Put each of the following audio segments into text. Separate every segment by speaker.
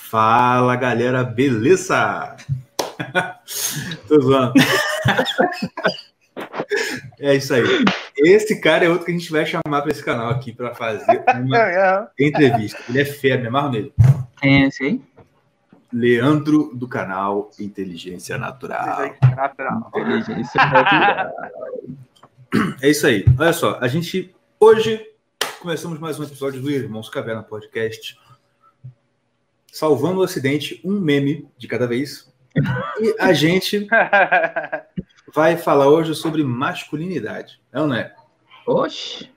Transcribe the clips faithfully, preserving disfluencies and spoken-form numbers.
Speaker 1: Fala, galera, beleza? Tô zoando. É isso aí. Esse cara é outro que a gente vai chamar para esse canal aqui para fazer uma entrevista. Ele é fera, me amarro nele.
Speaker 2: Quem é esse aí?
Speaker 1: Leandro, do canal Inteligência Natural.
Speaker 2: Natural. Inteligência Natural.
Speaker 1: É isso aí. Olha só, a gente hoje começamos mais um episódio do Irmãos Caverna Podcast. Salvando o acidente, um meme de cada vez. E a gente vai falar hoje sobre masculinidade. É ou não é?
Speaker 2: Oxe.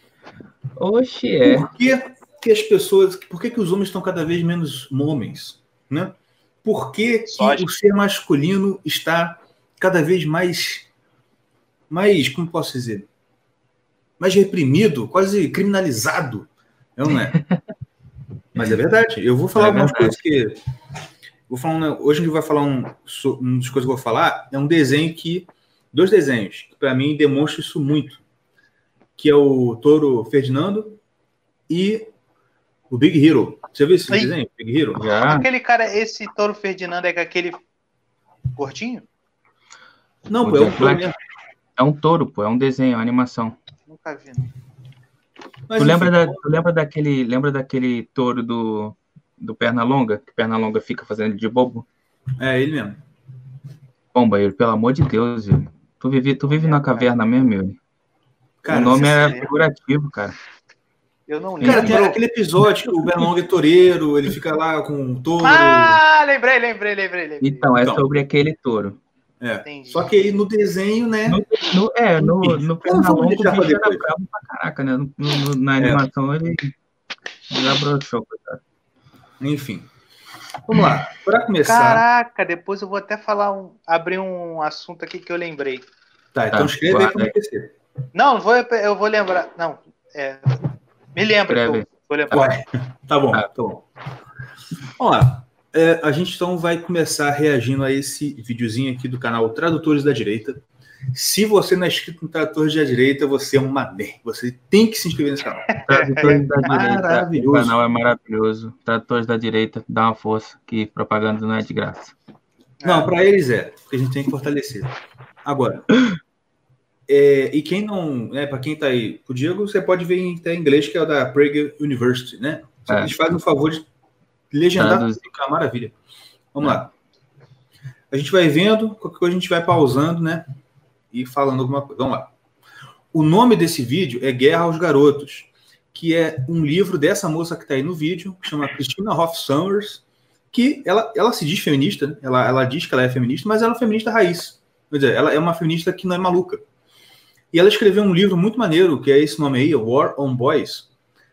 Speaker 2: Oxe, é.
Speaker 1: Por que, que as pessoas... Por que, que os homens estão cada vez menos homens? Né? Por que, que o ser masculino está cada vez mais... mais, como posso dizer? Mais reprimido, quase criminalizado. É ou não é? Mas é verdade. Eu vou falar é algumas coisas que... Vou falar um, hoje a gente vai falar um, uma das coisas que eu vou falar é um desenho que... Dois desenhos que para mim demonstram isso muito. Que é o Touro Ferdinando e o Big Hero. Você viu esse Oi. desenho? Big Hero?
Speaker 3: Já. Aquele cara, esse Touro Ferdinando é aquele gordinho?
Speaker 1: Não, pô, é um touro mesmo.
Speaker 2: É um touro, pô. É um desenho, é uma animação.
Speaker 3: Nunca vi, não.
Speaker 2: Mas, tu, enfim, lembra da, tu lembra daquele, lembra daquele touro do, do Pernalonga? Que Pernalonga fica fazendo de bobo?
Speaker 1: É, ele mesmo.
Speaker 2: Pomba, ele, pelo amor de Deus, ele. Tu vive, tu vive é, na caverna cara. mesmo, ele.
Speaker 1: Cara,
Speaker 2: o nome era figurativo, cara.
Speaker 3: Eu não lembro.
Speaker 1: Cara, tem aquele episódio que o Pernalonga é toureiro, ele fica lá com um touro.
Speaker 3: Ah, lembrei, lembrei, lembrei. lembrei.
Speaker 2: Então, é então. sobre aquele touro.
Speaker 1: É. Entendi. Só que aí no desenho, né?
Speaker 2: No, no, é, no, no Pernalonga o bicho era bravo pra caraca, né? No, no, na animação é. ele desabrochou, cara.
Speaker 1: Enfim. Vamos lá. Para começar.
Speaker 3: Caraca, depois eu vou até falar um. Abrir um assunto aqui que eu lembrei.
Speaker 1: Tá, então tá, escreve aí para não esquecer.
Speaker 3: Não, não vou, eu vou lembrar. Não. É, me lembra que eu vou lembrar.
Speaker 1: Tá bom, tá bom. Vamos lá. É, a gente então vai começar reagindo a esse videozinho aqui do canal Tradutores da Direita. Se você não é inscrito no Tradutores da Direita, você é um mané. Você tem que se inscrever nesse canal.
Speaker 2: Tradutores da Direita. Maravilhoso. O canal é maravilhoso. Tradutores da Direita, dá uma força, que propaganda não é de graça.
Speaker 1: Não, para eles é, porque a gente tem que fortalecer. Agora, é, e quem não, né, para quem tá aí, o Diego, você pode ver em, em inglês, que é o da Prague University, né? É. Eles fazem o favor de legendar, é uma maravilha. Vamos é. lá. A gente vai vendo, qualquer coisa a gente vai pausando, né? E falando alguma coisa. Vamos lá. O nome desse vídeo é Guerra aos Garotos, que é um livro dessa moça que está aí no vídeo, que chama Christina Hoff Sommers, que ela, ela se diz feminista, né? ela, ela diz que ela é feminista, mas ela é feminista raiz. Quer dizer, ela é uma feminista que não é maluca. E ela escreveu um livro muito maneiro, que é esse nome aí, War on Boys,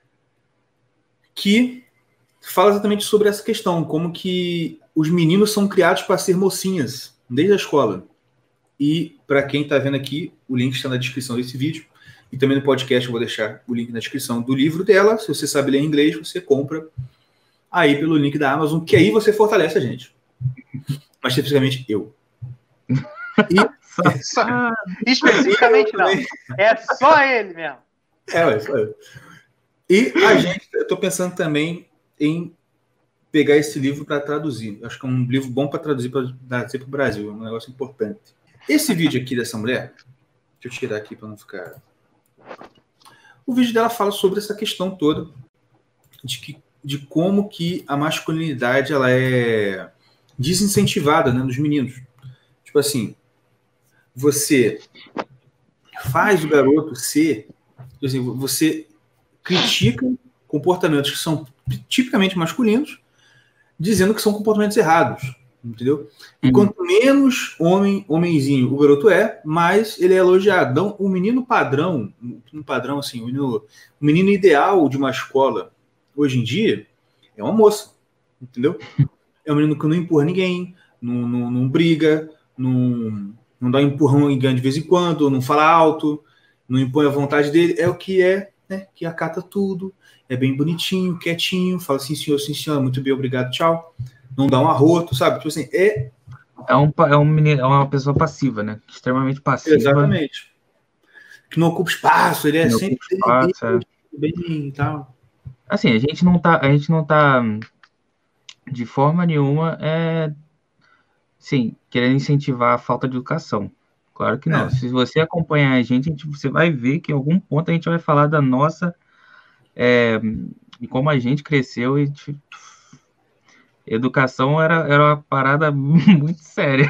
Speaker 1: que fala exatamente sobre essa questão, como que os meninos são criados para ser mocinhas, desde a escola. E, para quem está vendo aqui, o link está na descrição desse vídeo. E também no podcast eu vou deixar o link na descrição do livro dela. Se você sabe ler inglês, você compra aí pelo link da Amazon, que aí você fortalece a gente. Mas, especificamente, eu.
Speaker 3: E... Só, especificamente não. É só ele mesmo.
Speaker 1: É, é só eu. E a gente, eu estou pensando também em pegar esse livro para traduzir. Acho que é um livro bom para traduzir para trazer para o Brasil. É um negócio importante. Esse vídeo aqui dessa mulher, deixa eu tirar aqui para não ficar... O vídeo dela fala sobre essa questão toda de, que, de como que a masculinidade ela é desincentivada, né, nos meninos. Tipo assim, você faz o garoto ser... Assim, você critica comportamentos que são tipicamente masculinos, dizendo que são comportamentos errados. Entendeu? E uhum. quanto menos homem, homenzinho o garoto é, mais ele é elogiado. Então, o menino padrão, um padrão assim, o menino, o menino ideal de uma escola hoje em dia é uma moça, entendeu? É um menino que não empurra ninguém, não, não, não briga, não, não dá um empurrão e ganha de vez em quando, não fala alto, não impõe a vontade dele, é o que é, né? Que acata tudo, é bem bonitinho, quietinho, fala sim senhor, sim senhor, muito bem, obrigado, tchau. Não dá um arroto, sabe? Tipo assim, é...
Speaker 2: É, um, é, um menino, é uma pessoa passiva, né? Extremamente passiva.
Speaker 1: Exatamente. Que não ocupa espaço, ele é
Speaker 2: não
Speaker 1: sempre
Speaker 2: espaço,
Speaker 1: bem, é. bem e tal.
Speaker 2: Assim, a gente não tá... A gente não tá de forma nenhuma, é, sim, querendo incentivar a falta de educação. Claro que não.
Speaker 1: É.
Speaker 2: Se você acompanhar a gente, a gente, você vai ver que em algum ponto a gente vai falar da nossa, é, e como a gente cresceu, e tipo, educação era, era uma parada muito séria.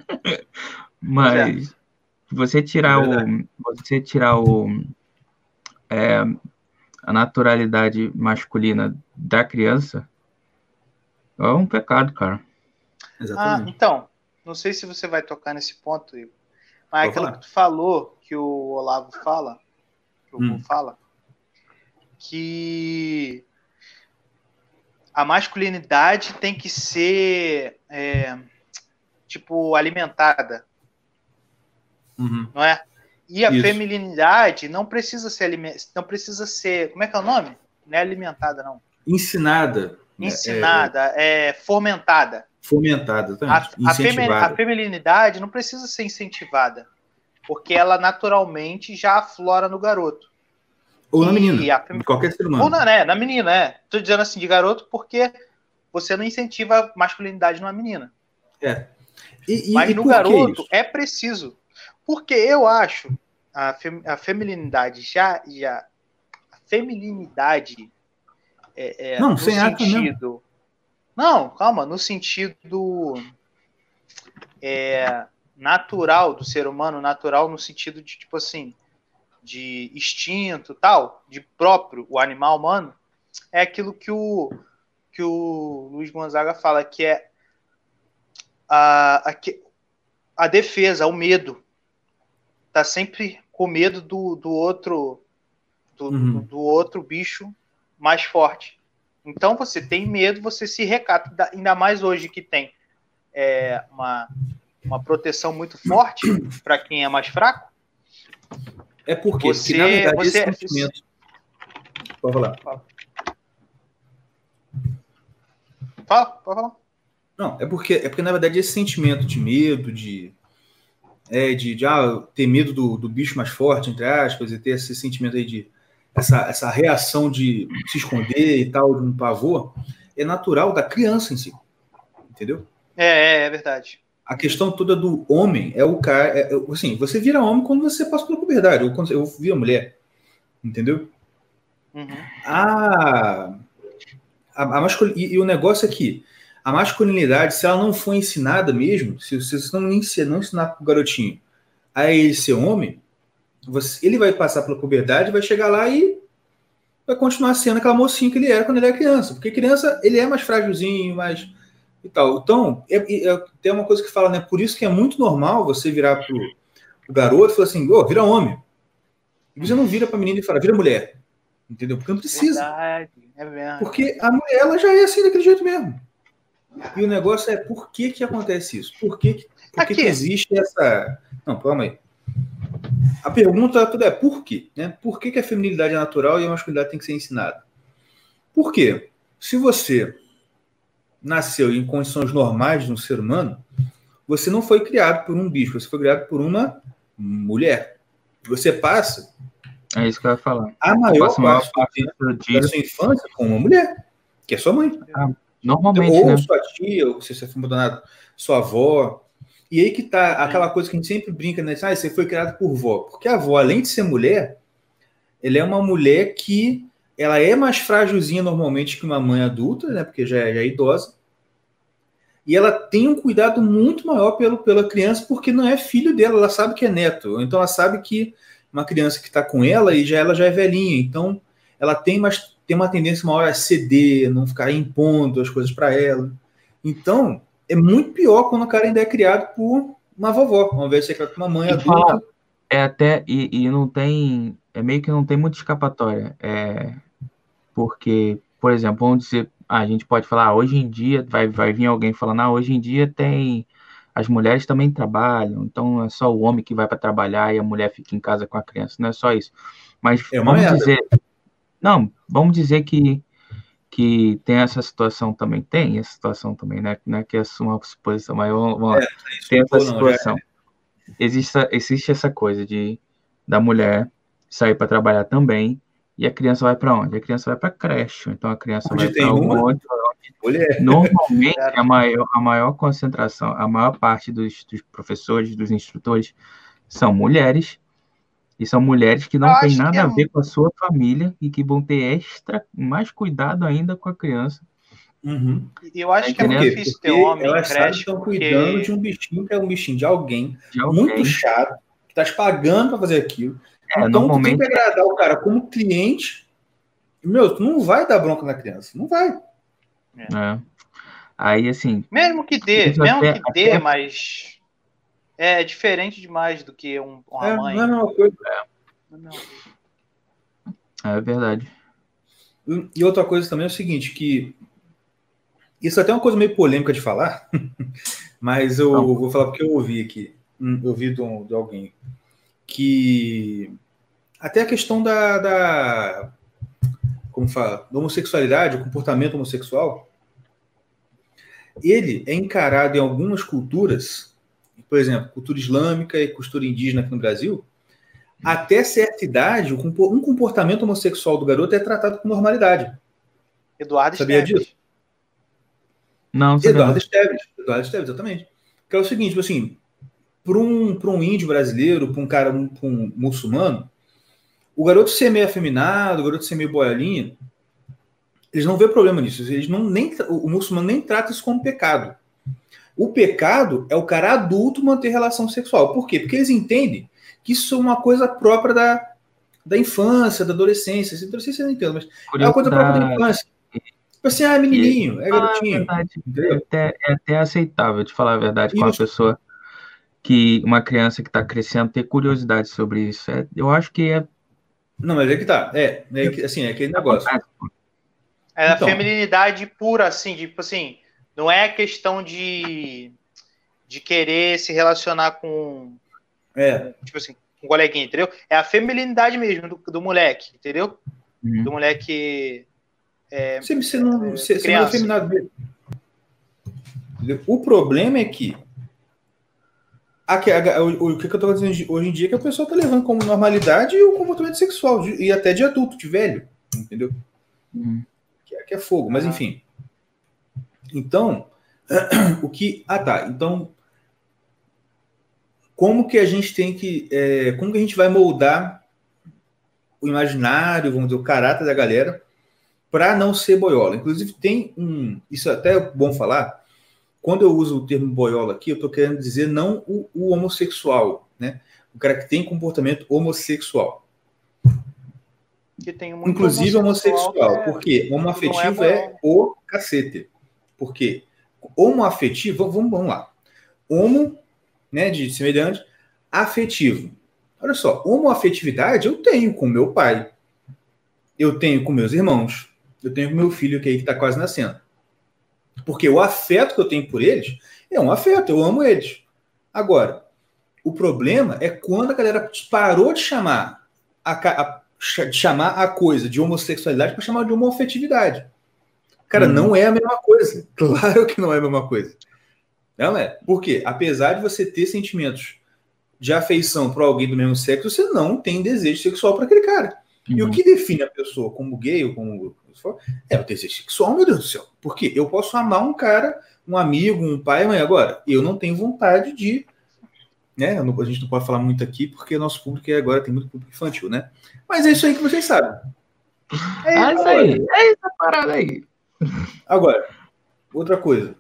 Speaker 2: Mas você tirar
Speaker 1: É
Speaker 2: o,
Speaker 1: verdade.
Speaker 2: você tirar o, é, a naturalidade masculina da criança é um pecado, cara.
Speaker 3: Ah,
Speaker 1: Exatamente.
Speaker 3: então, não sei se você vai tocar nesse ponto, Igor, mas
Speaker 1: Pode
Speaker 3: aquilo
Speaker 1: falar.
Speaker 3: que tu falou, que o Olavo fala, que o Vô
Speaker 1: Hum.
Speaker 3: fala, que a masculinidade tem que ser, é, tipo, alimentada,
Speaker 1: Uhum.
Speaker 3: não é? E a
Speaker 1: Isso.
Speaker 3: feminilidade não precisa ser alime- não precisa ser, como é que é o nome? Não é alimentada, não.
Speaker 1: Ensinada. né, é-
Speaker 3: Ensinada, é, fomentada.
Speaker 1: fomentada,
Speaker 3: A,
Speaker 1: exatamente.
Speaker 3: a, femi- a
Speaker 1: Incentivada.
Speaker 3: feminilidade não precisa ser incentivada, porque ela naturalmente já aflora no garoto.
Speaker 1: Ou na
Speaker 3: E
Speaker 1: menina.
Speaker 3: a fem-
Speaker 1: De qualquer ser humano.
Speaker 3: Ou na, né, na menina, é. Tô dizendo assim de garoto porque você não incentiva a masculinidade numa menina.
Speaker 1: É. E, e,
Speaker 3: Mas
Speaker 1: e
Speaker 3: no
Speaker 1: por que
Speaker 3: garoto
Speaker 1: isso?
Speaker 3: é preciso. Porque eu acho a, fem, a feminilidade já, já. A feminilidade é, é,
Speaker 1: Não,
Speaker 3: no
Speaker 1: sem ato mesmo.
Speaker 3: sentido. Não, calma, no sentido é, natural do ser humano, natural no sentido de, tipo assim, de instinto tal, de próprio, o animal humano, é aquilo que o, que o Luiz Gonzaga fala, que é a, a, a defesa, o medo. Tá sempre com medo do, do outro do,
Speaker 1: Uhum.
Speaker 3: do, do outro bicho mais forte. Então você tem medo, você se recata, ainda mais hoje que tem é, uma, uma proteção muito forte para quem é mais fraco.
Speaker 1: É por quê?
Speaker 3: Você,
Speaker 1: Porque, na verdade,
Speaker 3: você,
Speaker 1: esse sentimento... Pode falar.
Speaker 3: Fala. Fala, pode falar.
Speaker 1: Não, é porque, é porque, na verdade, esse sentimento de medo, de, é, de, de ah, ter medo do, do bicho mais forte, entre aspas, e ter esse sentimento aí de... Essa, essa reação de se esconder e tal, de um pavor, é natural da criança em si. Entendeu?
Speaker 3: É, é, é verdade.
Speaker 1: A questão toda do homem é o cara... É, é, assim, você vira homem quando você passa pela puberdade, ou quando eu vira mulher. Entendeu?
Speaker 3: Uhum.
Speaker 1: A, a, a mascul... e, e o negócio é que a masculinidade, se ela não for ensinada mesmo, se, se você não ensinar, não ensinar para o garotinho a ele ser homem, você, ele vai passar pela puberdade, vai chegar lá e vai continuar sendo aquela mocinha que ele era quando ele era criança. Porque criança, ele é mais frágilzinho, mais... e tal. Então, é, é, tem uma coisa que fala, né? Por isso que é muito normal você virar pro, pro garoto e falar assim, ô, vira homem. E você não vira pra menina e fala, vira mulher. Entendeu? Porque não precisa.
Speaker 3: Verdade, é verdade.
Speaker 1: Porque a mulher, ela já é assim, daquele jeito mesmo. E o negócio é, por que que acontece isso? Por que que, por que, que existe essa... Não, calma aí. A pergunta toda é, por quê? Né? Por que que a feminilidade é natural e a masculinidade tem que ser ensinada? Por quê? Se você nasceu em condições normais de um ser humano, você não foi criado por um bicho, você foi criado por uma mulher. Você passa...
Speaker 2: É isso que eu ia falar.
Speaker 1: A maior
Speaker 2: a maior
Speaker 1: parte,
Speaker 2: parte
Speaker 1: do tempo da sua infância com uma mulher, que é sua mãe.
Speaker 2: Ah, normalmente,
Speaker 1: ou
Speaker 2: né?
Speaker 1: sua tia, ou se você for abandonado, sua avó. E aí que tá aquela coisa que a gente sempre brinca, né? Ah, você foi criado por vó. Porque a avó, além de ser mulher, ela é uma mulher que ela é mais frágilzinha normalmente que uma mãe adulta, né? Porque já é, já é idosa. E ela tem um cuidado muito maior pelo, pela criança, porque não é filho dela, ela sabe que é neto. Então ela sabe que uma criança que está com ela e já ela já é velhinha. Então ela tem, mais, tem uma tendência maior a ceder, não ficar impondo as coisas para ela. Então é muito pior quando o cara ainda é criado por uma vovó, ao invés de ser criado por uma mãe
Speaker 2: E
Speaker 1: adulta.
Speaker 2: fala, é até, e, e não tem, é meio que não tem muita escapatória. É, porque, por exemplo, vamos dizer, ah, a gente pode falar, ah, hoje em dia, vai, vai vir alguém falando, ah, hoje em dia tem, as mulheres também trabalham, então não é só o homem que vai para trabalhar e a mulher fica em casa com a criança, não é só isso. Mas
Speaker 1: É uma
Speaker 2: vamos
Speaker 1: merda.
Speaker 2: dizer, não, vamos dizer que, que tem essa situação também, tem essa situação também, né? Não é que é uma suposição, mas vamos,
Speaker 1: É,
Speaker 2: tem essa
Speaker 1: não,
Speaker 2: situação.
Speaker 1: já...
Speaker 2: Existe, existe essa coisa de da mulher sair para trabalhar também, e a criança vai para onde? A criança vai para creche, então a criança
Speaker 1: Onde
Speaker 2: vai
Speaker 1: tem
Speaker 2: para
Speaker 1: uma,
Speaker 2: onde,
Speaker 1: mulher.
Speaker 2: Normalmente, a maior, a maior concentração, a maior parte dos, dos professores, dos instrutores, são mulheres, e são mulheres que
Speaker 3: Eu
Speaker 2: não têm
Speaker 3: acho que
Speaker 2: nada
Speaker 3: é
Speaker 2: a ver com a sua família e que vão ter extra, mais cuidado ainda com a criança.
Speaker 1: Uhum.
Speaker 3: E eu acho
Speaker 2: Tá
Speaker 3: que é muito
Speaker 2: entendendo?
Speaker 3: difícil ter
Speaker 1: Porque
Speaker 3: homem em
Speaker 1: elas sabem que
Speaker 3: creche,
Speaker 1: estão cuidando
Speaker 3: porque
Speaker 1: de um bichinho que é um bichinho de alguém,
Speaker 2: De
Speaker 1: muito
Speaker 2: alguém.
Speaker 1: chato, que tá te pagando para fazer aquilo.
Speaker 2: É,
Speaker 1: Então, tu tem
Speaker 2: normalmente,
Speaker 1: que agradar o cara como cliente. Meu, tu não vai dar bronca na criança. Não vai.
Speaker 2: é. Aí, assim,
Speaker 3: mesmo que dê,
Speaker 2: isso
Speaker 3: mesmo
Speaker 2: até,
Speaker 3: que dê,
Speaker 2: até
Speaker 3: mas é diferente demais do que um- uma
Speaker 1: É,
Speaker 3: mãe.
Speaker 1: não é a mesma coisa.
Speaker 3: Não.
Speaker 2: é verdade.
Speaker 1: E outra coisa também é o seguinte, que isso até é uma coisa meio polêmica de falar, mas eu
Speaker 2: Não.
Speaker 1: vou falar porque eu ouvi aqui, hum, eu ouvi de, um- de alguém, que até a questão da, da como fala, da homossexualidade, o comportamento homossexual, ele é encarado em algumas culturas, por exemplo, cultura islâmica e cultura indígena aqui no Brasil, até certa idade, um comportamento homossexual do garoto é tratado com normalidade.
Speaker 3: Eduardo
Speaker 1: Sabia
Speaker 3: Esteves.
Speaker 1: disso?
Speaker 2: Não, sabia
Speaker 1: Eduardo
Speaker 2: não.
Speaker 1: Esteves. Eduardo Esteves, exatamente. Que é o seguinte, tipo assim, para um, para um índio brasileiro, para um cara, um, pra um muçulmano, o garoto ser meio afeminado, o garoto ser meio boiolinha, eles não vê problema nisso. Eles não, nem, o muçulmano nem trata isso como pecado. O pecado é o cara adulto manter relação sexual. Por quê? Porque eles entendem que isso é uma coisa própria da, da infância, da adolescência. Da adolescência eu não entendo, mas é uma coisa própria da infância. Tipo assim, ah, é menininho, é garotinho.
Speaker 2: Verdade, é
Speaker 1: Entendeu?
Speaker 2: até, é até aceitável, te falar a verdade, com uma
Speaker 1: Isso.
Speaker 2: pessoa que, uma criança que está crescendo, ter curiosidade sobre isso. É, eu acho que é.
Speaker 1: Não, mas é que tá. É, é que, assim, é aquele negócio.
Speaker 3: É a
Speaker 1: Então.
Speaker 3: feminilidade pura, assim, tipo assim, não é questão de, de querer se relacionar com,
Speaker 1: É.
Speaker 3: tipo assim, com um coleguinha, entendeu? É a feminilidade mesmo do, do moleque, entendeu?
Speaker 2: Uhum.
Speaker 3: Do moleque é,
Speaker 1: Você, você não, você, você não é
Speaker 3: criança.
Speaker 1: afeminado mesmo. Entendeu? O problema é que a, a, o, o que eu estou dizendo hoje em dia é que a pessoa está levando como normalidade o comportamento sexual, de, e até de adulto, de velho, entendeu?
Speaker 2: Uhum.
Speaker 1: Que, é, que é fogo, mas
Speaker 3: Uhum.
Speaker 1: enfim. Então, o que. Ah, tá. Então, como que a gente tem que. É, como que a gente vai moldar o imaginário, vamos dizer, o caráter da galera para não ser boiola? Inclusive, tem um. Isso é até bom falar. Quando eu uso o termo boiola aqui, eu estou querendo dizer não o, o homossexual, né? O cara que tem comportamento homossexual.
Speaker 3: Que tem muito
Speaker 1: Inclusive homossexual,
Speaker 3: homossexual é,
Speaker 1: porque homoafetivo
Speaker 3: é,
Speaker 1: é o cacete. Porque homoafetivo, vamos, vamos lá. Homo, né, de semelhante, afetivo. Olha só, homoafetividade eu tenho com meu pai, eu tenho com meus irmãos, eu tenho com meu filho que aí está quase nascendo. Porque o afeto que eu tenho por eles é um afeto, eu amo eles. Agora, o problema é quando a galera parou de chamar a, a, de chamar a coisa de homossexualidade para chamar de homoafetividade. Cara,
Speaker 2: Uhum.
Speaker 1: não é a mesma coisa. Claro que não é a mesma coisa. Não é? Por quê? Apesar de você ter sentimentos de afeição para alguém do mesmo sexo, você não tem desejo sexual para aquele cara.
Speaker 2: Uhum.
Speaker 1: E o que define a pessoa como gay ou como é o desejo sexual, meu Deus do céu. Porque eu posso amar um cara, um amigo, um pai, mãe. Agora, eu não tenho vontade de. Né? A gente não pode falar muito aqui, porque nosso público agora tem muito público infantil, né? Mas é isso aí que vocês sabem.
Speaker 2: É, é isso aí, é essa parada aí.
Speaker 1: Agora, outra coisa.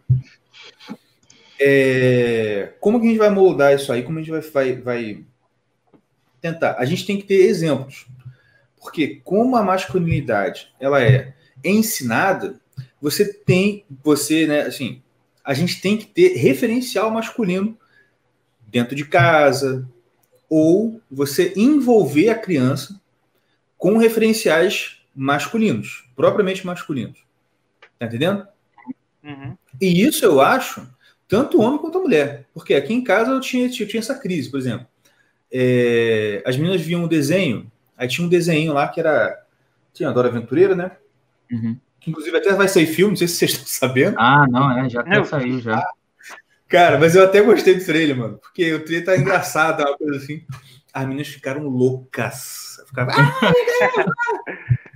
Speaker 1: É, como que a gente vai moldar isso aí? Como a gente vai, vai, vai tentar? A gente tem que ter exemplos. Porque como a masculinidade ela é ensinada, você tem, você, né, assim, a gente tem que ter referencial masculino dentro de casa, ou você envolver a criança com referenciais masculinos, propriamente masculinos. Tá entendendo?
Speaker 3: Uhum.
Speaker 1: E isso eu acho tanto o homem quanto a mulher. Porque aqui em casa eu tinha, eu tinha essa crise, por exemplo. É, as meninas viam um desenho, aí tinha um desenho lá que era. Tinha a Dora Aventureira, né?
Speaker 2: Uhum.
Speaker 1: Que inclusive até vai sair filme, não sei se vocês estão sabendo.
Speaker 2: Ah, não, é, já até saiu já.
Speaker 1: Cara, mas eu até gostei do trailer, mano. Porque o trailer tá engraçado, uma coisa assim. As meninas ficaram loucas. Ficavam. Ah,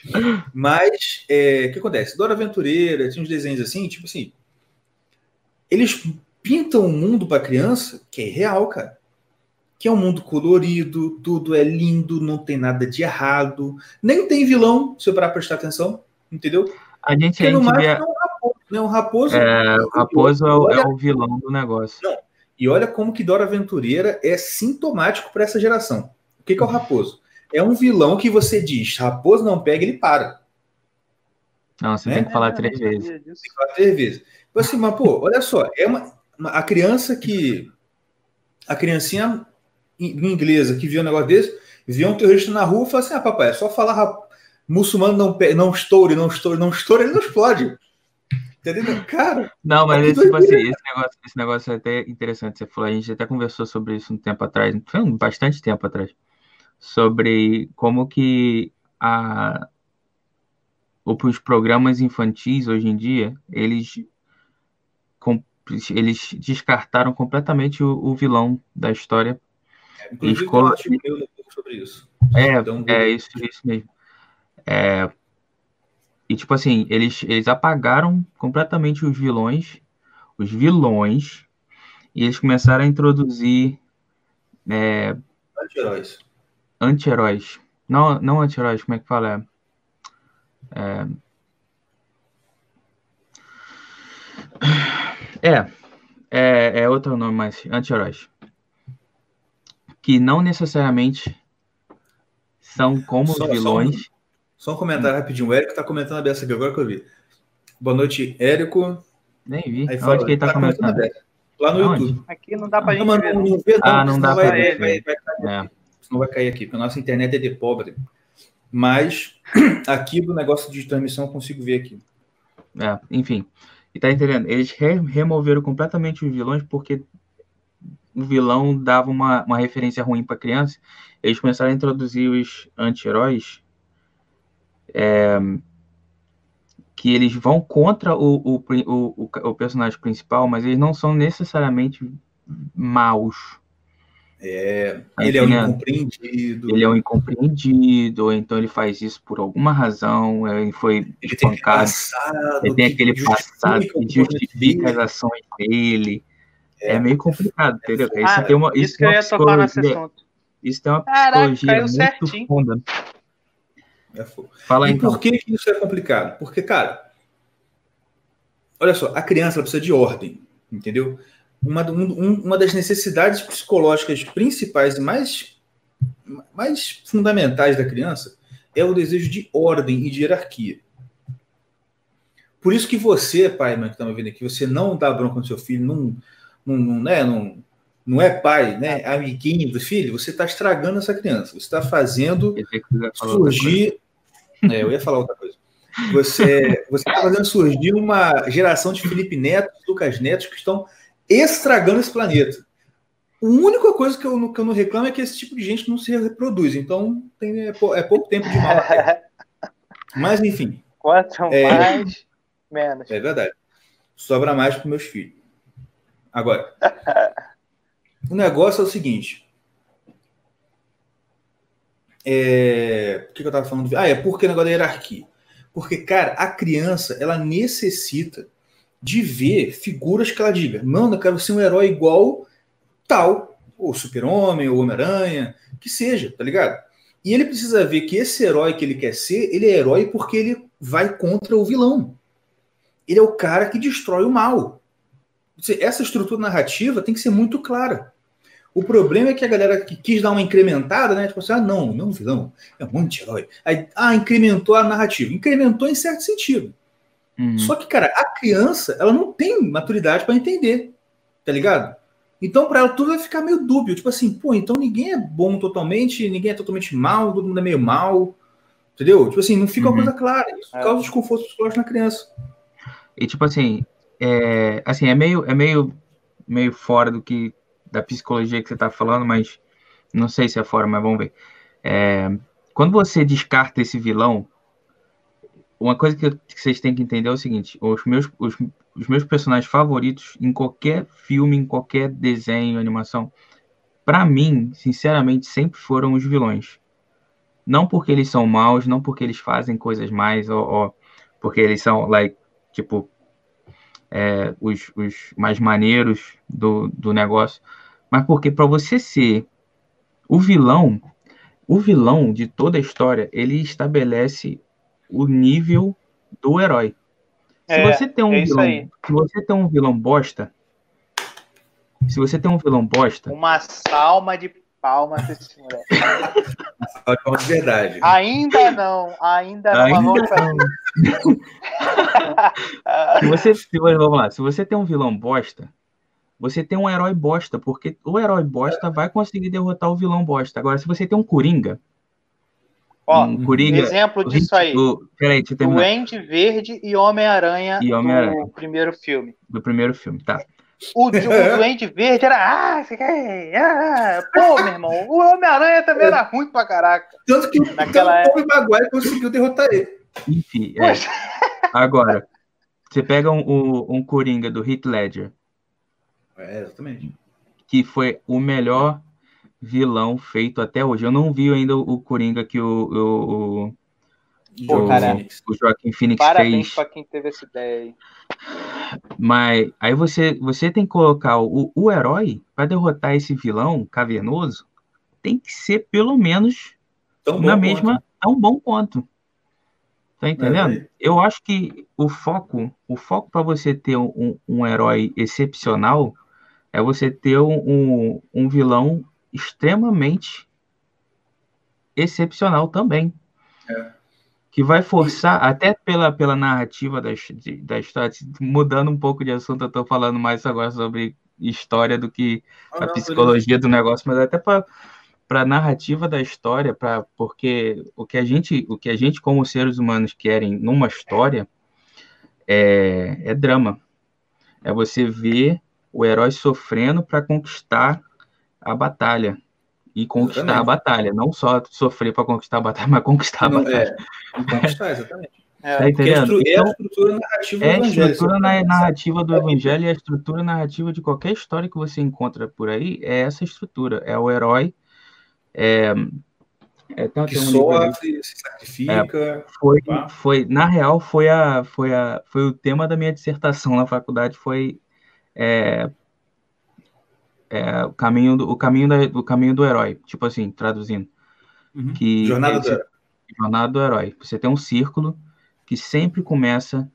Speaker 1: Mas, é, o que acontece? Dora Aventureira, tinha uns desenhos assim, tipo assim, eles pintam um mundo para criança que é real, cara. Que é um mundo colorido, tudo é lindo, não tem nada de errado, nem tem vilão, se eu parar pra prestar atenção, entendeu?
Speaker 2: A gente,
Speaker 1: Porque
Speaker 2: a
Speaker 1: no
Speaker 2: gente vê.
Speaker 1: máximo é um raposo, né? Um raposo.
Speaker 2: É, o Raposo é o, é
Speaker 1: olha,
Speaker 2: o vilão do negócio.
Speaker 1: não, e olha como que Dora Aventureira é sintomático para essa geração. O que, que é o Raposo? É um vilão que você diz, Raposo não pega, ele para.
Speaker 2: Não, você
Speaker 1: Né?
Speaker 2: tem que falar
Speaker 3: É,
Speaker 2: três
Speaker 3: eu não
Speaker 2: vezes.
Speaker 3: sabia disso.
Speaker 1: Tem que falar três vezes. Então, assim, mas, pô, olha só, é uma, uma- a criança que. A criancinha in- inglesa que viu um negócio desse, viu um terrorista na rua e falou assim: ah, papai, é só falar rap- muçulmano não, pe- não estoure, não estoure, não estoure, ele não explode. Entendeu? Cara,
Speaker 2: Não, mas
Speaker 1: que
Speaker 2: é tipo assim,
Speaker 1: doideira.
Speaker 2: esse negócio, esse negócio é até interessante. Você falou, a gente até conversou sobre isso um tempo atrás, foi um bastante tempo atrás, sobre como que a, os programas infantis hoje em dia, eles, com- eles descartaram completamente o, o vilão da história. E
Speaker 1: Inclusive, tem um
Speaker 2: escola,
Speaker 1: artigo meu no Google sobre isso. Dá um
Speaker 2: é, é
Speaker 1: Google.
Speaker 2: isso, isso mesmo. E tipo assim, eles, eles apagaram completamente os vilões, os vilões, e eles começaram a introduzir
Speaker 1: Anti-heróis.
Speaker 2: anti-heróis. Não, não anti-heróis, como é que fala? É, é, é outro nome, mas anti-heróis. Que não necessariamente são como os
Speaker 1: Só, só, um,
Speaker 2: vilões.
Speaker 1: só um comentário rapidinho. O Érico tá comentando a beça aqui agora que eu vi. Boa noite, Érico.
Speaker 2: Nem vi.
Speaker 1: Aí
Speaker 2: Onde
Speaker 1: fala,
Speaker 2: que ele tá,
Speaker 1: tá comentando a
Speaker 2: comentando?
Speaker 1: beça. Lá no
Speaker 2: Aonde?
Speaker 1: YouTube.
Speaker 3: Aqui não dá pra
Speaker 2: Ah,
Speaker 3: gente
Speaker 1: Não, mas
Speaker 3: ver,
Speaker 1: não,
Speaker 3: não.
Speaker 1: não vê, não,
Speaker 2: Ah,
Speaker 1: porque
Speaker 2: não
Speaker 1: senão
Speaker 2: dá
Speaker 1: vai,
Speaker 2: pra
Speaker 1: vai,
Speaker 2: gente
Speaker 1: vai,
Speaker 2: ver.
Speaker 1: vai cair
Speaker 2: É.
Speaker 1: aqui. Senão vai cair aqui, porque a nossa internet é de pobre. Mas aqui do negócio de transmissão eu consigo ver aqui.
Speaker 2: É, enfim. E tá entendendo? Eles re- removeram completamente os vilões porque o vilão dava uma, uma referência ruim para criança. Eles começaram a introduzir os anti-heróis, é, que eles vão contra o, o, o, o personagem principal, mas eles não são necessariamente maus.
Speaker 1: É,
Speaker 2: Tá
Speaker 1: ele é um
Speaker 2: entendendo?
Speaker 1: incompreendido.
Speaker 2: Ele é um incompreendido, ou então ele faz isso por alguma razão, ele foi
Speaker 1: Ele tem aquele
Speaker 2: espancado,
Speaker 1: passado
Speaker 2: ele tem
Speaker 1: que
Speaker 2: aquele passado
Speaker 1: justifica o
Speaker 2: que
Speaker 1: comportamento
Speaker 2: justifica as
Speaker 1: dele.
Speaker 2: ações dele. É,
Speaker 1: É,
Speaker 2: meio complicado,
Speaker 1: é
Speaker 2: entendeu?
Speaker 1: fogo.
Speaker 2: Isso
Speaker 3: Ah,
Speaker 2: tem uma, isso
Speaker 3: isso que
Speaker 2: tem
Speaker 3: eu
Speaker 2: uma
Speaker 3: ia tocar nesse
Speaker 2: psicologia,
Speaker 3: assunto.
Speaker 2: isso tem uma
Speaker 3: Caraca,
Speaker 2: psicologia
Speaker 3: caiu
Speaker 2: muito
Speaker 3: certinho.
Speaker 2: funda.
Speaker 1: É fogo.
Speaker 2: Fala
Speaker 1: E
Speaker 2: então.
Speaker 1: por que, que isso é complicado? Porque, cara, olha só, a criança ela precisa de ordem, entendeu? Uma, um, uma das necessidades psicológicas principais e mais, mais fundamentais da criança é o desejo de ordem e de hierarquia. Por isso que você, pai, mãe, que está me vendo aqui, você não dá bronca no seu filho, não, não, não, né, não, não é pai, né, amiguinho do filho, você está estragando essa criança. Você está fazendo surgir... É, eu ia falar outra coisa. Você está fazendo surgir uma geração de Felipe Neto, Lucas Netos, que estão estragando esse planeta. A única coisa que eu, que eu não reclamo é que esse tipo de gente não se reproduz. Então, tem, é, é pouco tempo de mal. Mas, enfim.
Speaker 3: Quanto
Speaker 1: é,
Speaker 3: mais, menos.
Speaker 1: É verdade. Sobra mais para meus filhos. Agora, o negócio é o seguinte. É, por que eu estava falando? Ah, é porque o negócio da hierarquia. Porque, cara, a criança, ela necessita de ver figuras que ela diga, mano, eu quero ser um herói igual tal, ou Super-Homem, ou Homem-Aranha, que seja, tá ligado? E ele precisa ver que esse herói que ele quer ser, ele é herói porque ele vai contra o vilão. Ele é o cara que destrói o mal. Essa estrutura narrativa tem que ser muito clara. O problema é que a galera que quis dar uma incrementada, né? Tipo assim, ah, não, não é um vilão, é um anti-herói. Aí, ah, incrementou a narrativa. Incrementou em certo sentido. Uhum. Só que, cara, a criança, ela não tem maturidade para entender, tá ligado? Então, para ela, tudo vai ficar meio dúbio. Tipo assim, pô, então ninguém é bom totalmente, ninguém é totalmente mal, todo mundo é meio mal, entendeu? Tipo assim, não fica uhum. uma coisa clara. Isso causa desconforto psicológico na criança.
Speaker 2: E, tipo assim, é, assim, é meio, é meio, meio fora do que da psicologia que você está falando, mas não sei se é fora, mas vamos ver. É, quando você descarta esse vilão, uma coisa que, eu, que vocês têm que entender é o seguinte: os meus, os, os meus personagens favoritos em qualquer filme, em qualquer desenho, animação, para mim, sinceramente, sempre foram os vilões. Não porque eles são maus, não porque eles fazem coisas mais, ou, ou porque eles são, like, tipo, é, os, os mais maneiros do, do negócio, mas porque para você ser o vilão, o vilão de toda a história, ele estabelece o nível do herói. Se
Speaker 3: É,
Speaker 2: você tem um
Speaker 3: é isso
Speaker 2: vilão,
Speaker 3: aí.
Speaker 2: se você tem um vilão bosta, se você tem um vilão bosta,
Speaker 3: Uma salma de palmas pra esse moleque.
Speaker 1: Fala de de verdade.
Speaker 3: Ainda não, ainda não, mas
Speaker 2: ainda
Speaker 3: vamos fazer.
Speaker 2: não. Se você, se, você- vamos lá, se você tem um vilão bosta, você tem um herói bosta, porque o herói bosta vai conseguir derrotar o vilão bosta. Agora, se você tem um Coringa,
Speaker 3: Ó,
Speaker 2: um Coringa,
Speaker 3: exemplo
Speaker 2: o
Speaker 3: disso
Speaker 2: Hit-
Speaker 3: aí.
Speaker 2: o- peraí, deixa eu terminar.
Speaker 3: Duende Verde e Homem-Aranha
Speaker 2: E Homem-Aranha.
Speaker 3: do primeiro filme.
Speaker 2: Do primeiro filme, tá?
Speaker 3: O, du- o Duende Verde era. Ah, você quer- ah, pô, meu irmão, o Homem-Aranha também era ruim pra caraca.
Speaker 1: Tanto que o
Speaker 3: Naquela
Speaker 1: tanto que o Tobey Maguire conseguiu derrotar ele.
Speaker 2: Enfim, é.
Speaker 3: Poxa,
Speaker 2: Agora, você pega um, um, um Coringa do Heath Ledger,
Speaker 1: É, exatamente.
Speaker 2: que foi o melhor vilão feito até hoje. Eu não vi ainda o Coringa que o, o, o,
Speaker 3: Pô,
Speaker 2: o,
Speaker 3: cara,
Speaker 2: o Joaquin Phoenix
Speaker 3: parabéns
Speaker 2: fez.
Speaker 3: pra quem teve essa ideia aí.
Speaker 2: Mas aí você, você tem que colocar o, o herói para derrotar esse vilão cavernoso, tem que ser pelo menos
Speaker 1: Tão
Speaker 2: na
Speaker 1: bom
Speaker 2: mesma,
Speaker 1: quanto.
Speaker 2: tão bom quanto. Tá
Speaker 1: É,
Speaker 2: entendendo?
Speaker 1: velho.
Speaker 2: Eu acho que o foco, o foco para você ter um, um herói excepcional é você ter um, um, um vilão extremamente excepcional também.
Speaker 1: É.
Speaker 2: Que vai forçar, até pela, pela narrativa da, de- da história, mudando um pouco de assunto, eu estou falando mais agora sobre história do que
Speaker 1: Ah,
Speaker 2: a
Speaker 1: não,
Speaker 2: psicologia do negócio, mas até para para a narrativa da história, para porque o que a gente, o que a gente como seres humanos querem numa história é, é drama. É você ver o herói sofrendo para conquistar a batalha e conquistar a
Speaker 1: Exatamente.
Speaker 2: batalha, não só sofrer para conquistar a batalha, mas conquistar
Speaker 1: E
Speaker 2: a
Speaker 1: não,
Speaker 2: batalha.
Speaker 1: é, e conquistar, exatamente.
Speaker 3: É.
Speaker 2: Tá
Speaker 1: Porque é a,
Speaker 2: entendendo?
Speaker 1: estru- é a
Speaker 2: Então,
Speaker 1: estrutura narrativa do
Speaker 2: é a
Speaker 1: evangelho.
Speaker 2: estrutura
Speaker 1: Você
Speaker 2: na-
Speaker 1: sabe?
Speaker 2: narrativa do evangelho e a estrutura narrativa de qualquer história que você encontra por aí é essa estrutura. É o herói. É, é, tem,
Speaker 1: Que
Speaker 2: tem um livro ali.
Speaker 1: sofre, se sacrifica.
Speaker 2: Foi,
Speaker 1: Pá.
Speaker 2: foi, na real, foi, a, foi, a, foi o tema da minha dissertação na faculdade, foi é, é, o caminho do, o caminho da, o caminho do herói, tipo assim, traduzindo.
Speaker 1: Uhum.
Speaker 2: Que
Speaker 1: Jornada
Speaker 2: ele,
Speaker 1: do herói.
Speaker 2: jornada do herói. Você tem um círculo que sempre começa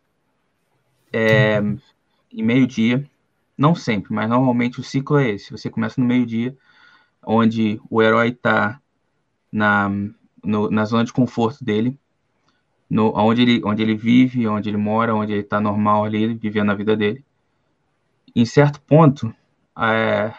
Speaker 2: é, em meio-dia. Não sempre, mas normalmente o ciclo é esse. Você começa no meio-dia, onde o herói está na, no- na zona de conforto dele, no, onde, ele, onde ele vive, onde ele mora, onde ele está normal ali, vivendo a vida dele. Em certo ponto, é,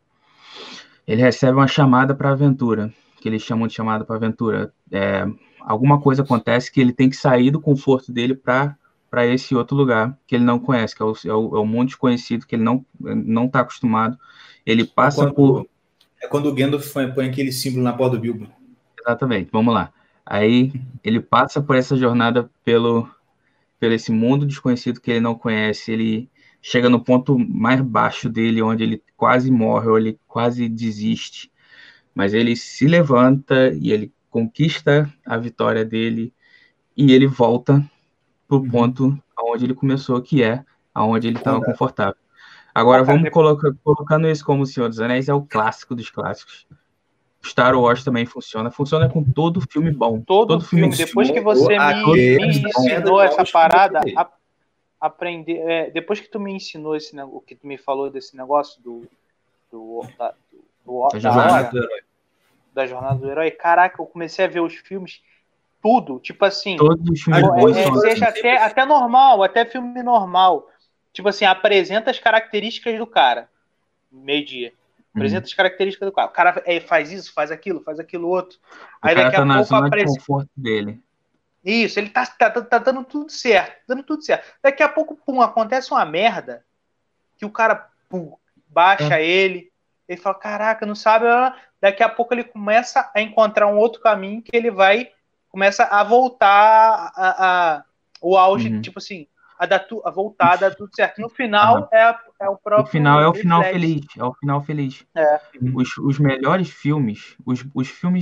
Speaker 2: ele recebe uma chamada para aventura, que eles chamam de chamada para aventura. É, alguma coisa acontece que ele tem que sair do conforto dele para para esse outro lugar que ele não conhece, que é o, é o, é o mundo desconhecido, que ele não não está acostumado. Ele
Speaker 1: É
Speaker 2: passa
Speaker 1: quando,
Speaker 2: por...
Speaker 1: é quando o Gandalf põe põe aquele símbolo na porta do Bilbo.
Speaker 2: Exatamente, vamos lá. Aí ele passa por essa jornada pelo, pelo esse mundo desconhecido que ele não conhece. Ele chega no ponto mais baixo dele, onde ele quase morre, ou ele quase desiste. Mas ele se levanta e ele conquista a vitória dele e ele volta para o
Speaker 1: Uhum.
Speaker 2: ponto onde ele começou, que é aonde ele estava
Speaker 1: Condado.
Speaker 2: confortável. Agora
Speaker 3: Pô, cara,
Speaker 2: vamos
Speaker 3: depois-
Speaker 2: colocar, colocando isso como O Senhor dos Anéis, é o clássico dos clássicos. Star Wars também funciona. Funciona com todo filme bom.
Speaker 3: Todo filme, depois que você me,
Speaker 1: Aquele-
Speaker 3: me ensinou
Speaker 1: merda,
Speaker 3: essa
Speaker 1: jogos que
Speaker 3: parada,
Speaker 1: eu
Speaker 3: a- aprender, é, depois que tu me ensinou esse negócio, que tu me falou desse negócio do, do, da, do,
Speaker 2: Da
Speaker 3: da
Speaker 2: jornada
Speaker 3: hora,
Speaker 1: do herói.
Speaker 3: da jornada do herói, caraca, eu comecei a ver os filmes, tudo, tipo assim,
Speaker 2: Todos os filmes
Speaker 1: As
Speaker 3: pô,
Speaker 2: bons
Speaker 3: é, é,
Speaker 2: são
Speaker 3: seja
Speaker 2: assim.
Speaker 3: até, até normal, até filme normal, tipo assim, apresenta as características do cara, meio-dia. Apresenta
Speaker 2: Uhum.
Speaker 3: as características do cara. O cara é, faz isso, faz aquilo, faz aquilo outro.
Speaker 2: O
Speaker 3: Aí
Speaker 2: cara
Speaker 3: daqui
Speaker 2: tá
Speaker 3: a
Speaker 2: na
Speaker 3: pouco
Speaker 2: zona de
Speaker 3: aparece.
Speaker 2: conforto dele.
Speaker 3: Isso, ele tá, tá, tá dando tudo certo, dando tudo certo. Daqui a pouco, pum, acontece uma merda que o cara, pum, baixa
Speaker 2: É.
Speaker 3: ele, ele fala, caraca, não sabe. Daqui a pouco ele começa a encontrar um outro caminho que ele vai, começa a voltar a, a o auge,
Speaker 2: Uhum.
Speaker 3: tipo assim, a, dar tu, a voltar a dar tudo certo. No final,
Speaker 2: Aham.
Speaker 3: é, a- é o
Speaker 2: O
Speaker 3: próprio
Speaker 2: final é o final
Speaker 3: reflexo.
Speaker 2: feliz. É o final feliz.
Speaker 3: É.
Speaker 2: Os, os melhores filmes, os, os filmes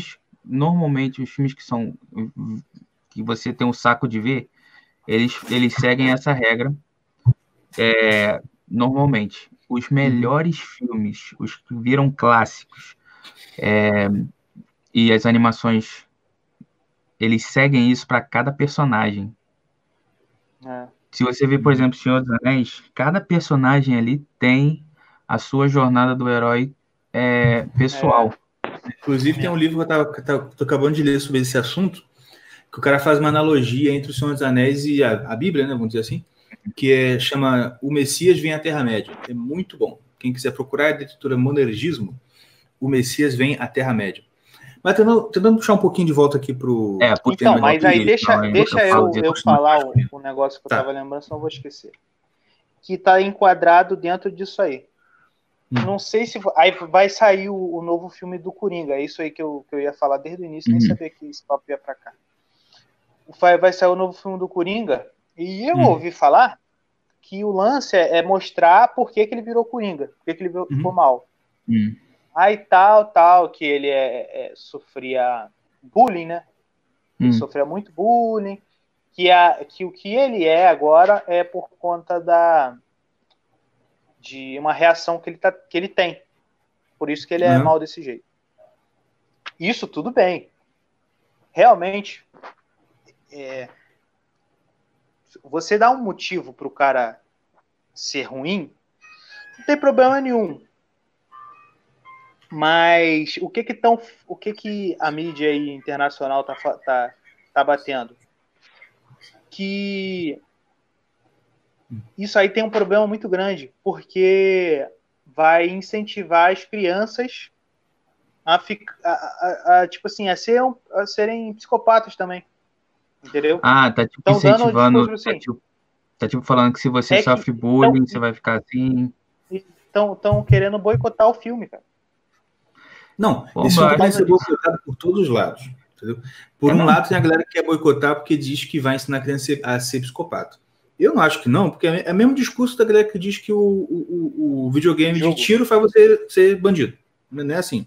Speaker 2: normalmente os filmes que são que você tem um saco de ver, eles, eles seguem essa regra. É, normalmente, os melhores uhum. filmes, os que viram clássicos, é, e as animações, eles seguem isso para cada personagem. É. Se você ver, por exemplo, Senhor dos Anéis, cada personagem ali tem a sua jornada do herói é, pessoal.
Speaker 1: É. Inclusive, tem um livro que eu estou acabando de ler sobre esse assunto, que o cara faz uma analogia entre o Senhor dos Anéis e a, a Bíblia, né, vamos dizer assim, que é, chama O Messias Vem à Terra-média. É muito bom. Quem quiser procurar a literatura Monergismo, O Messias Vem à Terra-média. Mas tentando, tentando puxar um pouquinho de volta aqui para o
Speaker 3: é, Então, mas aí deixa, não, deixa eu, eu, eu falar o, o negócio que eu estava tá. lembrando, senão eu vou esquecer. Que está enquadrado dentro disso aí. Hum. Não sei se... Aí vai sair o, o novo filme do Coringa. É isso aí que eu, que eu ia falar desde o início, uhum. nem sabia que esse papo ia para cá. Vai, vai sair o novo filme do Coringa. E eu hum. ouvi falar que o lance é, é mostrar por que, que ele virou Coringa. Por que, que ele virou, uhum. ficou mal.
Speaker 2: Hum.
Speaker 3: Aí tal, tal, que ele é, é, sofria bullying, né? Ele hum. sofria muito bullying. Que, a, que o que ele é agora é por conta da de uma reação que ele, tá, que ele tem. Por isso que ele é uhum. mal desse jeito. Isso tudo bem. Realmente, é, você dá um motivo para o cara ser ruim, não tem problema nenhum. Mas o que que, tão, o que, que a mídia aí internacional tá, tá, tá batendo? Que isso aí tem um problema muito grande, porque vai incentivar as crianças a, ficar, a, a, a, tipo assim, a, ser, a serem psicopatas também. Entendeu?
Speaker 2: Ah, tá tipo então, incentivando, tá, assim, tipo, tá tipo falando que se você é sofre que, bullying, então, você vai ficar assim.
Speaker 3: Estão querendo boicotar o filme, cara.
Speaker 1: Não, Pô, esse filme vai ser boicotado por todos os lados. Entendeu? Por é um não? lado, tem a galera que quer boicotar porque diz que vai ensinar a criança a ser psicopata. Eu não acho que não, porque é o mesmo discurso da galera que diz que o, o, o videogame Jogo. de tiro faz você ser bandido. Não é assim.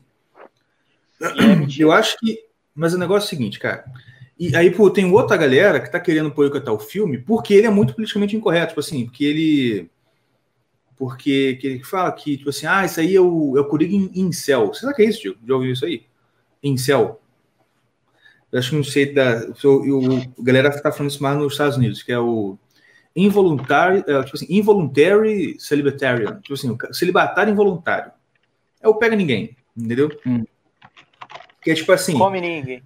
Speaker 1: É eu acho que... Mas o negócio é o seguinte, cara... E aí, pô, tem outra galera que tá querendo boicotar o filme porque ele é muito politicamente incorreto, tipo assim, porque ele... Porque que ele fala que, tipo assim, ah, isso aí é o, é o Coringa em incel. Você sabe o que é isso, Diego? Já ouviu isso aí? Incel. Eu acho que não sei da... O, a galera tá falando isso mais nos Estados Unidos, que é o involuntary, é, tipo assim, involuntary celibatarian. Tipo assim, o celibatário involuntário. É o pega ninguém, entendeu? Hum. Que é tipo assim...
Speaker 3: Come ninguém.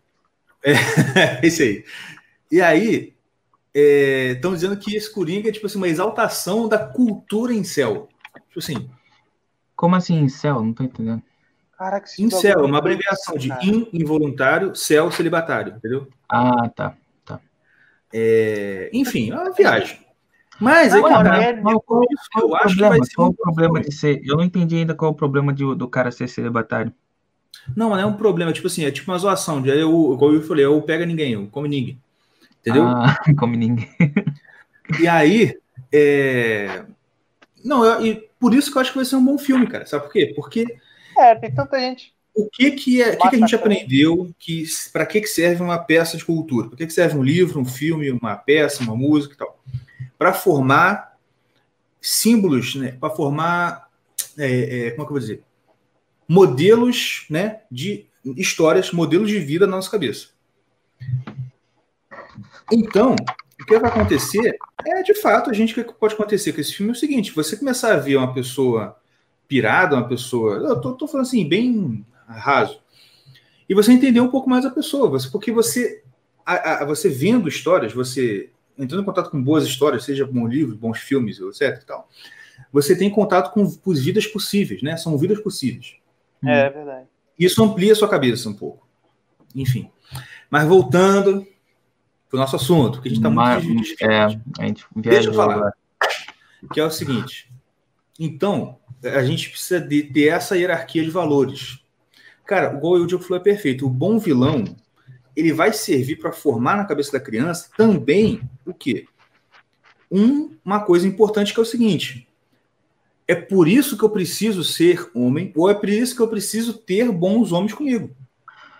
Speaker 1: É, esse aí. E aí, estão é, dizendo que esse Coringa é tipo assim, uma exaltação da cultura incel. Tipo assim.
Speaker 2: Como assim incel? Não tô entendendo.
Speaker 1: Caraca, incel é uma abreviação de in, involuntário, cel, celibatário, entendeu?
Speaker 2: Ah, tá. tá.
Speaker 1: É, enfim, é uma viagem. Mas é que
Speaker 2: Ué,
Speaker 1: tá,
Speaker 2: é, qual, qual, qual eu acho problema, que vai ser qual um o problema de ser. Eu não entendi ainda qual é o problema de, do cara ser celibatário.
Speaker 1: Não, não é um problema, tipo assim, é tipo uma zoação, de aí eu, igual eu falei, eu pega ninguém, eu come ninguém. Entendeu?
Speaker 2: Ah, come ninguém.
Speaker 1: E aí, é... não, eu, e por isso que eu acho que vai ser um bom filme, cara. Sabe por quê? Porque
Speaker 3: é, tem tanta gente.
Speaker 1: O que que, é, que, que a gente aprendeu que para que que serve uma peça de cultura? Para que que serve um livro, um filme, uma peça, uma música e tal? Para formar símbolos, né? Para formar, é, é, como é que eu vou dizer? Modelos, né, de histórias, modelos de vida na nossa cabeça. Então, o que vai acontecer é, de fato, a gente, o que pode acontecer com esse filme é o seguinte: você começar a ver uma pessoa pirada, uma pessoa... Eu tô, tô falando assim, bem raso. E você entender um pouco mais a pessoa, você, porque você, a, a, você vendo histórias, você entrando em contato com boas histórias, seja bons livros, bons filmes, etcétera e tal, você tem contato com, com vidas possíveis, né? São vidas possíveis.
Speaker 3: É, é verdade.
Speaker 1: Isso amplia a sua cabeça um pouco. Enfim. Mas voltando para o nosso assunto, que a gente está muito difícil.
Speaker 2: É, a gente
Speaker 1: Deixa eu falar. Agora. Que é o seguinte. Então, a gente precisa de ter essa hierarquia de valores. Cara, igual o Diogo falou, é perfeito. O bom vilão, ele vai servir para formar na cabeça da criança também o quê? Um, uma coisa importante que é o seguinte: é por isso que eu preciso ser homem, ou é por isso que eu preciso ter bons homens comigo.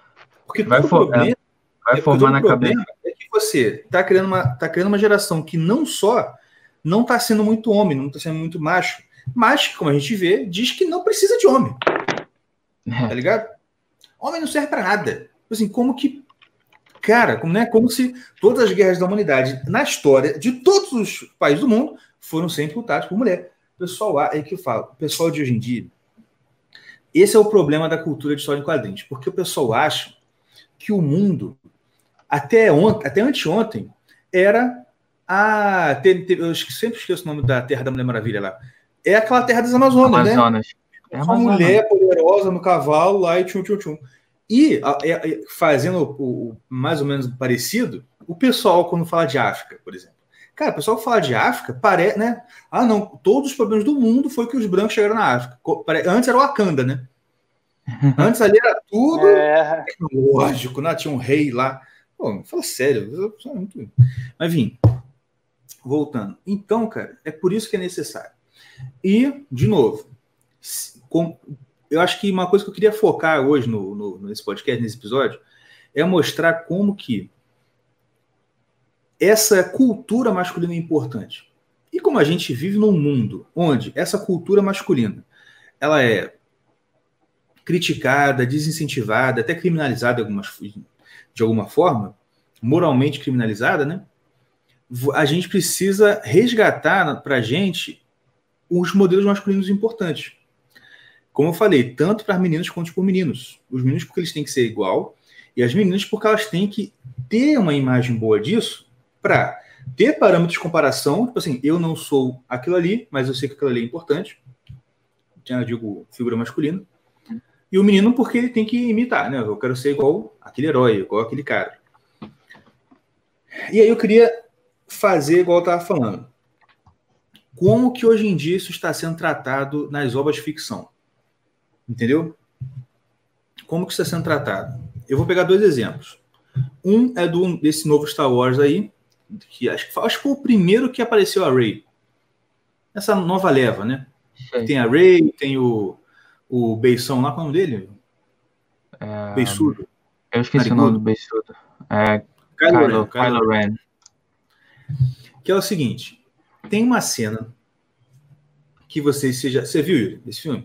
Speaker 1: Porque
Speaker 2: vai,
Speaker 1: todo
Speaker 2: for,
Speaker 1: problema,
Speaker 2: é, vai
Speaker 1: é,
Speaker 2: formar
Speaker 1: todo
Speaker 2: na
Speaker 1: problema
Speaker 2: cabeça.
Speaker 1: é que você está criando, uma, tá criando uma geração que não só não está sendo muito homem, não está sendo muito macho, mas, como a gente vê, diz que não precisa de homem. Tá ligado? Homem não serve para nada. Assim, como que... Cara, como, né, como se todas as guerras da humanidade, na história de todos os países do mundo, foram sempre lutadas por mulher. O pessoal, é que eu falo, o pessoal de hoje em dia, esse é o problema da cultura de história em quadrinhos, porque o pessoal acha que o mundo, até, ontem, até anteontem, era a... Te, te, eu sempre esqueço o nome da Terra da Mulher Maravilha lá. É aquela Terra das Amazonas,
Speaker 2: Amazonas.
Speaker 1: né?
Speaker 2: É
Speaker 1: uma
Speaker 2: Amazonas.
Speaker 1: mulher poderosa no cavalo lá e tchum, tchum, tchum. E, fazendo o, o mais ou menos parecido, o pessoal, quando fala de África, por exemplo. Cara, o pessoal que fala de África, parece, né? Ah, não, todos os problemas do mundo foi que os brancos chegaram na África. Antes era o Wakanda, né? Antes ali era tudo
Speaker 3: É.
Speaker 1: tecnológico, né? Tinha um rei lá. Pô, fala sério. Mas, enfim, voltando. Então, cara, é por isso que é necessário. E, de novo, com... eu acho que uma coisa que eu queria focar hoje no, no, nesse podcast, nesse episódio, é mostrar como que essa cultura masculina é importante. E como a gente vive num mundo onde essa cultura masculina ela é criticada, desincentivada, até criminalizada de, algumas, de alguma forma, moralmente criminalizada, né? A gente precisa resgatar para a gente os modelos masculinos importantes. Como eu falei, tanto para meninas quanto para meninos. Os meninos porque eles têm que ser igual, e as meninas porque elas têm que ter uma imagem boa disso para ter parâmetros de comparação. Tipo assim, eu não sou aquilo ali, mas eu sei que aquilo ali é importante. Eu digo figura masculina. E o menino porque ele tem que imitar, né? Eu quero ser igual aquele herói, igual aquele cara. E aí eu queria fazer igual eu estava falando. Como que hoje em dia isso está sendo tratado nas obras de ficção? Entendeu? Como que isso está sendo tratado? Eu vou pegar dois exemplos. Um é do, desse novo Star Wars aí, que acho, acho que foi o primeiro que apareceu a Rey. Essa nova leva, né?
Speaker 2: Sei.
Speaker 1: Tem a Rey, tem o, o Beição lá, qual é o nome dele?
Speaker 2: É...
Speaker 1: Beiçudo.
Speaker 2: Eu esqueci
Speaker 1: Narigudo.
Speaker 2: o nome do Beiçudo. É
Speaker 1: Kylo,
Speaker 2: Kylo,
Speaker 1: Ren, Kylo,
Speaker 2: Kylo Ren.
Speaker 1: Que é o seguinte, tem uma cena que você seja... Você viu esse filme?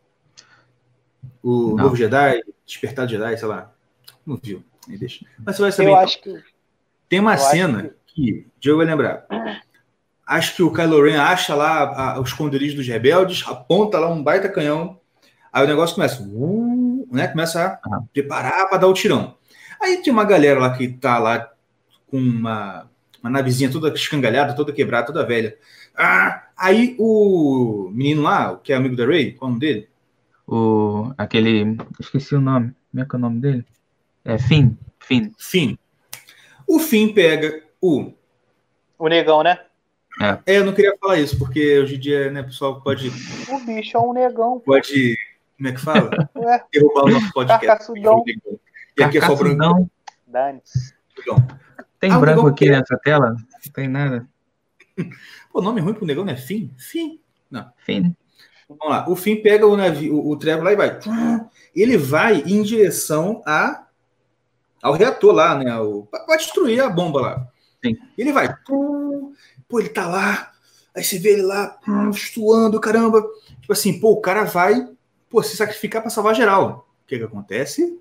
Speaker 1: O
Speaker 2: Não.
Speaker 1: Novo Jedi, Despertar Jedi, sei lá. Não viu. Aí deixa. Mas você vai saber.
Speaker 3: Eu
Speaker 1: então.
Speaker 3: acho que.
Speaker 1: Tem uma
Speaker 3: eu
Speaker 1: cena
Speaker 3: acho
Speaker 1: que... que o Diogo vai lembrar. Acho que o Kylo Ren acha lá a, os esconderijos dos rebeldes, aponta lá um baita canhão, aí o negócio começa, uh, né, começa a preparar para dar o tirão. Aí tem uma galera lá que tá lá com uma, uma navezinha toda escangalhada, toda quebrada, toda velha. Ah, aí o menino lá, que é amigo da Rey, qual é o nome dele?
Speaker 2: O, aquele... Esqueci o nome. Como é que é o nome dele? É Finn. Finn.
Speaker 1: Finn. O Finn pega o...
Speaker 3: O negão, né?
Speaker 2: É.
Speaker 1: É, eu não queria falar isso, porque hoje em dia, né, o pessoal pode...
Speaker 3: O bicho é um negão.
Speaker 1: Pode... Como é que fala?
Speaker 3: Ué,
Speaker 1: Derrubar o nosso podcast.
Speaker 3: Carcaçudão.
Speaker 1: E aqui é só branco.
Speaker 2: Carcaçudão.
Speaker 3: Dane-se.
Speaker 2: Tem
Speaker 1: Ah, o
Speaker 2: branco
Speaker 1: negão
Speaker 2: aqui
Speaker 1: quer-
Speaker 2: nessa tela? Não tem nada.
Speaker 1: Pô, nome ruim pro negão não é Finn? Finn. Não.
Speaker 2: Finn.
Speaker 1: Vamos lá. O Finn pega o navio, o, o Trevor lá e vai. Ele vai em direção a, ao reator lá, né? Para destruir a bomba lá.
Speaker 2: Sim.
Speaker 1: Ele vai. Pô, ele tá lá. Aí você vê ele lá, suando, caramba. Tipo assim, pô, o cara vai pô, se sacrificar para salvar geral. O que que acontece?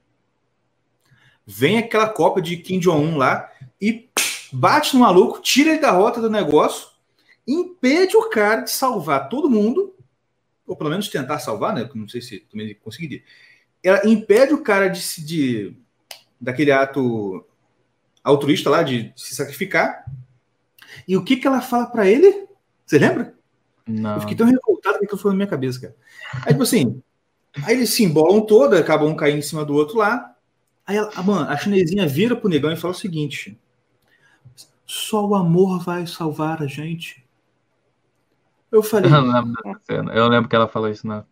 Speaker 1: Vem aquela cópia de Kim Jong-un lá e bate no maluco, tira ele da rota do negócio, impede o cara de salvar todo mundo, ou pelo menos tentar salvar, né? Não sei se também conseguiria. Ela impede o cara de se de, daquele ato altruísta lá de se sacrificar. E o que que ela fala para ele? Você lembra?
Speaker 2: Não.
Speaker 1: Eu fiquei tão revoltado que aquilo foi na minha cabeça, cara. Aí, tipo assim, aí eles se embolam toda, acabam um caindo em cima do outro lá. Aí, ela, mano, a chinesinha vira pro negão e fala o seguinte: só o amor vai salvar a gente. Eu falei,
Speaker 2: Eu não lembro dessa cena. Eu lembro que ela falou isso, não.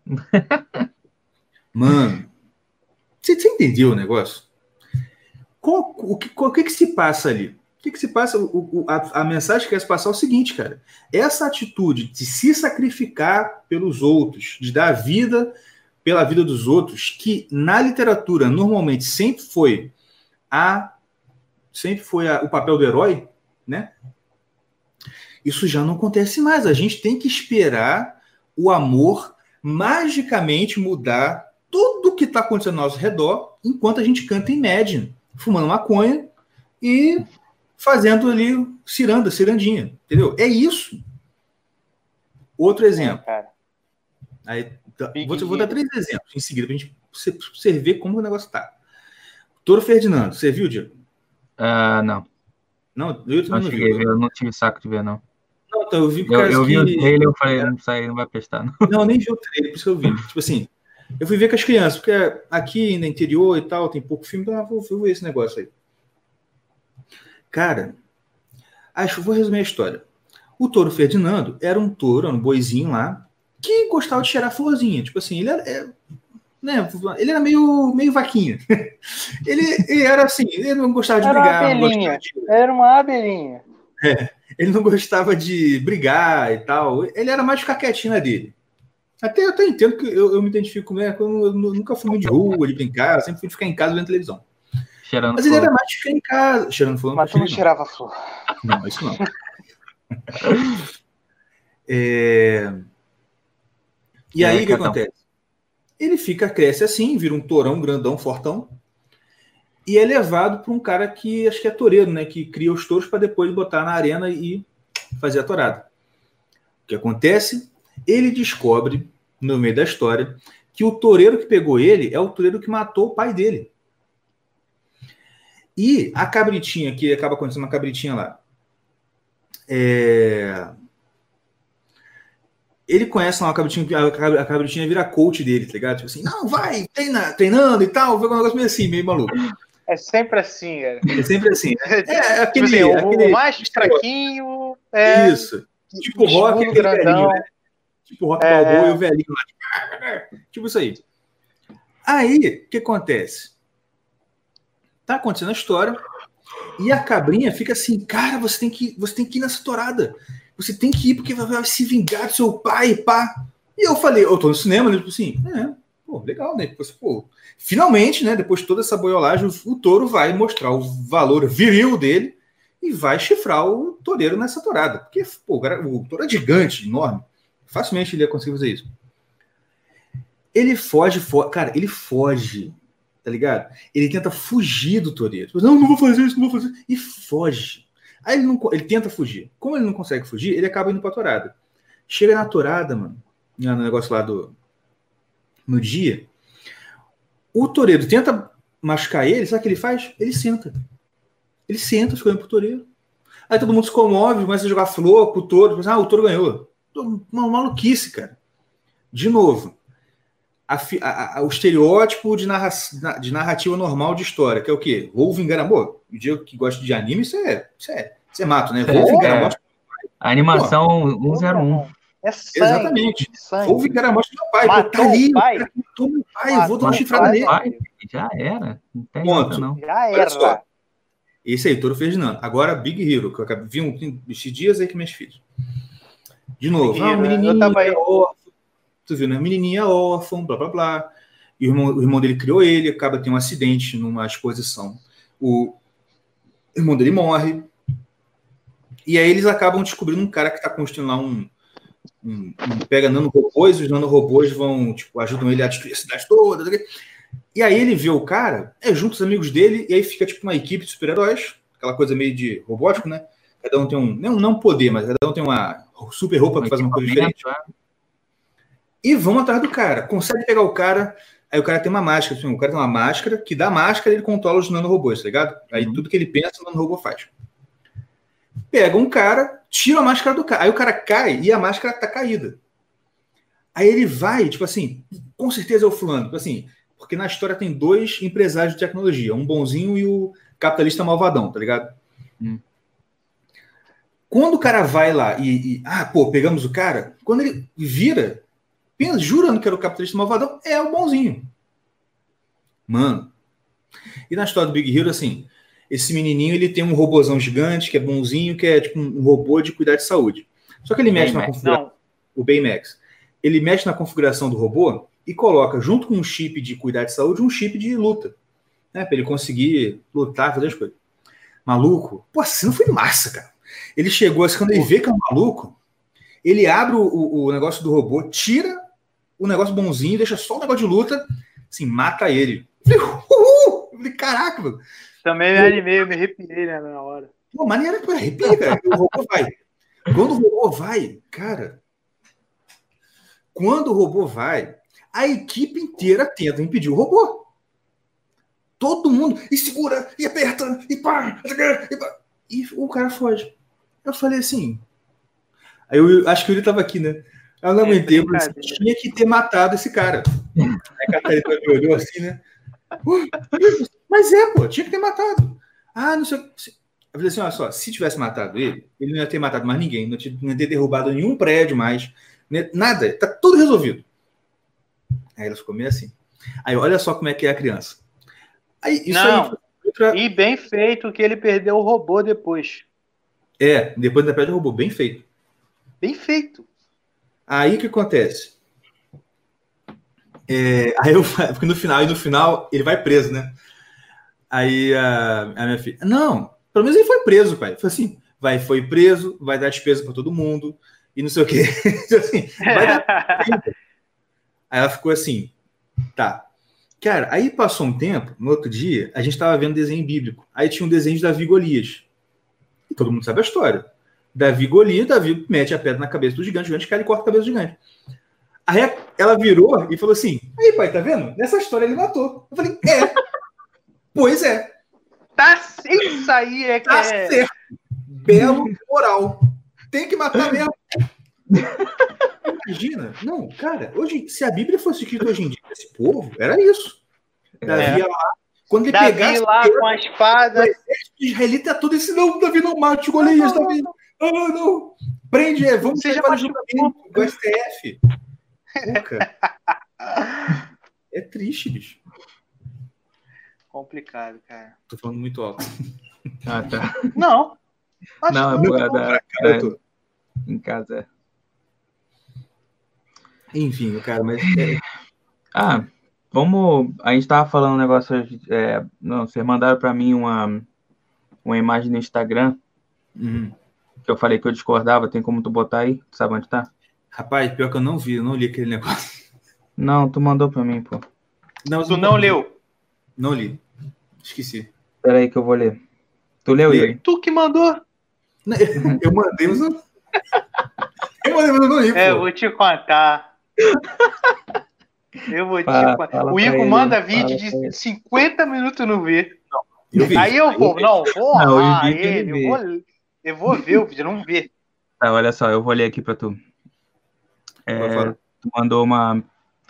Speaker 1: mano, você, você entendeu o negócio? Qual, o, que, qual, o que que se passa ali? O que que se passa? O, o, a, a mensagem que quer se passar é o seguinte, cara. Essa atitude de se sacrificar pelos outros, de dar vida pela vida dos outros, que na literatura normalmente sempre foi a sempre foi a, o papel do herói, né? Isso já não acontece mais. A gente tem que esperar o amor magicamente mudar tudo o que está acontecendo ao nosso redor enquanto a gente canta Imagine, fumando maconha e fazendo ali ciranda, cirandinha, entendeu? É isso. Outro exemplo.
Speaker 3: É,
Speaker 1: Aí, vou, vou dar três exemplos em seguida para a gente você ver como o negócio tá. Toro Ferdinando, você viu, Diego?
Speaker 2: Uh, não.
Speaker 1: Não, eu
Speaker 2: não,
Speaker 1: não
Speaker 2: cheguei
Speaker 1: vi.
Speaker 2: Ver, eu não tive saco de ver, não.
Speaker 1: Não, então eu vi por
Speaker 2: eu,
Speaker 1: causa
Speaker 2: eu vi
Speaker 1: que...
Speaker 2: o trailer, eu falei, não, sai, não vai prestar, não.
Speaker 1: Não, nem vi o trailer, por isso que eu vi. Tipo assim, eu fui ver com as crianças, porque aqui no interior e tal, tem pouco filme, então eu vou, vou ver esse negócio aí. Cara, acho, vou resumir a história. O Toro Ferdinando era um touro, um boizinho lá, que gostava de cheirar florzinha. Tipo assim, ele era, é, né, ele era meio, meio vaquinha. ele, ele era assim, ele não gostava de
Speaker 3: era
Speaker 1: brigar.
Speaker 3: Uma abelhinha. De... Era uma abelhinha.
Speaker 1: É, ele não gostava de brigar e tal. Ele era mais ficar quietinho na dele. Até eu até entendo que eu, eu me identifico, né? Eu, eu nunca fui muito de rua, de brincar, sempre fui de ficar em casa vendo televisão.
Speaker 2: Cheirando
Speaker 1: Mas
Speaker 2: flor.
Speaker 1: ele era mais de ficar em casa. Cheirando flor.
Speaker 3: Mas tu não cheirava flor.
Speaker 1: Não, isso não. é... E é, aí o que acontece? Ele fica, cresce assim, vira um tourão, grandão, fortão, e é levado para um cara que acho que é toureiro, né? Que cria os touros para depois botar na arena e fazer a tourada. O que acontece? Ele descobre, no meio da história, que o toureiro que pegou ele é o toureiro que matou o pai dele. E a cabritinha, que acaba acontecendo uma cabritinha lá, é... ele conhece lá uma cabritinha, a cabritinha vira coach dele, tá ligado? Tipo assim, não, vai, treina, treinando e tal, foi um negócio meio assim, meio maluco.
Speaker 3: É sempre assim, cara.
Speaker 1: É sempre assim. É, é aquele,
Speaker 3: tipo assim,
Speaker 1: aquele,
Speaker 3: o mais fraquinho é...
Speaker 1: Isso. Tipo rock, aquele velhinho, né? Tipo rock é... balboa e o velhinho lá. Tipo isso aí. Aí, o que acontece? Tá acontecendo a história e a cabrinha fica assim, cara, você tem que, você tem que ir nessa tourada. Você tem que ir porque vai se vingar do seu pai, pá. E eu falei, eu tô no cinema, né? Tipo assim, é, pô, legal, né? Depois, pô, finalmente, né? Depois de toda essa boiolagem, o, o touro vai mostrar o valor viril dele e vai chifrar o toureiro nessa tourada. Porque, pô, o, cara, o touro é gigante, enorme. Facilmente ele ia conseguir fazer isso. Ele foge, foge, cara, ele foge, tá ligado? Ele tenta fugir do toureiro. Não, não vou fazer isso, não vou fazer isso. E foge. Aí ele, não, ele tenta fugir. Como ele não consegue fugir, ele acaba indo pra tourada. Chega na tourada, mano, no negócio lá do... no dia, o toureiro tenta machucar ele, sabe o que ele faz? Ele senta. Ele senta, escolhendo pro toureiro. Aí todo mundo se comove, começa a jogar flor pro touro. Ah, o touro ganhou. Uma maluquice, cara. De novo, a, a, a, o estereótipo de, narra, de narrativa normal de história, que é o quê? Vou vingar amor. O Diego que gosta de anime, isso é, isso é, isso é mato, né? Vou
Speaker 2: é,
Speaker 1: vingar
Speaker 2: é.
Speaker 1: a morte.
Speaker 2: A animação Pô, cento e um.
Speaker 3: É sangue,
Speaker 1: exatamente.
Speaker 3: Sangue.
Speaker 1: Vou vingar a morte do meu pai.
Speaker 3: Matou
Speaker 1: tá ali,
Speaker 3: o pai.
Speaker 1: Matou meu pai, eu vou dar uma chifrada nele.
Speaker 2: Pai, já era. Não tem
Speaker 1: Ponto.
Speaker 2: nada, não.
Speaker 3: Já era. Olha só.
Speaker 1: Esse aí, Toro Ferdinando. Agora, Big Hero, que eu acabei, vi um, esses dias aí que meus filhos. De novo,
Speaker 3: Big
Speaker 1: ah,
Speaker 3: Hero,
Speaker 1: menininho
Speaker 3: eu tava
Speaker 1: é
Speaker 3: aí.
Speaker 1: órfão. Tu viu, né? Menininho é órfão, blá, blá, blá. E o irmão, o irmão dele criou ele, acaba tendo um acidente numa exposição. O irmão dele morre. E aí eles acabam descobrindo um cara que está construindo lá um, um, um pega nanorobôs, os nanorobôs vão, tipo, ajudam ele a destruir a cidade toda. E aí ele vê o cara, é junto os amigos dele, e aí fica tipo uma equipe de super-heróis, aquela coisa meio de robótico, né? Cada um tem um, não, não poder, mas cada um tem uma super roupa que faz uma coisa diferente. E vão atrás do cara, consegue pegar o cara, aí o cara tem uma máscara, assim, o cara tem uma máscara, que da máscara ele controla os nanorobôs, tá ligado? Aí uhum. tudo que ele pensa, o nanorobô faz. Pega um cara, tira a máscara do cara, aí o cara cai e a máscara tá caída. Aí ele vai, tipo assim, com certeza é o fulano, tipo assim, porque na história tem dois empresários de tecnologia, um bonzinho e o capitalista malvadão, tá ligado? Hum. Quando o cara vai lá e, e, ah, pô, pegamos o cara, quando ele vira, pensa, jurando que era o capitalista malvadão, é o bonzinho. Mano. E na história do Big Hero, assim, esse menininho, ele tem um robôzão gigante, que é bonzinho, que é tipo um robô de cuidar de saúde. Só que ele mexe na configuração... O Baymax. Ele mexe na configuração do robô, e coloca, junto com um chip de cuidar de saúde, um chip de luta. Né, para ele conseguir lutar, fazer as coisas. Maluco, pô, assim não foi massa, cara. Ele chegou assim, quando ele vê que é um maluco, ele abre o, o, o negócio do robô, tira o negócio bonzinho, deixa só o negócio de luta, assim, mata ele. Eu falei, uhul! Eu falei, caraca, mano.
Speaker 3: Também me animei, eu me arrepiei, né, na hora.
Speaker 1: Pô, maneira que arrepia, cara. O robô vai. Quando o robô vai, cara, quando o robô vai, a equipe inteira tenta impedir o robô. Todo mundo, e segura, e aperta, e pá, e pá. E o cara foge. Eu falei assim. Aí eu acho que ele estava aqui, né? Eu não aguentei, eu falei, tinha que ter matado esse cara. Aí a Catarina me olhou assim, né? Mas é, pô, tinha que ter matado. Ah, não sei. Eu falei assim: olha só, se tivesse matado ele, ele não ia ter matado mais ninguém, não ia ter derrubado nenhum prédio mais, nada, tá tudo resolvido. Aí ela ficou meio assim. Aí olha só como é que é a criança. Aí, isso
Speaker 3: não,
Speaker 1: aí pra...
Speaker 3: e bem feito que ele perdeu o robô depois.
Speaker 1: É, depois da perde o robô, bem feito.
Speaker 3: Bem feito.
Speaker 1: Aí o que acontece? É, aí eu, porque no final, e no final ele vai preso, né? Aí a, a minha filha, não, pelo menos ele foi preso, pai. Foi assim, vai, foi preso, vai dar despesa para todo mundo, e não sei o quê. assim, vai dar... Aí ela ficou assim, tá. Cara, aí passou um tempo, no outro dia, a gente estava vendo desenho bíblico. Aí tinha um desenho de Davi e Golias. E todo mundo sabe a história. Davi e Golias, Davi mete a pedra na cabeça do gigante, o gigante cai e corta a cabeça do gigante. Aí ela virou e falou assim, aí pai, tá vendo? Nessa história ele matou. Eu falei, é. Pois é.
Speaker 3: Tá, isso aí é que
Speaker 1: tá
Speaker 3: é...
Speaker 1: certo. Belo moral. Tem que matar mesmo. Imagina. Não, cara, hoje, se a Bíblia fosse escrita hoje em dia, esse povo, era isso. Davi ia lá. Quando ele
Speaker 3: Davi
Speaker 1: pegasse
Speaker 3: lá com a espada.
Speaker 1: O exército israelita todo esse, não, Davi não mate o Golias, Davi. Ah, não, não. Prende, é, vamos
Speaker 3: Seja
Speaker 1: para o julgamento do S T F. É triste, bicho.
Speaker 3: Complicado, cara.
Speaker 1: Tô falando muito alto.
Speaker 2: Ah, tá.
Speaker 3: Não.
Speaker 2: Acho não,
Speaker 3: não,
Speaker 2: é da,
Speaker 1: cara, tô...
Speaker 2: em casa.
Speaker 1: Enfim, cara, mas... É...
Speaker 2: Ah, vamos... A gente tava falando um negócio... É... Não, vocês mandaram pra mim uma, uma imagem no Instagram,
Speaker 1: uhum.
Speaker 2: que eu falei que eu discordava. Tem como tu botar aí? Tu sabe onde tá?
Speaker 1: Rapaz, pior que eu não vi, eu não li aquele negócio.
Speaker 2: Não, tu mandou pra mim, pô.
Speaker 3: Não, tu não leu?
Speaker 1: Não li. Esqueci.
Speaker 2: Espera aí que eu vou ler. Tu leu, Yuri?
Speaker 3: Tu que mandou.
Speaker 1: Eu mandei, mas não... Eu mandei, mas eu não li, pô.
Speaker 3: É, eu vou te contar. Eu vou
Speaker 2: fala,
Speaker 3: te contar. O
Speaker 2: Igor
Speaker 3: manda vídeo de cinquenta minutos no ver.
Speaker 1: Não, eu vi.
Speaker 3: Aí eu vou, não, vou
Speaker 2: não,
Speaker 3: honrar
Speaker 2: eu
Speaker 3: ele. Eu vou, eu vou ver o vídeo, não ver.
Speaker 2: Tá, olha só, eu vou ler aqui pra tu. É, tu mandou uma...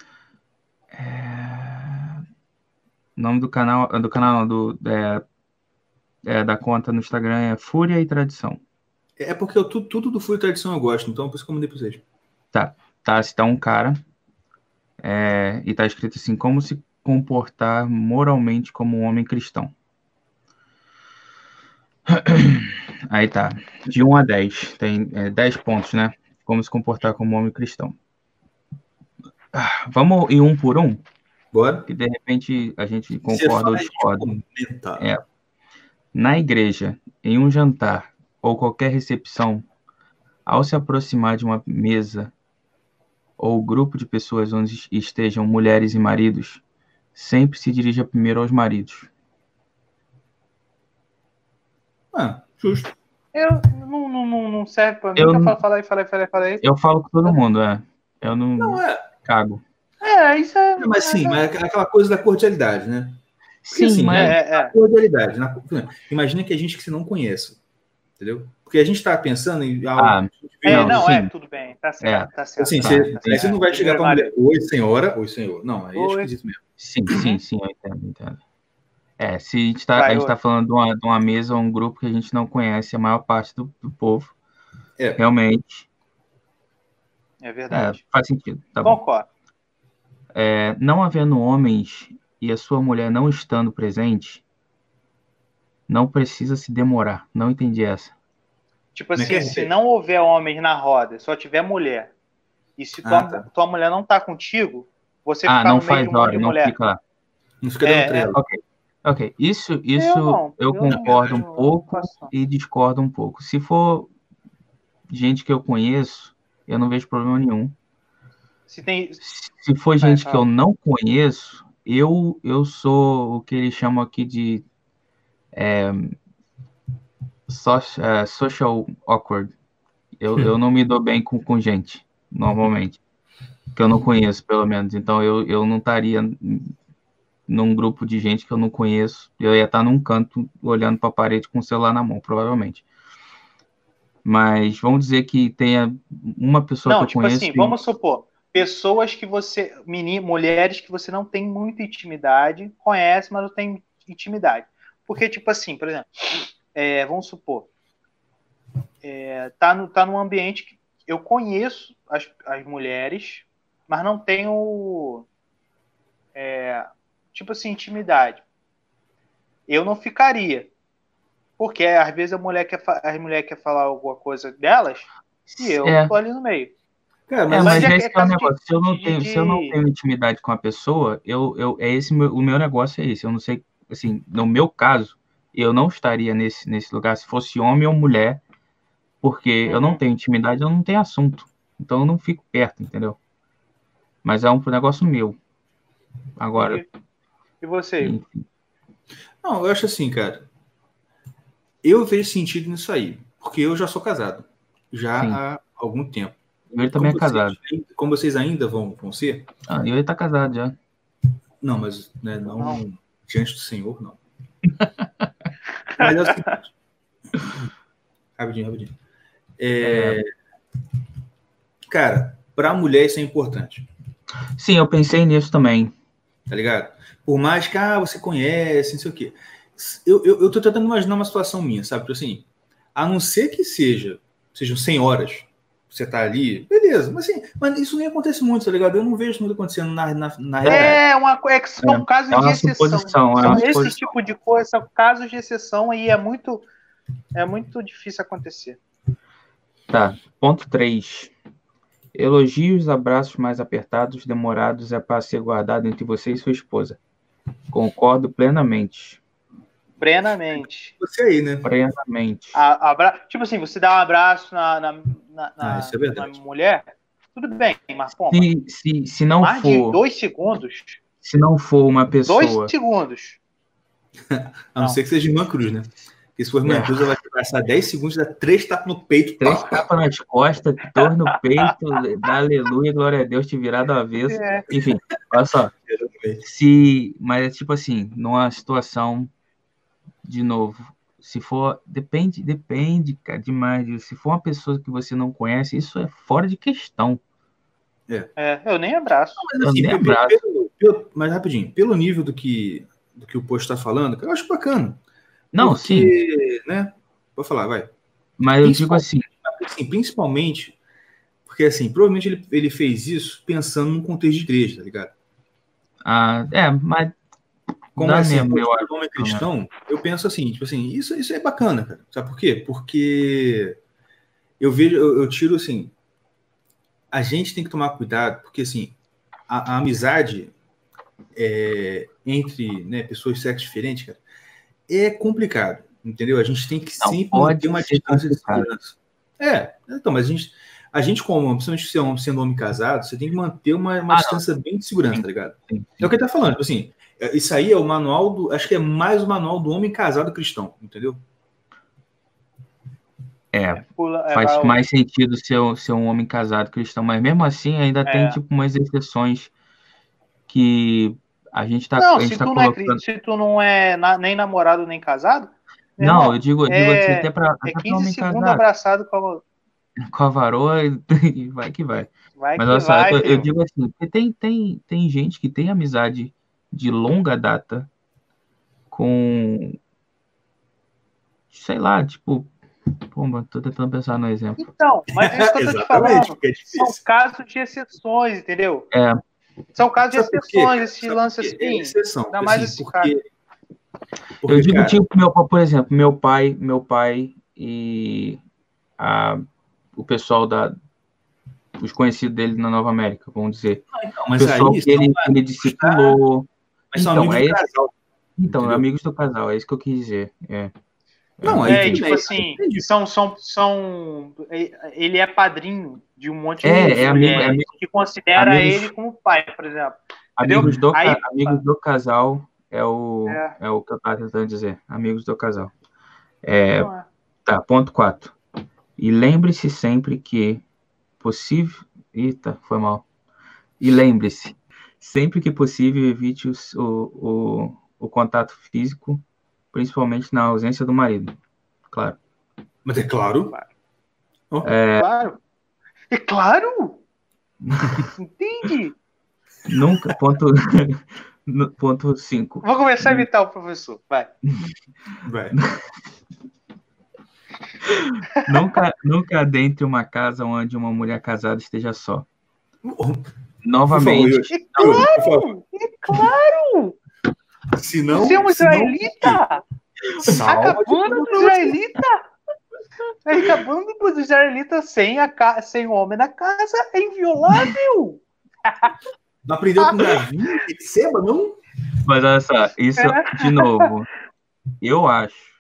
Speaker 2: É... O nome do canal, do canal não, do, é, é, da conta no Instagram é Fúria e Tradição.
Speaker 1: É porque eu, tudo, tudo do Fúria e Tradição eu gosto, então por isso que eu mandei pra vocês.
Speaker 2: Tá, tá, se tá um cara é, e tá escrito assim, como se comportar moralmente como um homem cristão. Aí tá, de um a dez, tem é, dez pontos, né? Como se comportar como um homem cristão. Ah, vamos ir um por um?
Speaker 1: Bora.
Speaker 2: Que de repente a gente concorda ou discorda. É. Na igreja, em um jantar ou qualquer recepção, ao se aproximar de uma mesa ou grupo de pessoas onde estejam mulheres e maridos, sempre se dirija primeiro aos maridos.
Speaker 1: Ah, justo.
Speaker 3: Eu não, não, não serve pra mim.
Speaker 2: Eu,
Speaker 3: eu falo, fala aí, fala aí, fala aí, fala aí.
Speaker 2: Eu falo com todo mundo, é. Eu não,
Speaker 1: não é.
Speaker 2: cago.
Speaker 3: É, isso é.
Speaker 1: Não, mas sim, é, mas é aquela coisa da cordialidade, né? Porque,
Speaker 2: sim,
Speaker 1: assim,
Speaker 2: mas
Speaker 1: né,
Speaker 3: é, é.
Speaker 1: a cordialidade. Na, imagina que a gente que você não conhece, entendeu? Porque a gente está pensando em algo.
Speaker 2: Ah,
Speaker 3: é,
Speaker 2: não,
Speaker 3: não
Speaker 2: sim.
Speaker 3: é, tudo bem, tá certo,
Speaker 2: É.
Speaker 3: tá certo.
Speaker 1: Assim,
Speaker 3: tá,
Speaker 1: você,
Speaker 3: tá
Speaker 1: aí você não vai chegar para mulher, oi, senhora, oi, senhor. Não, aí é esquisito mesmo.
Speaker 2: Sim, sim, sim, eu entendo, entendo. É, se a gente está
Speaker 3: Vai,
Speaker 2: tá falando de uma, de uma mesa ou um grupo que a gente não conhece a maior parte do, do povo,
Speaker 1: é.
Speaker 2: realmente.
Speaker 3: É verdade.
Speaker 2: É, faz sentido, tá bom.
Speaker 3: Concordo.
Speaker 2: É, não havendo homens e a sua mulher não estando presente, não precisa se demorar. Não entendi essa.
Speaker 3: Tipo assim, se não houver homens na roda, só tiver mulher, e se tua,
Speaker 1: ah, tá.
Speaker 3: tua mulher não tá contigo, Você
Speaker 2: Ah,
Speaker 3: ficar
Speaker 2: não
Speaker 3: no meio
Speaker 2: faz
Speaker 3: de um monte
Speaker 2: hora,
Speaker 3: de
Speaker 2: não
Speaker 3: mulher.
Speaker 2: fica lá.
Speaker 1: Não fica
Speaker 3: É,
Speaker 1: dando trela.
Speaker 2: Ok, ok. Isso, isso
Speaker 3: Eu
Speaker 2: eu,
Speaker 3: não, eu não-
Speaker 2: concordo
Speaker 3: eu
Speaker 2: um
Speaker 3: não
Speaker 2: pouco
Speaker 3: faço, não.
Speaker 2: e discordo um pouco. Se for gente que eu conheço, eu não vejo problema nenhum.
Speaker 3: Se tem.
Speaker 2: Se for
Speaker 3: Vai,
Speaker 2: gente que eu
Speaker 3: fala.
Speaker 2: não conheço, eu, eu sou o que eles chamam aqui de é, soci- é, social awkward. Eu, eu não me dou bem com, com gente, normalmente. Que eu não conheço, pelo menos. Então eu, eu não estaria num grupo de gente que eu não conheço. Eu ia estar num canto olhando para a parede com o celular na mão, provavelmente. Mas vamos dizer que tenha uma pessoa que
Speaker 3: Não,
Speaker 2: eu
Speaker 3: tipo
Speaker 2: conheço
Speaker 3: assim,
Speaker 2: e
Speaker 3: vamos supor, pessoas que você, meni, mulheres que você não tem muita intimidade, conhece, mas não tem intimidade. Porque, tipo assim, por exemplo, é, vamos supor, é, tá, no, tá num ambiente que eu conheço as, as mulheres, mas não tenho, é, tipo assim, intimidade. Eu não ficaria. Porque às vezes a mulher quer, fa- a mulher quer falar alguma coisa delas e eu
Speaker 2: é,
Speaker 3: tô ali no meio.
Speaker 1: Cara,
Speaker 2: é,
Speaker 1: mas
Speaker 3: Mas
Speaker 2: mas
Speaker 3: é,
Speaker 1: assim,
Speaker 2: esse
Speaker 3: é
Speaker 2: que é o
Speaker 3: caso de,
Speaker 2: negócio. Se eu não
Speaker 3: de,
Speaker 2: tenho, se eu não
Speaker 3: de-
Speaker 2: tenho intimidade com a pessoa, eu, eu, é esse meu- o meu negócio é esse. Eu não sei, assim, no meu caso, eu não estaria nesse, nesse lugar se fosse homem ou mulher, porque eu não
Speaker 3: Uhum.
Speaker 2: tenho intimidade, eu não tenho assunto. Então eu não fico perto, entendeu? Mas é um negócio meu. Agora,
Speaker 3: Entendi. E você, Igor?
Speaker 2: enfim,
Speaker 1: não, eu acho assim, cara. Eu vejo sentido nisso aí, porque eu já sou casado, já
Speaker 2: sim.
Speaker 1: há algum tempo.
Speaker 2: Ele também
Speaker 1: Como
Speaker 2: é
Speaker 1: vocês,
Speaker 2: casado.
Speaker 1: como vocês ainda vão, vão ser,
Speaker 2: Ah, ele tá casado já.
Speaker 1: não, mas né, não,
Speaker 3: Não.
Speaker 1: diante do Senhor, não. Mas é o seguinte, rapidinho, rapidinho.
Speaker 2: É,
Speaker 1: É, cara, para a mulher isso é importante,
Speaker 2: sim, eu pensei nisso também.
Speaker 1: tá ligado? Por mais que ah, você conhece, não sei o quê. Eu, eu, eu tô tentando imaginar uma situação minha, sabe? Tipo assim, a não ser que seja, sejam cem horas, você tá ali, beleza, mas assim, mas isso nem acontece muito, tá ligado? Eu não vejo muito acontecendo na, na, na realidade.
Speaker 3: É, uma, é que são
Speaker 2: É, é
Speaker 3: casos de
Speaker 2: uma
Speaker 3: exceção.
Speaker 2: suposição, é
Speaker 3: São
Speaker 2: uma
Speaker 3: esse
Speaker 2: suposição.
Speaker 3: tipo de coisa, são casos de exceção e é muito, é muito difícil acontecer.
Speaker 2: Tá. Ponto três. Elogios, abraços mais apertados, demorados é para ser guardado entre você e sua esposa. Concordo plenamente.
Speaker 3: Plenamente.
Speaker 1: Você aí, né?
Speaker 2: Plenamente.
Speaker 3: A, abra... Tipo assim, você dá um abraço na, na, na,
Speaker 1: Ah, isso é
Speaker 3: na, na
Speaker 1: verdade.
Speaker 3: mulher, tudo bem, mas pô,
Speaker 2: Se, se, se não
Speaker 3: mais de
Speaker 2: for,
Speaker 3: dois segundos.
Speaker 2: se não for uma
Speaker 3: Dois
Speaker 2: pessoa.
Speaker 3: segundos.
Speaker 1: A não,
Speaker 3: Não.
Speaker 1: ser que seja Irmã Cruz, né? Porque se for Irmã
Speaker 2: É.
Speaker 1: Cruz, ela vai passar dez segundos, dá três tapas no peito.
Speaker 2: Três
Speaker 1: Pá, pá.
Speaker 2: tapas nas costas, dor no peito, dá aleluia, glória a Deus, te virar do avesso.
Speaker 3: É.
Speaker 2: Enfim, olha só. Se, mas é tipo assim, numa situação, de novo, se for, depende, depende, cara, demais disso. Se for uma pessoa que você não conhece, isso é fora de questão.
Speaker 3: É, eu nem abraço.
Speaker 1: Mas
Speaker 2: Eu
Speaker 1: assim,
Speaker 2: nem
Speaker 1: pe- pe-
Speaker 2: abraço.
Speaker 1: pelo, pelo- mas rapidinho, pelo nível do que, do que o post está falando, eu acho bacana.
Speaker 2: Não, sim,
Speaker 1: Porque, né? Vou falar, vai.
Speaker 2: mas eu digo assim,
Speaker 1: Assim, principalmente, porque assim, provavelmente ele, ele fez isso pensando num contexto de igreja, tá ligado?
Speaker 2: ah, é, mas
Speaker 1: Como
Speaker 2: dá
Speaker 1: é assim,
Speaker 2: mesmo,
Speaker 1: pô,
Speaker 2: eu
Speaker 1: todo
Speaker 2: acho.
Speaker 1: nome é cristão, eu penso assim, tipo assim, isso, isso é bacana, cara. Sabe por quê? Porque eu vejo, eu, eu tiro assim, a gente tem que tomar cuidado, porque assim, a, a amizade é, entre né, pessoas de sexo diferente, cara, é complicado, entendeu? A gente tem que
Speaker 2: Não
Speaker 1: sempre
Speaker 2: pode
Speaker 1: manter uma
Speaker 2: ser
Speaker 1: distância de
Speaker 2: complicado.
Speaker 1: segurança. É, então, mas a gente, a gente como, principalmente se é um- sendo homem casado, você tem que manter uma, uma
Speaker 2: Ah,
Speaker 1: distância bem de segurança,
Speaker 2: Sim.
Speaker 1: tá ligado?
Speaker 2: Sim,
Speaker 1: É o que ele tá falando, tipo assim, é, isso aí é o manual do, acho que é mais o manual do homem casado cristão, entendeu?
Speaker 2: É,
Speaker 3: Pula, é,
Speaker 2: faz
Speaker 3: vai,
Speaker 2: mais sentido ser, um- ser um homem casado cristão, mas mesmo assim ainda tem
Speaker 3: é.
Speaker 2: tipo umas exceções que a gente tá,
Speaker 3: Não,
Speaker 2: a gente
Speaker 3: se
Speaker 2: tá
Speaker 3: tu não é, cri-
Speaker 2: colocando.
Speaker 3: se tu não é na- nem namorado nem casado, meu
Speaker 2: Não, eu
Speaker 3: irmão,
Speaker 2: digo, eu digo assim, até
Speaker 3: é,
Speaker 2: para
Speaker 3: é
Speaker 2: até para
Speaker 3: quinze
Speaker 2: homem
Speaker 3: segundos
Speaker 2: casado,
Speaker 3: abraçado com a...
Speaker 2: com a varoa e e vai que vai.
Speaker 3: Vai
Speaker 2: Mas
Speaker 3: que
Speaker 2: olha só, eu,
Speaker 3: vai,
Speaker 2: tô- eu
Speaker 3: primo.
Speaker 2: digo assim, porque tem, tem, tem gente que tem amizade de longa data com, sei lá, tipo, pô, mano, tô tentando pensar no exemplo.
Speaker 3: Então, mas isso que eu tô te
Speaker 1: Exatamente,
Speaker 3: falando
Speaker 1: porque é
Speaker 3: são
Speaker 1: difícil.
Speaker 3: casos de exceções, entendeu?
Speaker 2: É,
Speaker 3: São casos de
Speaker 1: Sabe por quê?
Speaker 3: exceções,
Speaker 1: cara?
Speaker 3: esse
Speaker 1: Sabe
Speaker 3: lance
Speaker 1: por quê? É
Speaker 3: assim.
Speaker 1: exceção,
Speaker 3: Ainda mais
Speaker 1: assim,
Speaker 3: esse cara.
Speaker 1: porque,
Speaker 2: eu
Speaker 1: porque,
Speaker 2: digo
Speaker 1: cara,
Speaker 2: tipo, meu, por exemplo, meu pai, meu pai e a, o pessoal da, os conhecidos dele na Nova América, vamos dizer.
Speaker 1: Ah, então,
Speaker 2: O
Speaker 1: mas
Speaker 2: pessoal
Speaker 1: aí
Speaker 2: que ele,
Speaker 1: são-
Speaker 2: ele discipulou.
Speaker 1: mas são
Speaker 2: Então,
Speaker 1: amigos
Speaker 2: é
Speaker 1: do
Speaker 2: esse-
Speaker 1: casal.
Speaker 2: então
Speaker 1: entendeu?
Speaker 2: amigos do casal, é isso que eu quis dizer. É,
Speaker 1: Não, aí
Speaker 3: É,
Speaker 1: tudo
Speaker 3: tipo
Speaker 1: bem.
Speaker 3: assim,
Speaker 1: Entendi.
Speaker 3: são, são, são. Ele é padrinho de um monte
Speaker 2: É,
Speaker 3: de
Speaker 2: é amigo- é
Speaker 3: mulheres
Speaker 2: amigo-
Speaker 3: que considera
Speaker 2: amigos-
Speaker 3: ele como pai, por exemplo. Entendeu?
Speaker 2: amigos, do, ca-
Speaker 3: Aí,
Speaker 2: amigos do casal é o,
Speaker 3: É.
Speaker 2: é. o que eu estava tentando dizer. Amigos do casal. É,
Speaker 3: não é.
Speaker 2: tá, ponto quatro. E lembre-se sempre que possível. Eita, foi mal. E lembre-se, sempre que possível, evite os- o, o, o contato físico, principalmente na ausência do marido. Claro.
Speaker 1: Mas é claro.
Speaker 3: Claro. É claro! Entende?
Speaker 2: Nunca. Ponto, no- ponto cinco.
Speaker 3: Vou começar a imitar o professor. Vai.
Speaker 1: Vai.
Speaker 2: Nunca, nunca adentre uma casa onde uma mulher casada esteja só.
Speaker 1: Por
Speaker 2: Novamente.
Speaker 1: favor, Yuri. Por favor.
Speaker 3: É claro!
Speaker 1: Se não,
Speaker 3: Você é um
Speaker 1: se não-
Speaker 3: israelita!
Speaker 1: Salva
Speaker 3: Acabando do israelita! Acabando do israelita sem, a ca... sem o homem na casa é inviolável!
Speaker 1: Não aprendeu com Davi? Receba, não?
Speaker 2: Mas olha só, isso, de novo, eu acho,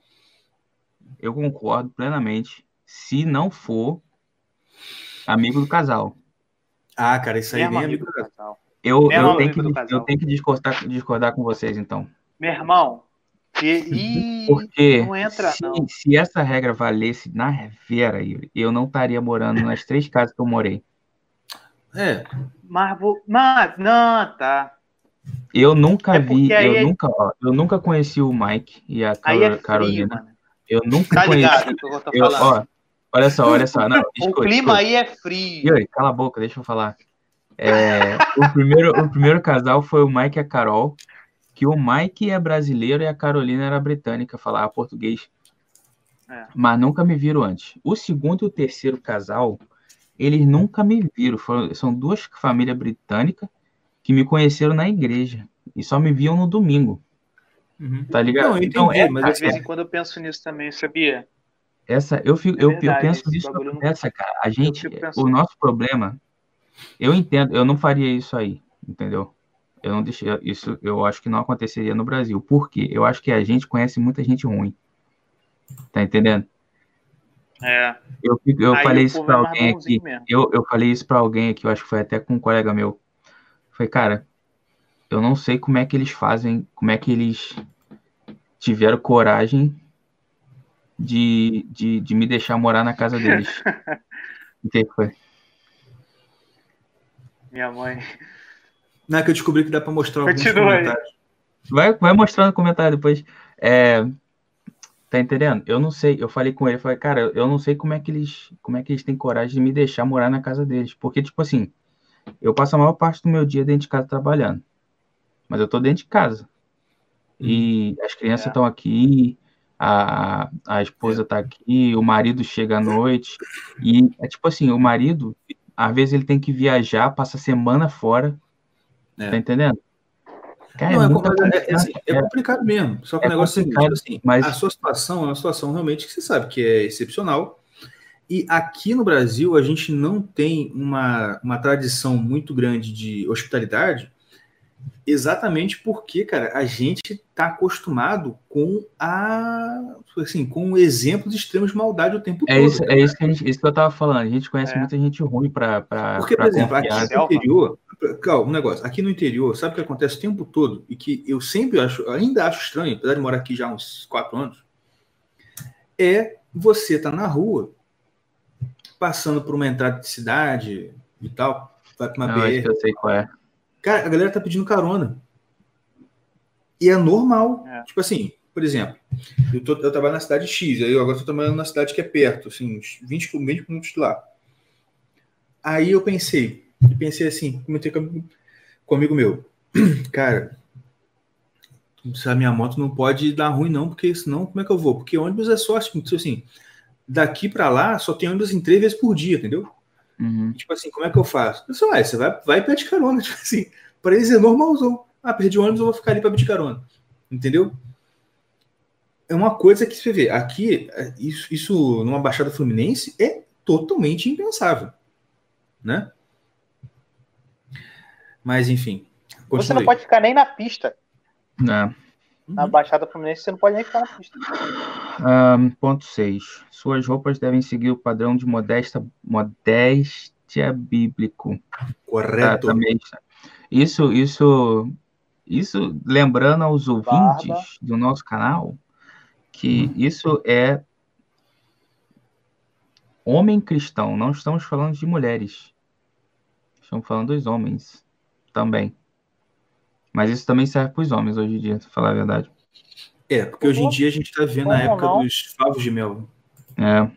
Speaker 2: eu concordo plenamente, se não for amigo do casal.
Speaker 1: Ah, cara, isso aí
Speaker 3: Mesmo
Speaker 1: nem é
Speaker 3: amigo
Speaker 1: amigo
Speaker 3: do casal.
Speaker 2: Eu,
Speaker 3: Mesmo
Speaker 2: eu, tenho,
Speaker 3: amigo
Speaker 2: que,
Speaker 3: do
Speaker 2: eu
Speaker 3: casal.
Speaker 2: tenho que discordar, discordar com vocês, então.
Speaker 3: Meu irmão, e... Ih,
Speaker 2: Porque
Speaker 3: não entra,
Speaker 2: se,
Speaker 3: não.
Speaker 2: se essa regra valesse na Vera, Yuri, eu não estaria morando nas três casas que eu morei.
Speaker 1: É,
Speaker 3: Mas, vou... Mas, não, tá.
Speaker 2: Eu nunca
Speaker 3: É
Speaker 2: vi,
Speaker 3: porque aí
Speaker 2: eu
Speaker 3: é-
Speaker 2: nunca, ó, eu nunca conheci o Mike e a
Speaker 3: Aí
Speaker 2: Caro-
Speaker 3: é frio,
Speaker 2: Carolina.
Speaker 3: mano.
Speaker 2: Eu nunca
Speaker 3: Tá ligado
Speaker 2: conheci.
Speaker 3: o que eu tô
Speaker 2: Eu,
Speaker 3: falando?
Speaker 2: ó, olha só, olha só. Não,
Speaker 3: O
Speaker 2: escuta,
Speaker 3: clima
Speaker 2: escuta.
Speaker 3: aí é frio.
Speaker 2: Yuri, cala a boca, deixa eu falar. É, o, primeiro, o primeiro casal foi o Mike e a Carol, que o Mike é brasileiro e a Carolina era britânica, falava português.
Speaker 3: É.
Speaker 2: Mas nunca me viram antes. O segundo e o terceiro casal, eles nunca me viram. Foram- são duas famílias britânicas que me conheceram na igreja e só me viam no domingo,
Speaker 1: uhum.
Speaker 2: tá ligado?
Speaker 1: Não, eu
Speaker 2: Então,
Speaker 1: entendi,
Speaker 2: essa,
Speaker 1: mas
Speaker 3: De vez em quando eu penso nisso também, sabia?
Speaker 2: essa eu, fico,
Speaker 3: É
Speaker 2: eu, eu
Speaker 3: verdade,
Speaker 2: penso
Speaker 3: esse
Speaker 2: nisso
Speaker 3: bagulho não-
Speaker 2: nessa, cara. A gente,
Speaker 3: fico
Speaker 2: o
Speaker 3: pensando.
Speaker 2: nosso problema, eu entendo, eu não faria isso aí, entendeu? Eu não deixei isso, eu acho que não aconteceria no Brasil. Por quê? Eu acho que a gente conhece muita gente ruim. Tá entendendo?
Speaker 3: É.
Speaker 2: Eu, fico- eu
Speaker 3: Aí
Speaker 2: falei
Speaker 3: o
Speaker 2: isso
Speaker 3: povo
Speaker 2: pra
Speaker 3: é mais
Speaker 2: alguém
Speaker 3: bonzinho
Speaker 2: aqui.
Speaker 3: mesmo.
Speaker 2: Eu, eu falei isso pra alguém aqui, eu acho que foi até com um colega meu. Falei, cara, eu não sei como é que eles fazem, como é que eles tiveram coragem de, de, de me deixar morar na casa deles. O que que foi?
Speaker 3: Minha mãe.
Speaker 1: Não é que eu descobri que dá pra mostrar alguns
Speaker 3: Continua aí.
Speaker 1: comentários.
Speaker 2: Vai, vai mostrando no comentário depois. É, tá entendendo? Eu não sei. Eu falei com ele, eu falei, cara, eu não sei como é que eles, como é que eles têm coragem de me deixar morar na casa deles. Porque, tipo assim, eu passo a maior parte do meu dia dentro de casa trabalhando. Mas eu tô dentro de casa. E as crianças
Speaker 3: É.
Speaker 2: estão aqui, a, a esposa tá aqui, o marido chega à noite. E é tipo assim, o marido, às vezes ele tem que viajar, passa a semana fora.
Speaker 1: É.
Speaker 2: Tá entendendo? Cara,
Speaker 1: Não,
Speaker 2: é
Speaker 1: é,
Speaker 2: muita
Speaker 1: mas é- é,
Speaker 2: confiança,
Speaker 1: assim, é
Speaker 2: é-
Speaker 1: complicado mesmo. Só que
Speaker 2: é
Speaker 1: o negócio é o seguinte,
Speaker 2: complicado,
Speaker 1: tipo assim,
Speaker 2: mas-
Speaker 1: a sua situação é uma situação realmente que você sabe que é excepcional. E aqui no Brasil a gente não tem uma, uma tradição muito grande de hospitalidade, exatamente porque, cara, a gente está acostumado com a assim, com o exemplo de extremos de maldade o tempo
Speaker 2: É
Speaker 1: todo.
Speaker 2: isso, é isso que, a gente, isso que eu tava falando. A gente conhece
Speaker 3: É.
Speaker 2: muita gente ruim pra, pra,
Speaker 1: Porque, por
Speaker 2: pra
Speaker 1: exemplo, aqui
Speaker 2: confiar.
Speaker 1: no
Speaker 3: Selva.
Speaker 1: interior, calma, um negócio, aqui no interior, sabe o que acontece o tempo todo e que eu sempre acho, ainda acho estranho, apesar de morar aqui já há uns quatro anos, é você tá na rua, passando por uma entrada de cidade e tal, vai pra uma
Speaker 2: Não, acho
Speaker 1: B R,
Speaker 2: que eu sei qual é.
Speaker 1: cara, a galera tá pedindo carona. E é normal.
Speaker 3: É.
Speaker 1: Tipo assim, por exemplo, eu, tô, eu trabalho na cidade X, aí eu agora tô trabalhando na cidade que é perto, assim, uns vinte, vinte minutos de lá. Aí eu pensei, eu pensei assim, comentei com, com um amigo meu, cara, a minha moto não pode dar ruim não, porque senão como é que eu vou? Porque ônibus é só, tipo assim, daqui pra lá só tem ônibus em três vezes por dia, entendeu?
Speaker 2: Uhum.
Speaker 1: Tipo assim, como é que eu faço? Eu só, ah, você vai, vai e pede carona. Tipo assim, pra eles é normalzão. Ah, perdi o ônibus, eu vou ficar ali pra pedir carona. Entendeu? É uma coisa que você vê. Aqui, isso, isso numa Baixada Fluminense é totalmente impensável. né? Mas, enfim.
Speaker 3: Você não pode ficar nem na pista.
Speaker 2: Não.
Speaker 3: Na Baixada Fluminense, você não pode nem ficar na pista.
Speaker 2: Um, ponto seis. Suas roupas devem seguir o padrão de modesta, modéstia bíblico.
Speaker 1: Correto.
Speaker 2: Tá, também. Isso, isso, isso, lembrando aos ouvintes
Speaker 3: Barba.
Speaker 2: do nosso canal, que isso é homem cristão, não estamos falando de mulheres. Estamos falando dos homens também. Mas isso também serve para os homens hoje em dia, pra falar a verdade.
Speaker 1: É, porque hoje em dia a gente está vendo a época
Speaker 3: não?
Speaker 1: dos favos de mel.
Speaker 2: É.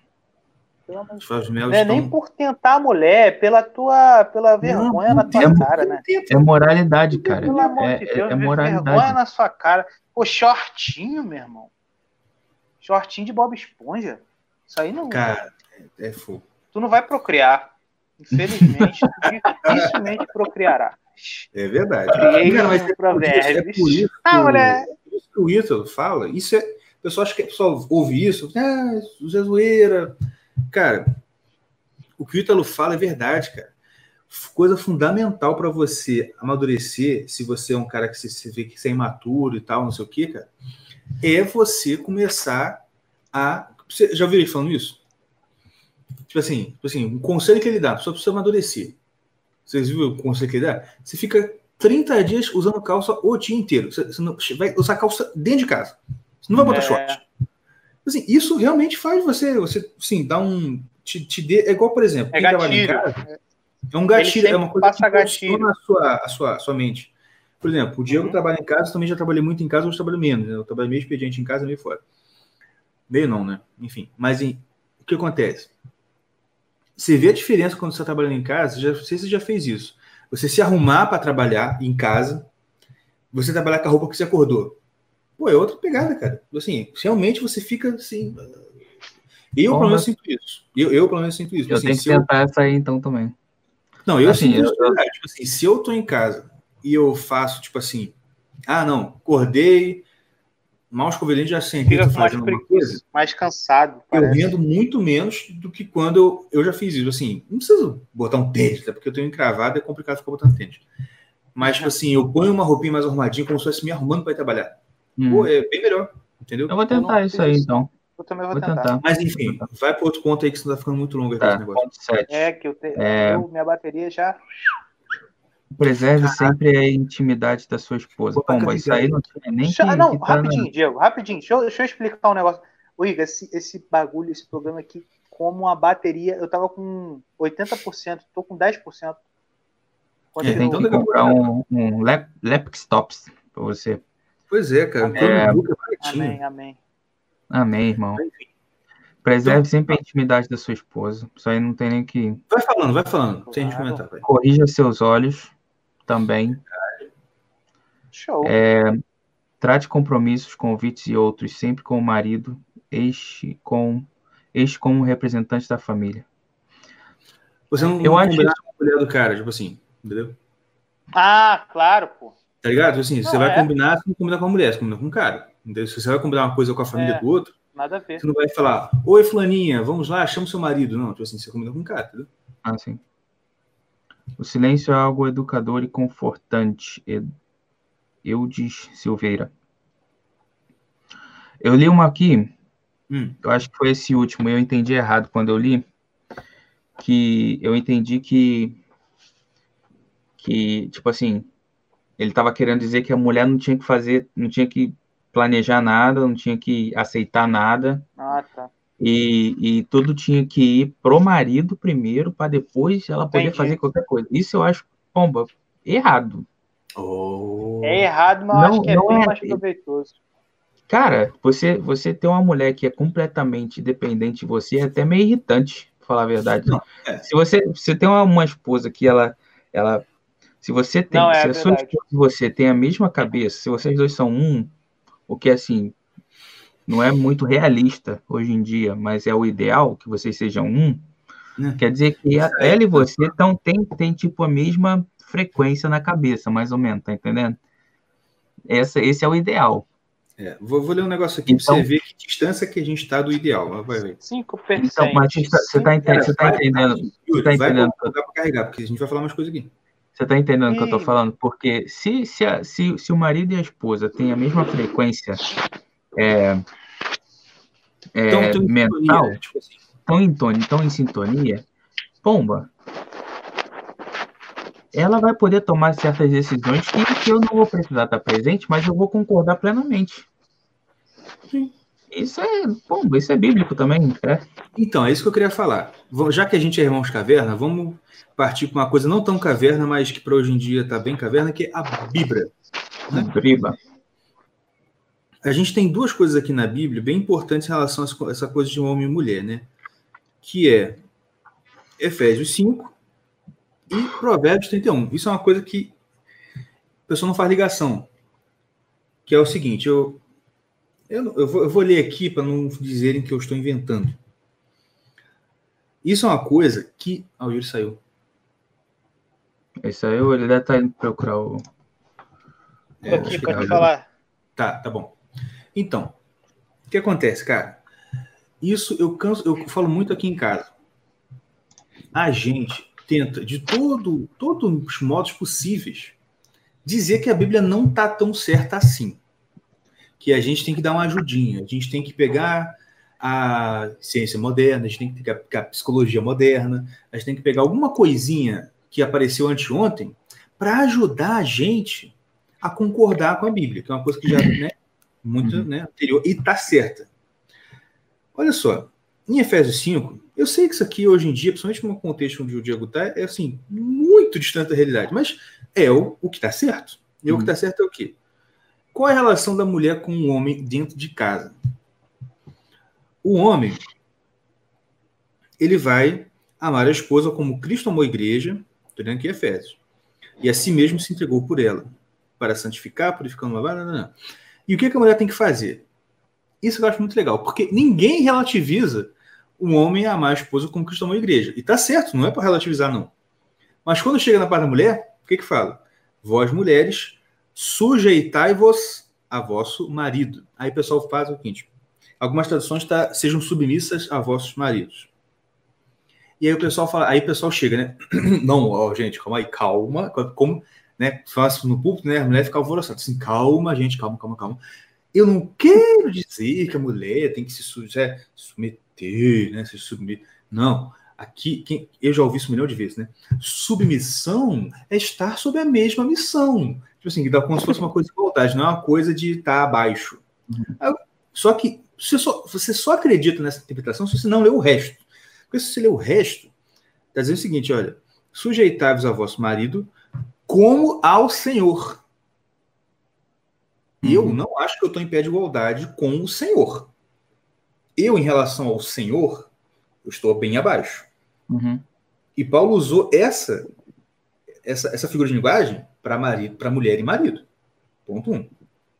Speaker 1: Os favos de mel
Speaker 3: Não é
Speaker 1: estão...
Speaker 3: nem por tentar a mulher, é pela tua pela vergonha
Speaker 1: Não,
Speaker 3: na tua
Speaker 2: é,
Speaker 3: cara, né?
Speaker 2: É moralidade, cara.
Speaker 3: Pelo amor
Speaker 2: É,
Speaker 3: de
Speaker 2: é,
Speaker 3: Deus,
Speaker 2: é moralidade.
Speaker 3: vergonha na sua cara. Pô, shortinho, meu irmão. Shortinho de Bob Esponja. Isso aí não...
Speaker 1: Cara, é, é fogo.
Speaker 3: Tu não vai procriar. Infelizmente, dificilmente procriará.
Speaker 1: É verdade.
Speaker 3: Criei
Speaker 1: Cara,
Speaker 3: um
Speaker 1: mas é por isso, é por isso
Speaker 3: Ah,
Speaker 1: que,
Speaker 3: mulher.
Speaker 1: o, isso que o Ítalo fala. Isso é, o pessoal acha que o pessoal ouve isso. Ah, isso é zoeira. Cara, o que o Ítalo fala é verdade, cara. Coisa fundamental para você amadurecer, se você é um cara que se, se vê que você é imaturo e tal, não sei o que, cara, é você começar a... Você já ouviu ele falando isso? Tipo assim, tipo assim, um conselho que ele dá, só para você amadurecer. Vocês viram o conselho que ele dá? Você fica trinta dias usando calça o dia inteiro. Você, você não, vai usar calça dentro de casa. Você não vai botar é. short. Assim, isso realmente faz você, você assim, dar um... Te, te dê, é igual, por exemplo,
Speaker 3: é
Speaker 1: quem trabalha em casa... É um gatilho, é uma coisa que funciona a sua, a, sua, a sua mente. Por exemplo, o Diego uhum. trabalha em casa, também já trabalhei muito em casa, hoje trabalho menos. Né? Eu trabalho meio expediente em casa, meio fora. Meio não, né? Enfim, mas em, o que acontece? Você vê a diferença quando você está trabalhando em casa, já, não sei se você já fez isso. Você se arrumar para trabalhar em casa, você trabalhar com a roupa que você acordou. Pô, é outra pegada, cara. Assim, realmente você fica assim... Eu, Bom, pelo menos, sinto isso. Eu, eu, pelo menos, sinto isso.
Speaker 2: Eu
Speaker 1: assim,
Speaker 2: tenho que tentar eu... essa aí, então, também.
Speaker 1: Não, eu
Speaker 2: assim,
Speaker 1: sinto isso. Eu... Tipo assim, se eu tô em casa e eu faço, tipo assim, ah, não, acordei, mal escovelhinho, já sentei, tô fazendo uma coisa,
Speaker 3: mais cansado.
Speaker 1: Eu parece. rendo muito menos do que quando eu, eu já fiz isso. Assim, não preciso botar um tênis, né? Porque eu tenho encravado, é complicado ficar botando tênis. Mas, tipo assim, eu ponho uma roupinha mais arrumadinha, como se fosse me arrumando para ir trabalhar. Hum. Pô, é bem melhor, entendeu?
Speaker 2: Eu vou tentar eu isso aí, então.
Speaker 3: Eu também vou,
Speaker 2: vou
Speaker 3: tentar.
Speaker 2: tentar.
Speaker 1: Mas, enfim, vai para outro ponto aí que você não tá ficando muito longo aqui
Speaker 2: tá,
Speaker 1: esse negócio.
Speaker 3: É, que eu tenho. É... Eu, minha bateria já.
Speaker 2: Preserve Caraca. sempre a intimidade da sua esposa. Pomba, isso aí não tinha nem
Speaker 3: deixa,
Speaker 2: que...
Speaker 3: Não,
Speaker 2: que
Speaker 3: rapidinho,
Speaker 2: tá na...
Speaker 3: Diego, rapidinho. Deixa eu, deixa eu explicar um negócio. Ô, Igor, esse, esse bagulho, esse programa aqui, como a bateria, eu tava com oitenta por cento, tô com dez por cento.
Speaker 2: Você tem que comprar um, um lap, laptops pra você.
Speaker 1: Pois é, cara.
Speaker 3: É... Amém, amém.
Speaker 2: Amém, irmão. Preserve então, sempre a intimidade da sua esposa. Isso aí não tem nem que...
Speaker 1: Vai falando, vai falando. Claro. Sem a gente comentar. Vai.
Speaker 2: Corrija seus olhos também.
Speaker 3: Show.
Speaker 2: É, trate compromissos, convites e outros sempre com o marido, este, com, este como representante da família.
Speaker 1: Você não,
Speaker 2: Eu
Speaker 1: não
Speaker 2: acho
Speaker 1: combinar com a mulher do cara, tipo assim, entendeu?
Speaker 3: Ah, claro, pô.
Speaker 1: Tá ligado? Assim, não, você vai
Speaker 3: é.
Speaker 1: combinar, você não combina com a mulher, você combina com o cara. Entendeu? Se você vai combinar uma coisa com a família
Speaker 3: é,
Speaker 1: do outro,
Speaker 3: nada a ver.
Speaker 1: Você não vai falar, oi, fulaninha, vamos lá, chama seu marido. Não, tipo assim, você combina com o cara, entendeu?
Speaker 2: Ah, sim. O silêncio é algo educador e confortante. Eudes Silveira. Eu li uma aqui, hum. eu acho que foi esse último, eu entendi errado quando eu li, que eu entendi que, que tipo assim, ele estava querendo dizer que a mulher não tinha que fazer, não tinha que planejar nada, não tinha que aceitar nada.
Speaker 3: Ah, tá.
Speaker 2: E, e tudo tinha que ir pro marido primeiro, para depois ela poder Entendi. fazer qualquer coisa. Isso eu acho, pomba, errado.
Speaker 1: Oh.
Speaker 3: É errado, mas não, eu acho que é bem é... mais proveitoso.
Speaker 2: Cara, você, você ter uma mulher que é completamente dependente de você é até meio irritante, pra falar a verdade.
Speaker 1: Não, é.
Speaker 2: Se você, você tem uma, uma esposa que ela, ela... Se você tem,
Speaker 3: não, é
Speaker 2: se a sua esposa e você tem a mesma cabeça, se vocês dois são um, o que assim... não é muito realista hoje em dia, mas é o ideal que vocês sejam um, é. quer dizer que a, ela e você então, tem, tem tipo a mesma frequência na cabeça, mais ou menos, tá entendendo? Essa, esse é o ideal.
Speaker 1: É, vou, vou ler um negócio aqui
Speaker 2: Então-
Speaker 1: para você ver que distância que a gente está do ideal. Vai ver.
Speaker 3: cinco
Speaker 2: Então, mas
Speaker 3: percentes.
Speaker 2: você está entendendo, você tá
Speaker 1: Vai,
Speaker 2: entendendo,
Speaker 1: vai,
Speaker 2: você tá
Speaker 1: vai
Speaker 2: entendendo,
Speaker 1: para carregar, porque a gente vai falar umas coisas aqui.
Speaker 2: você tá entendendo o que eu tô
Speaker 3: Ih.
Speaker 2: falando? Porque se, se, a- se, se o marido e a esposa têm a mesma frequência é, é,
Speaker 1: Então, tem uma
Speaker 2: mental,
Speaker 1: sintonia, tipo assim.
Speaker 2: estão em, tone, estão em sintonia, pomba, ela vai poder tomar certas decisões que, que eu não vou precisar estar presente, mas eu vou concordar plenamente.
Speaker 1: Sim.
Speaker 2: Isso é, pomba, isso é bíblico também, é?
Speaker 1: Então, é isso que eu queria falar. Vou- Já que a gente é irmãos caverna, vamos partir para uma coisa não tão caverna, mas que para hoje em dia está bem caverna, que é a Bíblia. Né?
Speaker 2: Briba.
Speaker 1: A gente tem duas coisas aqui na Bíblia bem importantes em relação a essa coisa de homem e mulher, né? Que é Efésios cinco e Provérbios trinta e um. Isso é uma coisa que a pessoa não faz ligação. Que é o seguinte, eu, eu, eu, vou, eu vou ler aqui para não dizerem que eu estou inventando. Isso é uma coisa que... Ah, o Yuri saiu.
Speaker 2: Isso aí, ele deve estar indo procurar o...
Speaker 1: É,
Speaker 3: Aqui,
Speaker 1: acho que
Speaker 3: pode
Speaker 1: tá.
Speaker 3: falar.
Speaker 1: Tá, tá bom. Então, o que acontece, cara? Isso eu canso, eu falo muito aqui em casa. A gente tenta, de todo, todos os modos possíveis, dizer que a Bíblia não tá tão certa assim. Que a gente tem que dar uma ajudinha. A gente tem que pegar a ciência moderna, a gente tem que pegar a psicologia moderna, a gente tem que pegar alguma coisinha que apareceu anteontem para ajudar a gente a concordar com a Bíblia, que é uma coisa que já, né, muito,
Speaker 2: Uhum.
Speaker 1: né, anterior, e tá certa. Olha só, em Efésios cinco, eu sei que isso aqui hoje em dia, principalmente no contexto onde o Diego está, é assim, muito distante da realidade, mas é o, o que está certo. E
Speaker 2: Uhum.
Speaker 1: o que está certo é o quê? Qual é a relação da mulher com o homem dentro de casa? O homem, ele vai amar a esposa como Cristo amou a igreja, estou lendo aqui em Efésios, e a si mesmo se entregou por ela, para santificar, purificando, lavar, não, não, não. E o que, que a mulher tem que fazer? Isso eu acho muito legal, porque ninguém relativiza um homem a amar a esposa como Cristo amou a igreja. E tá certo, não é para relativizar, não. Mas quando chega na parte da mulher, o que que fala? Vós, mulheres, sujeitai-vos a vosso marido. Aí o pessoal faz o seguinte, algumas traduções tá, sejam submissas a vossos maridos. E aí o pessoal fala, aí o pessoal chega, né? Não, ó, gente, calma aí, calma. Como, né? Faço no púlpito, né? A mulher fica alvoroçada. Assim, calma, gente, calma, calma, calma. Eu não quero dizer que a mulher tem que se é, submeter, né? Se submeter. Não. Aqui, quem, eu já ouvi isso um milhão de vezes, né? Submissão é estar sob a mesma missão. Tipo assim, dá como se fosse uma coisa de igualdade, não é uma coisa de estar abaixo. Uhum. Só que você só, você só acredita nessa interpretação se você não lê o resto. Porque se você lê o resto, está dizendo o seguinte, olha, sujeitai-vos ao vosso marido como ao Senhor. Uhum. Eu não acho que eu estou em pé de igualdade com o Senhor. Eu, em relação ao Senhor, eu estou bem abaixo.
Speaker 2: Uhum.
Speaker 1: E Paulo usou essa, essa, essa figura de linguagem para marido, para mulher e marido. Ponto um.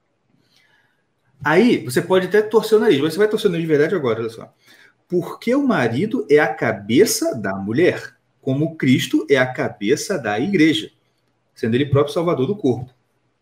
Speaker 1: Aí, você pode até torcer o nariz, mas você vai torcer o nariz de verdade agora, olha só. Porque o marido é a cabeça da mulher, como Cristo é a cabeça da igreja, sendo ele próprio salvador do corpo.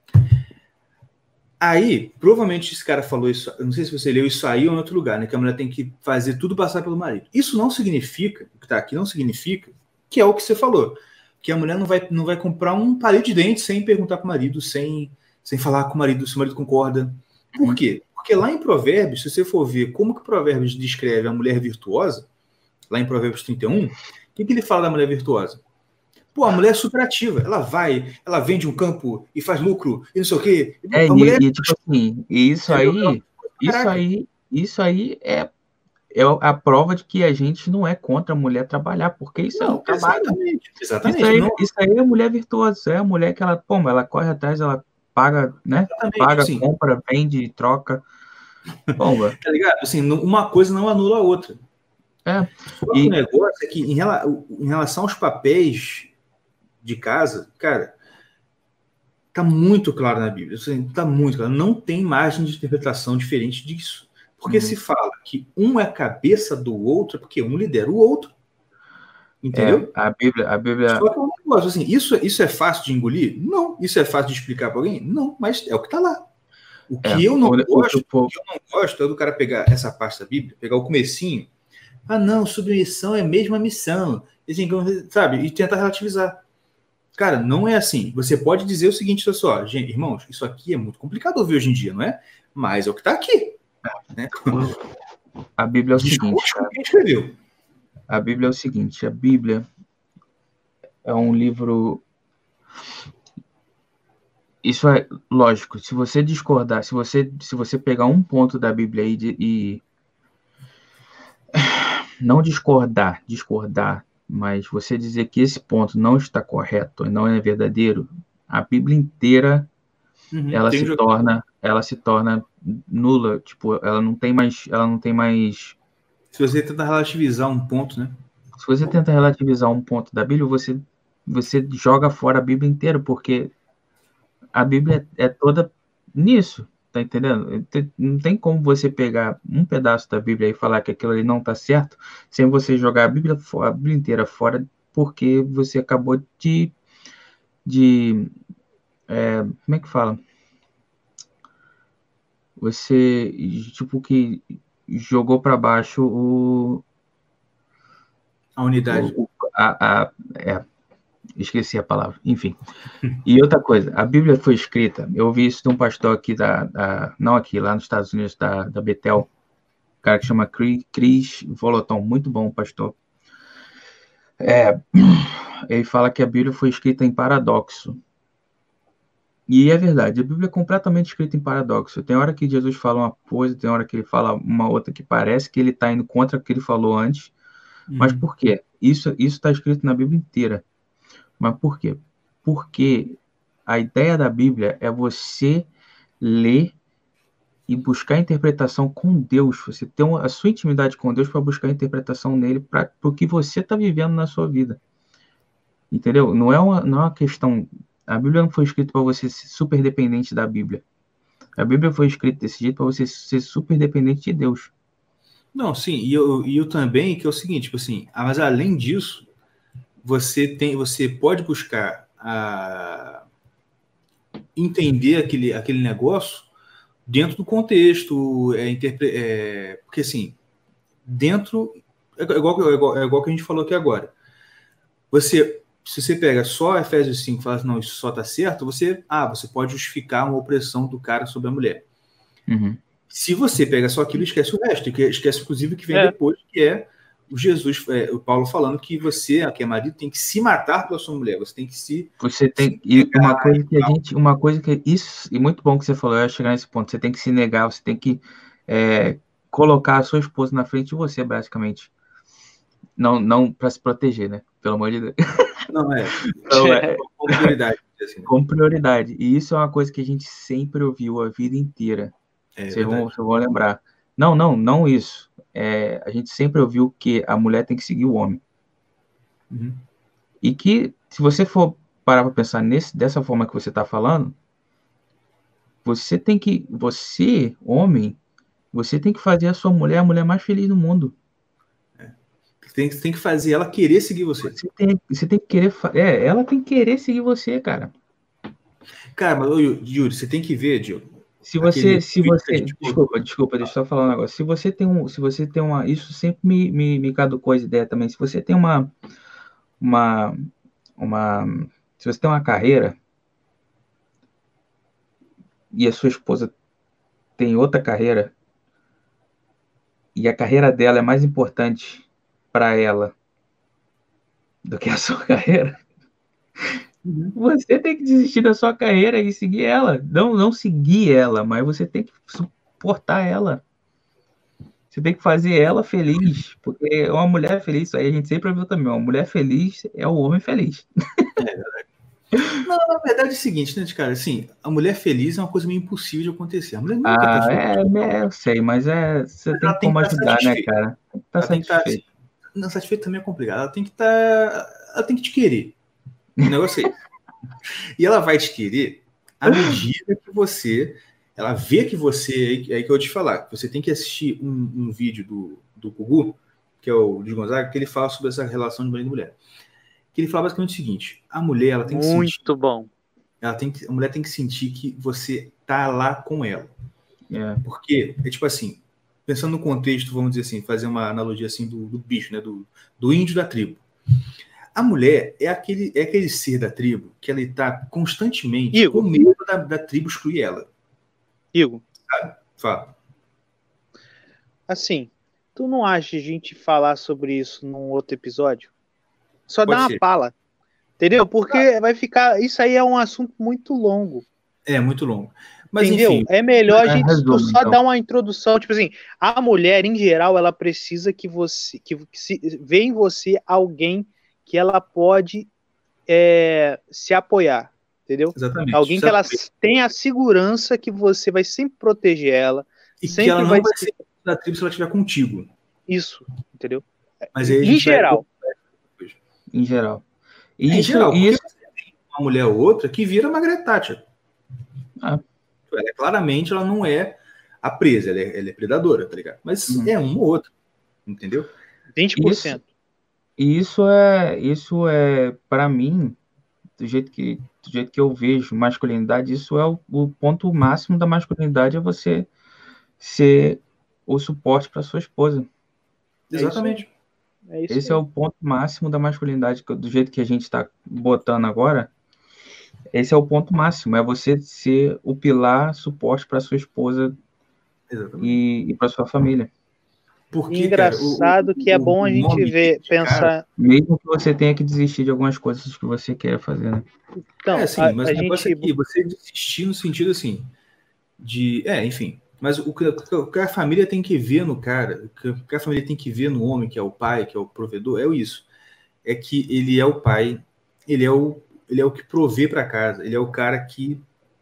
Speaker 1: Aí, provavelmente esse cara falou isso, eu não sei se você leu isso aí ou em outro lugar, né, que a mulher tem que fazer tudo passar pelo marido. Isso não significa, o que está aqui não significa, que é o que você falou, que a mulher não vai, não vai comprar um palito de dente sem perguntar para o marido, sem, sem falar com o marido, se o marido concorda. Por quê? Porque lá em Provérbios, se você for ver como que Provérbios descreve a mulher virtuosa, lá em Provérbios trinta e um, o que, que ele fala da mulher virtuosa? Pô, a mulher é super ativa, ela vai, ela vende um campo e faz lucro, e não sei o quê.
Speaker 2: É,
Speaker 1: a mulher...
Speaker 2: e, e tipo assim, isso aí, isso aí, isso aí é, é a prova de que a gente não é contra a mulher trabalhar, porque isso não, é um trabalho.
Speaker 1: Exatamente, exatamente.
Speaker 2: Isso aí,
Speaker 1: não...
Speaker 2: isso aí é a mulher virtuosa, isso aí é a mulher que ela, pô, ela corre atrás, ela paga, né? Exatamente, paga, sim. Compra, vende, troca. Bomba.
Speaker 1: Tá ligado? Assim, uma coisa não anula a outra.
Speaker 2: É.
Speaker 1: Só que e... o negócio é que, em, rela... em relação aos papéis de casa, cara, tá muito claro na Bíblia. Assim, tá muito claro. Não tem margem de interpretação diferente disso. Porque uhum. se fala que um é a cabeça do outro, é porque um lidera o outro. Entendeu?
Speaker 2: É, a Bíblia, a Bíblia...
Speaker 1: Só que é um negócio, assim, isso, isso é fácil de engolir? Não. Isso é fácil de explicar para alguém? Não, mas é o que tá lá. O que é, eu não
Speaker 2: o,
Speaker 1: gosto,
Speaker 2: o,
Speaker 1: o que eu não gosto é do cara pegar essa parte da Bíblia, pegar o comecinho, ah não, submissão é a mesma missão, sabe, e tentar relativizar. Cara, não é assim. Você pode dizer o seguinte, só, gente, irmãos, isso aqui é muito complicado ouvir hoje em dia, não é? Mas é o que está aqui. Né?
Speaker 2: A Bíblia é o seguinte, cara.
Speaker 1: Quem escreveu?
Speaker 2: A Bíblia é o seguinte, a Bíblia é um livro... Isso é lógico, se você discordar, se você, se você pegar um ponto da Bíblia aí de, e não discordar, discordar, mas você dizer que esse ponto não está correto e não é verdadeiro, a Bíblia inteira uhum, ela se jogo. torna, ela se torna nula, tipo, ela não tem mais, ela não tem mais.
Speaker 1: Se você tenta relativizar um ponto, né?
Speaker 2: Se você tenta relativizar um ponto da Bíblia, você você joga fora a Bíblia inteira, porque a Bíblia é toda nisso, tá entendendo? Não tem como você pegar um pedaço da Bíblia e falar que aquilo ali não tá certo, sem você jogar a Bíblia, a Bíblia inteira fora, porque você acabou de... de é, como é que fala? Você, tipo, que jogou para baixo o...
Speaker 1: A unidade.
Speaker 2: O, a, a, é, esqueci a palavra, enfim. E outra coisa, a Bíblia foi escrita, eu ouvi isso de um pastor aqui da, da não aqui, lá nos Estados Unidos, da, da Betel, um cara que chama Chris Voloton, muito bom pastor. É, ele fala que a Bíblia foi escrita em paradoxo. E é verdade, a Bíblia é completamente escrita em paradoxo. Tem hora que Jesus fala uma coisa, tem hora que ele fala uma outra que parece que ele está indo contra o que ele falou antes. Uhum. Mas por quê? Isso está escrito na Bíblia inteira. Mas por quê? Porque a ideia da Bíblia é você ler e buscar a interpretação com Deus. Você ter uma, a sua intimidade com Deus para buscar a interpretação nele para o que você está vivendo na sua vida. Entendeu? Não é uma, não é uma questão... A Bíblia não foi escrita para você ser super dependente da Bíblia. A Bíblia foi escrita desse jeito para você ser super dependente de Deus.
Speaker 1: Não, sim. E eu, e eu também, que é o seguinte, tipo assim, mas além disso, você, tem, você pode buscar a... entender aquele, aquele negócio dentro do contexto, é, interpre... é, porque assim, dentro, é igual, é, igual, é igual que a gente falou aqui agora, você, se você pega só Efésios cinco e fala, não, isso só está certo, você, ah, você pode justificar uma opressão do cara sobre a mulher.
Speaker 2: Uhum.
Speaker 1: Se você pega só aquilo, esquece o resto, que esquece inclusive o que vem é. depois, que é o Jesus, é, o Paulo falando que você, que é marido, tem que se matar pela sua mulher, você tem que se...
Speaker 2: Você tem, e uma coisa que a gente, uma coisa que, isso, e muito bom que você falou, eu ia chegar nesse ponto, você tem que se negar, você tem que é, colocar a sua esposa na frente de você, basicamente. Não, não para se proteger, né? Pelo amor de Deus.
Speaker 1: Não, é. Então, é com prioridade. Assim, né?
Speaker 2: Com prioridade. E isso é uma coisa que a gente sempre ouviu a vida inteira. É, vocês, vão, vocês vão lembrar. Não, não, não isso. É, a gente sempre ouviu que a mulher tem que seguir o homem.
Speaker 1: Uhum.
Speaker 2: E que, se você for parar para pensar nesse, dessa forma que você está falando, você tem que, você, homem, você tem que fazer a sua mulher a mulher mais feliz do mundo.
Speaker 1: É. Tem, tem que fazer ela querer seguir você.
Speaker 2: Você tem, você tem que querer, é, ela tem que querer seguir você, cara.
Speaker 1: Cara, mas, Yuri, você tem que ver, Diogo.
Speaker 2: Se você, se você, desculpa, desculpa, deixa eu só falar um negócio. Se você tem um, se você tem uma, isso sempre me, me, me caducou a ideia também. Se você tem uma, uma, uma, se você tem uma carreira e a sua esposa tem outra carreira e a carreira dela é mais importante para ela do que a sua carreira, uhum. Você tem que desistir da sua carreira e seguir ela. Não, não seguir ela, mas você tem que suportar ela. Você tem que fazer ela feliz, porque é uma mulher feliz, isso aí a gente sempre ouviu também, uma mulher feliz é o homem feliz.
Speaker 1: É verdade. Não, na verdade é o seguinte, né, cara, assim, a mulher feliz é uma coisa meio impossível de acontecer. A mulher nunca
Speaker 2: ah,
Speaker 1: tá feliz.
Speaker 2: É, é, eu sei, mas é, você mas tem como tem ajudar, né, cara? Tem que estar tá satisfeito.
Speaker 1: Tá, não, satisfeito também é complicado, ela tem que estar, tá, ela tem que te querer. O negócio é isso. E ela vai te querer à medida que você... Ela vê que você, é aí que eu vou te falar, você tem que assistir um, um vídeo do, do Gugu, que é o de Gonzaga, que ele fala sobre essa relação de marido e mulher. Que ele fala basicamente o seguinte, a mulher, ela tem que
Speaker 3: Muito
Speaker 1: sentir...
Speaker 3: bom.
Speaker 1: Ela tem que, a mulher tem que sentir que você tá lá com ela.
Speaker 2: É.
Speaker 1: Porque, é tipo assim, pensando no contexto, vamos dizer assim, fazer uma analogia assim do, do bicho, né? Do, do índio da tribo. A mulher é aquele, é aquele ser da tribo que ela está constantemente
Speaker 3: Igor.
Speaker 1: com medo da, da tribo excluir ela.
Speaker 3: Igor,
Speaker 1: Fala.
Speaker 3: assim, tu não acha a gente falar sobre isso num outro episódio? Só
Speaker 1: Pode
Speaker 3: dá uma
Speaker 1: ser.
Speaker 3: pala. Entendeu? Porque vai ficar. Isso aí é um assunto muito longo.
Speaker 1: É, muito longo. Mas,
Speaker 3: Entendeu?
Speaker 1: enfim.
Speaker 3: É melhor a
Speaker 2: é,
Speaker 3: gente
Speaker 2: resumo,
Speaker 3: só
Speaker 2: então.
Speaker 3: dar uma introdução. Tipo assim, a mulher, em geral, ela precisa que você. Que, que se, vê em você alguém que ela pode é, se apoiar. Entendeu?
Speaker 1: Exatamente.
Speaker 3: Alguém que ela
Speaker 1: Exatamente.
Speaker 3: tenha a segurança que você vai sempre proteger ela.
Speaker 1: E que
Speaker 3: sempre
Speaker 1: ela não
Speaker 3: vai
Speaker 1: vai
Speaker 3: ser
Speaker 1: ser da tribo se ela estiver contigo.
Speaker 3: isso. Entendeu?
Speaker 1: Mas aí a
Speaker 3: Em
Speaker 1: gente vai-
Speaker 3: geral.
Speaker 2: Em geral.
Speaker 1: Em
Speaker 2: Isso,
Speaker 1: geral, porque
Speaker 2: isso,
Speaker 1: você tem uma mulher ou outra que vira Margaret Thatcher.
Speaker 2: Ah.
Speaker 1: Ela, claramente, ela não é a presa, ela é, ela é predadora, tá ligado? Mas
Speaker 2: Uhum.
Speaker 1: é uma ou outra, entendeu?
Speaker 3: vinte por cento.
Speaker 2: E isso é, isso é para mim, do jeito que, do jeito que eu vejo masculinidade, isso é o, o ponto máximo da masculinidade, é você ser o suporte para sua esposa.
Speaker 3: É
Speaker 1: Exatamente.
Speaker 3: É isso
Speaker 2: Esse
Speaker 3: aí.
Speaker 2: é o ponto máximo da masculinidade, que- do jeito que a gente está botando agora. Esse é o ponto máximo, é você ser o pilar, suporte para sua esposa
Speaker 1: Exatamente.
Speaker 2: e, e para sua família.
Speaker 1: Porque,
Speaker 3: E engraçado
Speaker 1: cara, o,
Speaker 3: que é
Speaker 1: o-
Speaker 3: bom a
Speaker 1: o
Speaker 3: gente
Speaker 1: nome
Speaker 3: ver,
Speaker 1: desse cara-
Speaker 3: pensar.
Speaker 2: Mesmo que você tenha que desistir de algumas coisas que você queira fazer, né?
Speaker 3: Então,
Speaker 1: é assim,
Speaker 3: a,
Speaker 1: mas
Speaker 3: a
Speaker 1: o negócio
Speaker 3: gente.
Speaker 1: é que você desistir no sentido assim, de. É, enfim. Mas o que, o que a família tem que ver no cara, o que a família tem que ver no homem, que é o pai, que é o provedor, é isso. É que ele é o pai, ele é o, ele é o que provê para casa, ele é o cara que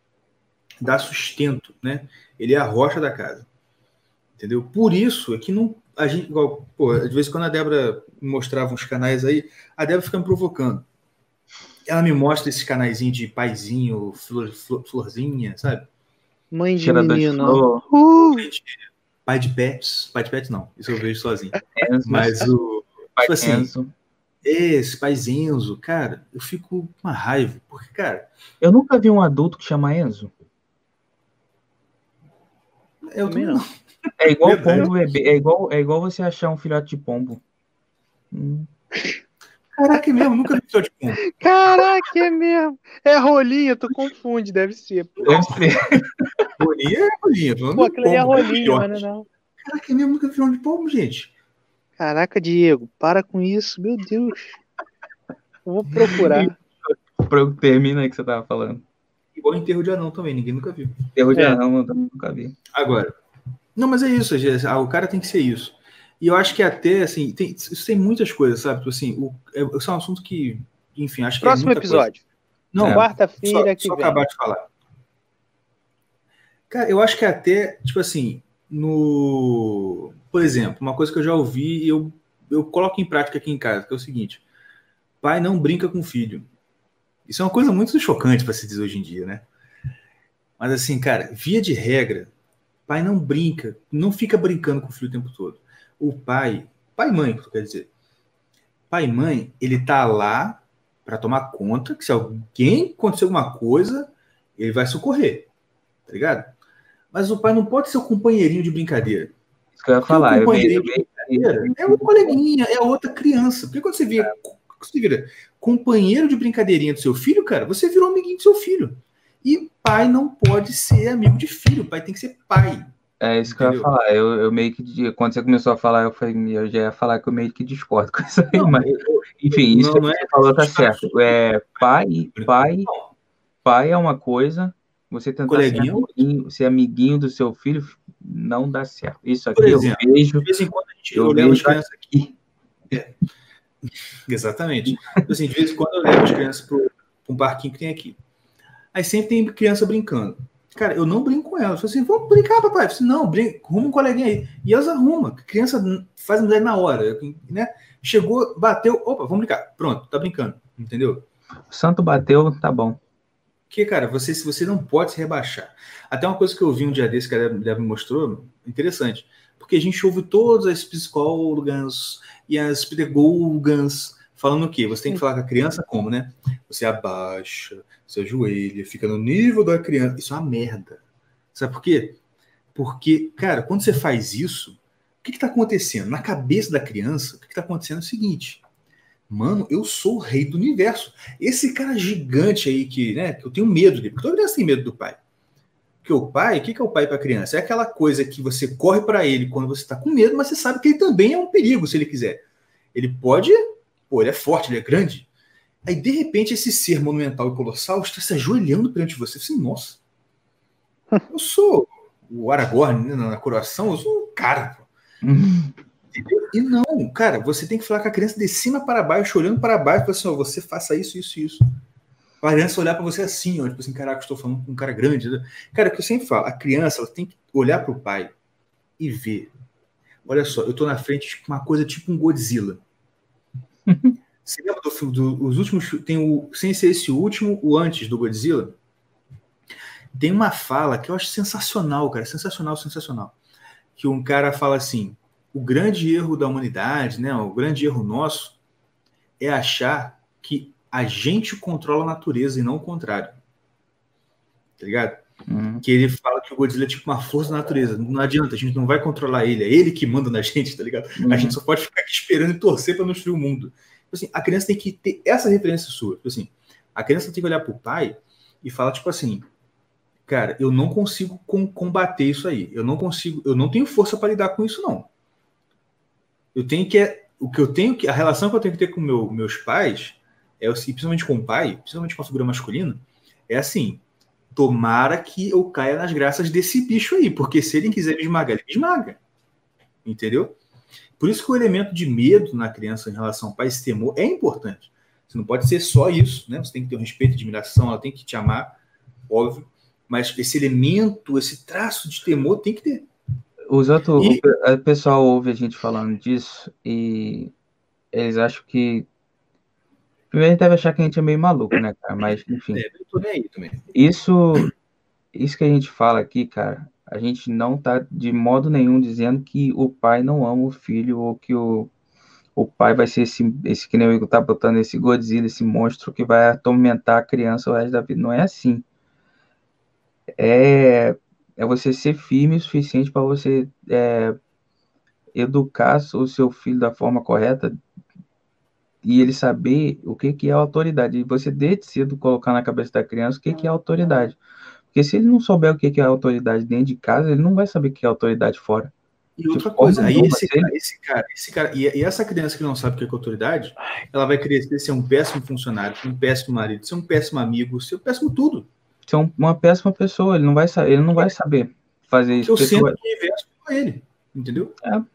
Speaker 1: dá sustento, né? Ele é a rocha da casa. Entendeu? Por isso é que não. A gente, igual, pô, de vez em quando a Débora me mostrava uns canais aí, a Débora fica me provocando. Ela me mostra esses canaizinhos de paizinho, flor, flor, florzinha, sabe?
Speaker 3: Mãe de
Speaker 2: Cheirador de
Speaker 3: menino.
Speaker 2: flor,
Speaker 3: Uh,
Speaker 1: Pai de pets. Pai de pets não, isso eu vejo sozinho.
Speaker 2: Enzo,
Speaker 1: Mas o.
Speaker 2: pai
Speaker 1: Tipo assim,
Speaker 2: Enzo.
Speaker 1: esse paizinho, cara, eu fico com uma raiva. Porque, cara,
Speaker 2: Eu nunca vi um adulto que chama Enzo.
Speaker 1: eu
Speaker 3: também
Speaker 1: também
Speaker 3: não.
Speaker 1: não.
Speaker 2: É igual
Speaker 1: Verdade.
Speaker 2: pombo bebê, é igual, é igual você achar um filhote de pombo. Hum.
Speaker 1: Caraca, é mesmo, nunca vi isso de pombo.
Speaker 3: Caraca, é mesmo. É rolinha, tu confunde, deve ser. Pô,
Speaker 2: Deve ser.
Speaker 1: Rolinha é rolinha. Falando
Speaker 3: pô
Speaker 1: de
Speaker 3: aquilo aí é
Speaker 1: pombo,
Speaker 3: rolinha,
Speaker 1: filhote.
Speaker 3: mas não.
Speaker 1: Caraca, é mesmo, nunca vi de pombo, gente.
Speaker 3: Caraca, Diego, para com isso, meu Deus. Eu vou procurar.
Speaker 2: Termina aí que você tava falando.
Speaker 1: Igual enterro de anão também, ninguém nunca viu.
Speaker 2: Terror de
Speaker 3: É.
Speaker 2: anão, eu também nunca vi.
Speaker 1: Agora, não, mas é isso, gente, ah, o cara tem que ser isso. E eu acho que até, assim, tem, isso tem muitas coisas, sabe? Tipo assim, o, é, isso é um assunto que, enfim, acho que
Speaker 3: Próximo
Speaker 1: é muita
Speaker 3: episódio.
Speaker 1: coisa. Não,
Speaker 2: É.
Speaker 3: Quarta-feira
Speaker 1: só,
Speaker 3: que
Speaker 1: só
Speaker 3: vem.
Speaker 1: acabar de falar. Cara, eu acho que até, tipo assim, no... Por exemplo, uma coisa que eu já ouvi e eu, eu coloco em prática aqui em casa, que é o seguinte, pai não brinca com filho. Isso é uma coisa muito chocante para se dizer hoje em dia, né? Mas assim, cara, via de regra, pai não brinca, não fica brincando com o filho o tempo todo. O pai, pai e mãe, quer dizer, pai e mãe, ele tá lá para tomar conta que se alguém acontecer alguma coisa, ele vai socorrer, tá ligado? Mas o pai não pode ser o companheirinho de brincadeira.
Speaker 2: Isso que eu ia
Speaker 1: Porque
Speaker 2: falar.
Speaker 1: o
Speaker 2: Eu
Speaker 1: companheirinho
Speaker 2: vejo,
Speaker 1: de brincadeira é o coleguinha, é a outra criança. Porque quando você vê, você vira companheiro de brincadeirinha do seu filho, cara, você virou amiguinho do seu filho. E pai não pode ser amigo de filho, pai tem que ser pai.
Speaker 2: é isso que eu ia
Speaker 1: Entendeu?
Speaker 2: falar. Eu, eu meio que. Quando você começou a falar, eu, falei, eu já ia falar que eu meio que discordo com isso aí.
Speaker 1: Não,
Speaker 2: Mas,
Speaker 1: eu-
Speaker 2: enfim, isso
Speaker 1: não,
Speaker 2: que
Speaker 1: não
Speaker 2: você
Speaker 1: é-
Speaker 2: falou tá certo. É, pai, pai,
Speaker 1: Não,
Speaker 2: pai é uma coisa, você tentar ser
Speaker 1: coleguinha,
Speaker 2: amiguinho, ser amiguinho do seu filho não dá certo. Isso
Speaker 1: por
Speaker 2: aqui eu
Speaker 1: exemplo,
Speaker 2: vejo.
Speaker 1: de vez em quando a gente,
Speaker 2: Eu
Speaker 1: eu levo as
Speaker 2: vejo
Speaker 1: crianças aqui. É. Exatamente. Assim, de vez em quando eu levo as crianças para um parquinho que tem aqui. Aí sempre tem criança brincando. Cara, eu não brinco com elas. Eu falo assim, vamos brincar, papai. Eu falo assim, não, brinca, arruma um coleguinha aí. E elas arrumam. A criança faz amizade na hora. Né? Chegou, bateu, opa, vamos brincar. Pronto, tá brincando. Entendeu?
Speaker 2: O santo bateu, tá bom.
Speaker 1: Porque, cara, você, você não pode se rebaixar. Até uma coisa que eu vi um dia desse que a Débora me mostrou, interessante. Porque a gente ouve todas as psicólogas e as pedagogas falando o quê? Você tem que falar com a criança como, né? Você abaixa, você ajoelha, fica no nível da criança. Isso é uma merda. Sabe por quê? Porque, cara, quando você faz isso, o que está acontecendo? Na cabeça da criança, o que está acontecendo é o seguinte: mano, eu sou o rei do universo. Esse cara gigante aí que, né, que eu tenho medo dele, porque toda criança tem medo do pai. Porque o pai, o que é o pai para a criança? É aquela coisa que você corre para ele quando você está com medo, mas você sabe que ele também é um perigo se ele quiser. Ele pode, pô, ele é forte, ele é grande. Aí, de repente, esse ser monumental e colossal está se ajoelhando perante você. Você, nossa, eu sou o Aragorn, né, na coroação, eu sou o cara. Entendeu? E não, cara, você tem que falar com a criança de cima para baixo, olhando para baixo, assim, ó, você faça isso, isso, isso. A criança olhar para você assim, ó, tipo assim, caraca, eu estou falando com um cara grande. Né? Cara, o que eu sempre falo, a criança ela tem que olhar para o pai e ver. Olha só, eu estou na frente de uma coisa tipo um Godzilla. Você lembra do filme, do, os últimos, tem o, sem ser esse último, o antes do Godzilla? Tem uma fala que eu acho sensacional, cara, sensacional, sensacional. Que um cara fala assim, o grande erro da humanidade, né, o grande erro nosso é achar que a gente controla a natureza e não o contrário. Tá ligado?
Speaker 2: Uhum.
Speaker 1: Que ele fala que o Godzilla é tipo uma força da natureza. Não adianta, a gente não vai controlar ele, é ele que manda na gente, tá ligado?
Speaker 2: Uhum.
Speaker 1: A gente só pode ficar aqui esperando e torcer para não destruir o mundo. Assim, a criança tem que ter essa referência sua. Assim, a criança tem que olhar pro pai e falar, tipo assim, cara, eu não consigo com, combater isso aí. Eu não consigo, eu não tenho força para lidar com isso, não. Eu tenho que. O que eu tenho que. A relação que eu tenho que ter com meu, meus pais, é, principalmente com o pai, principalmente com a figura masculina, é assim: tomara que eu caia nas graças desse bicho aí, porque se ele quiser me esmagar, ele me esmaga. Entendeu? Por isso que o elemento de medo na criança em relação ao pai, esse temor, é importante. Você não pode ser só isso, né? Você tem que ter um respeito, admiração, ela tem que te amar, óbvio, mas esse elemento, esse traço de temor tem que ter.
Speaker 2: Os outros,
Speaker 1: E-
Speaker 2: o, o pessoal ouve a gente falando disso e eles acham que. Primeiro, ele deve achar que a gente é meio maluco, né, cara? Mas, enfim.
Speaker 1: É, eu tô nem aí também.
Speaker 2: Isso, isso que a gente fala aqui, cara, a gente não tá de modo nenhum dizendo que o pai não ama o filho ou que o, o pai vai ser esse, esse que nem o Igor tá botando, esse Godzilla, esse monstro que vai atormentar a criança o resto da vida. Não é assim. É, é você ser firme o suficiente para você é, educar o seu filho da forma correta e ele saber o que, que é autoridade. E você, desde cedo, colocar na cabeça da criança o que, que é autoridade. Porque se ele não souber o que, que é autoridade dentro de casa, ele não vai saber o que é autoridade fora.
Speaker 1: E outra
Speaker 2: De
Speaker 1: coisa,
Speaker 2: forma
Speaker 1: aí
Speaker 2: nenhuma,
Speaker 1: esse
Speaker 2: se ele-
Speaker 1: cara, esse cara, esse cara, e, e essa criança que não sabe o que é autoridade, ela vai crescer ser um péssimo funcionário, ser um péssimo marido, ser um péssimo amigo, ser um péssimo tudo.
Speaker 2: ser um- uma péssima pessoa, ele não vai, sa- ele não vai saber fazer
Speaker 1: Porque
Speaker 2: isso.
Speaker 1: o
Speaker 2: Porque
Speaker 1: centro do universo é ele, entendeu?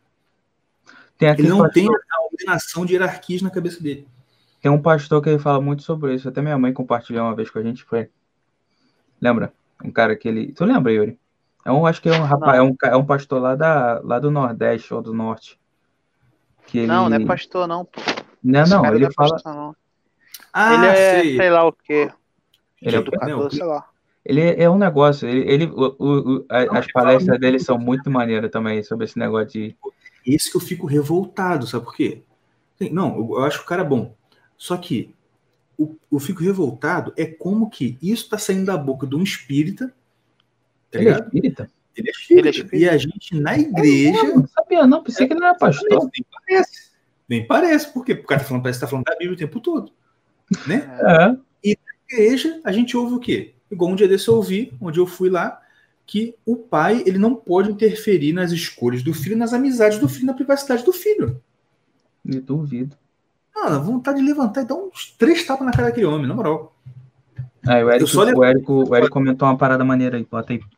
Speaker 2: tem
Speaker 1: Ele
Speaker 2: aquele
Speaker 1: não
Speaker 2: pastor,
Speaker 1: tem a ordenação de hierarquias na cabeça dele.
Speaker 2: tem um pastor que ele fala muito sobre isso. Até minha mãe compartilhou uma vez com a gente, foi. Lembra? Um cara que ele. Tu lembra, Yuri? É um, acho que é um rapaz, é
Speaker 3: Não.
Speaker 2: um, ca- é um pastor lá, da, lá do Nordeste ou do Norte. Que
Speaker 3: Não, não é
Speaker 2: ele.
Speaker 3: pastor, não. Pô.
Speaker 2: Não,
Speaker 3: Esse
Speaker 2: não,
Speaker 3: cara
Speaker 2: ele
Speaker 3: não é
Speaker 2: fala.
Speaker 3: pastor, não. Ele
Speaker 1: Ah,
Speaker 3: é,
Speaker 1: sei.
Speaker 3: sei lá o quê.
Speaker 2: Ele é o quê?
Speaker 3: Educador,
Speaker 1: Não,
Speaker 3: sei lá.
Speaker 2: Ele é um negócio. Ele, ele, o, o, o- a-
Speaker 1: Não,
Speaker 2: as
Speaker 1: ele fala
Speaker 2: palestras
Speaker 1: muito
Speaker 2: dele
Speaker 1: disso.
Speaker 2: são muito maneiras também sobre esse negócio de.
Speaker 1: Esse que eu fico revoltado, sabe por quê? Não, eu, eu acho o cara bom. Só que o, eu fico revoltado é como que isso está saindo da boca de um espírita, tá
Speaker 2: Ele é
Speaker 1: ligado?
Speaker 2: espírita?
Speaker 1: Ele é espírita.
Speaker 3: Ele é espírita?
Speaker 1: E a gente, na igreja.
Speaker 2: Não, não sabia, não. Pensei que ele era pastor.
Speaker 1: Nem parece. Nem parece, porque o cara tá falando, parece que tá falando da Bíblia o tempo todo. Né?
Speaker 2: É.
Speaker 1: E na igreja, a gente ouve o quê? Igual um dia desse eu ouvi, onde eu fui lá, que o pai ele não pode interferir nas escolhas do filho, nas amizades do filho, na privacidade do filho.
Speaker 2: Me duvido.
Speaker 1: Mano, vontade de levantar e dar uns três tapas na cara daquele homem, na moral.
Speaker 2: Aí o
Speaker 1: Eu
Speaker 2: Eric,
Speaker 1: só
Speaker 2: o
Speaker 1: levanto
Speaker 2: Eric, o Eric comentou uma parada maneira aí, bota aí.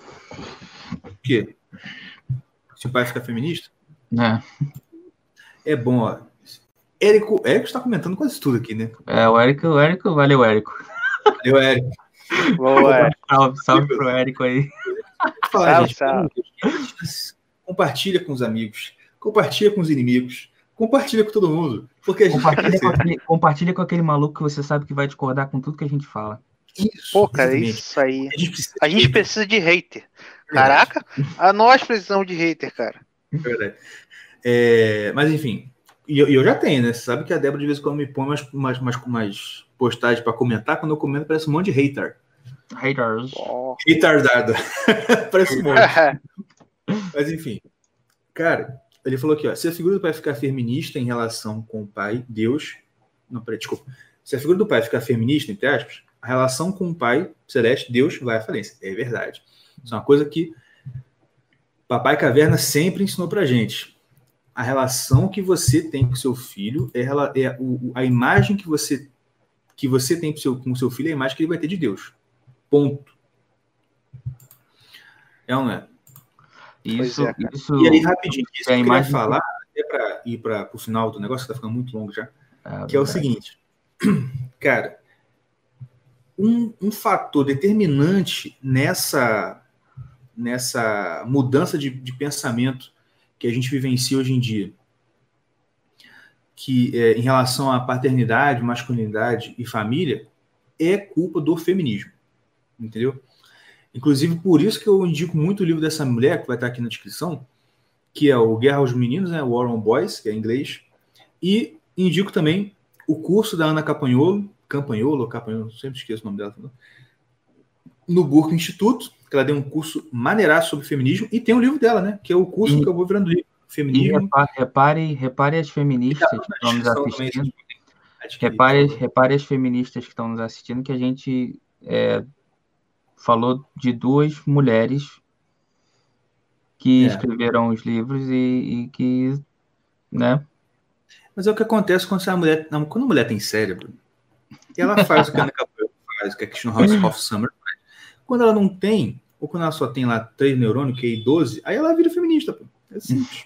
Speaker 1: o quê? Se o pai fica feminista?
Speaker 2: É,
Speaker 1: É bom, ó. Érico, Érico está comentando quase tudo aqui, né?
Speaker 2: é o Eric, o Eric, valeu, Érico.
Speaker 1: Valeu, Érico.
Speaker 3: Boa.
Speaker 2: Salve, salve pro Érico aí.
Speaker 1: Fala,
Speaker 3: Salve,
Speaker 1: gente.
Speaker 3: salve.
Speaker 1: Compartilha com os amigos, compartilha com os inimigos, compartilha com todo mundo. Porque a gente
Speaker 2: Compartilha com, aquele, compartilha com aquele maluco que você sabe que vai discordar com tudo que a gente fala.
Speaker 1: Isso,
Speaker 3: Pô, cara,
Speaker 1: exatamente.
Speaker 3: isso aí.
Speaker 1: A gente precisa,
Speaker 3: A gente precisa de hater. Caraca, a nós precisamos de hater, cara.
Speaker 1: É verdade. É, mas enfim, e eu, e eu já tenho, né? Você sabe que a Débora de vez em quando me põe umas, umas, umas, umas postagens para comentar. Quando eu comento, parece um monte de hater.
Speaker 2: haters.
Speaker 3: Oh.
Speaker 1: Retardado. Parece um monte. Mas enfim. Cara, ele falou aqui, ó. Se a figura do pai ficar feminista em relação com o pai, Deus... Não, peraí, desculpa. Se a figura do pai ficar feminista, entre aspas, a relação com o pai celeste, Deus, vai à falência. É verdade. Isso é uma coisa que Papai Caverna sempre ensinou pra gente. A relação que você tem com seu filho é, é o, a imagem que você, que você tem com seu, com seu filho é a imagem que ele vai ter de Deus. Ponto. É ou não é?
Speaker 2: Isso,
Speaker 3: é,
Speaker 2: isso.
Speaker 1: E aí, rapidinho, isso que
Speaker 2: é
Speaker 1: eu
Speaker 2: imagem
Speaker 1: queria falar, até para ir para o final do negócio, que tá ficando muito longo já,
Speaker 2: é,
Speaker 1: que é o seguinte, cara, um, um fator determinante nessa, nessa mudança de, de pensamento que a gente vivencia hoje em dia, que é, em relação à paternidade, masculinidade e família, é culpa do feminismo, entendeu? Inclusive, por isso que eu indico muito o livro dessa mulher, que vai estar aqui na descrição, que é o Guerra aos Meninos, né, War on Boys, que é em inglês, e indico também o curso da Ana Campanholo, Campanholo, Campanholo, sempre esqueço o nome dela, no Burke Instituto, que ela deu um curso maneiraço sobre feminismo, e tem um livro dela, né, que é o curso
Speaker 2: e,
Speaker 1: que eu vou virando livro,
Speaker 2: E
Speaker 1: Feminismo.
Speaker 2: repare, repare, repare as feministas que estão nos assistindo, repare, repare as feministas que estão nos assistindo, que a gente é, falou de duas mulheres que é. escreveram os livros e, e que, né?
Speaker 1: Mas é o que acontece quando a mulher, não, quando a mulher tem cérebro, ela faz o que a Ana Campanholo faz, o que a Christian Hoff Summer faz. Quando ela não tem, ou quando ela só tem lá três neurônios, que é doze, aí ela vira feminista, pô. É simples.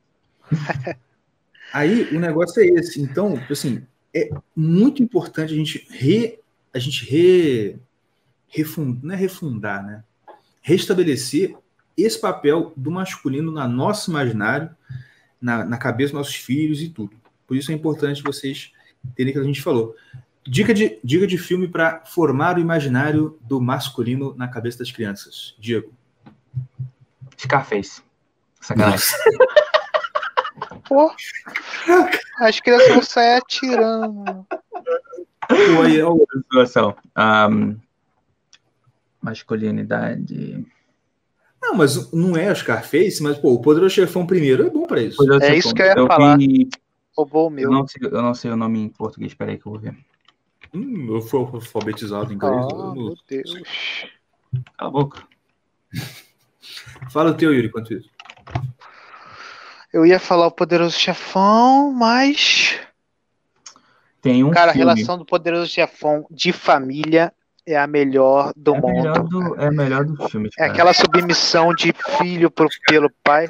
Speaker 1: Aí o negócio é esse. Então, assim, é muito importante a gente re, a gente re, refund, não é refundar, né? Restabelecer esse papel do masculino na nosso imaginário, na, na cabeça dos nossos filhos e tudo. Por isso é importante vocês terem o que a gente falou. Dica de, dica de filme para formar o imaginário do masculino na cabeça das crianças. Diego.
Speaker 2: Scarface. Sacanagem.
Speaker 3: Pô, as crianças vão sair atirando.
Speaker 1: Pô, aí é o...
Speaker 2: situação. Um, masculinidade.
Speaker 1: Não, mas não é o Scarface, mas pô, o Poderoso Chefão primeiro é bom pra isso.
Speaker 3: É
Speaker 2: Chefão.
Speaker 3: isso que eu ia
Speaker 2: eu
Speaker 3: falar.
Speaker 2: Vi...
Speaker 3: Roubou o meu.
Speaker 2: Eu não, sei, eu não sei o nome em português, peraí que eu vou ver.
Speaker 1: Hum, eu fui alfabetizado em inglês.
Speaker 3: Ah,
Speaker 1: eu...
Speaker 3: meu Deus.
Speaker 2: Cala a boca.
Speaker 1: Fala o teu, Yuri, quanto isso.
Speaker 3: Eu ia falar o Poderoso Chefão, mas...
Speaker 2: Tem um
Speaker 3: Cara,
Speaker 2: filme.
Speaker 3: a relação do Poderoso Chefão de família é a melhor do
Speaker 2: é
Speaker 3: mundo.
Speaker 2: Melhor do, é a melhor dos filmes,
Speaker 3: É
Speaker 2: cara.
Speaker 3: aquela submissão de filho pro, pelo pai.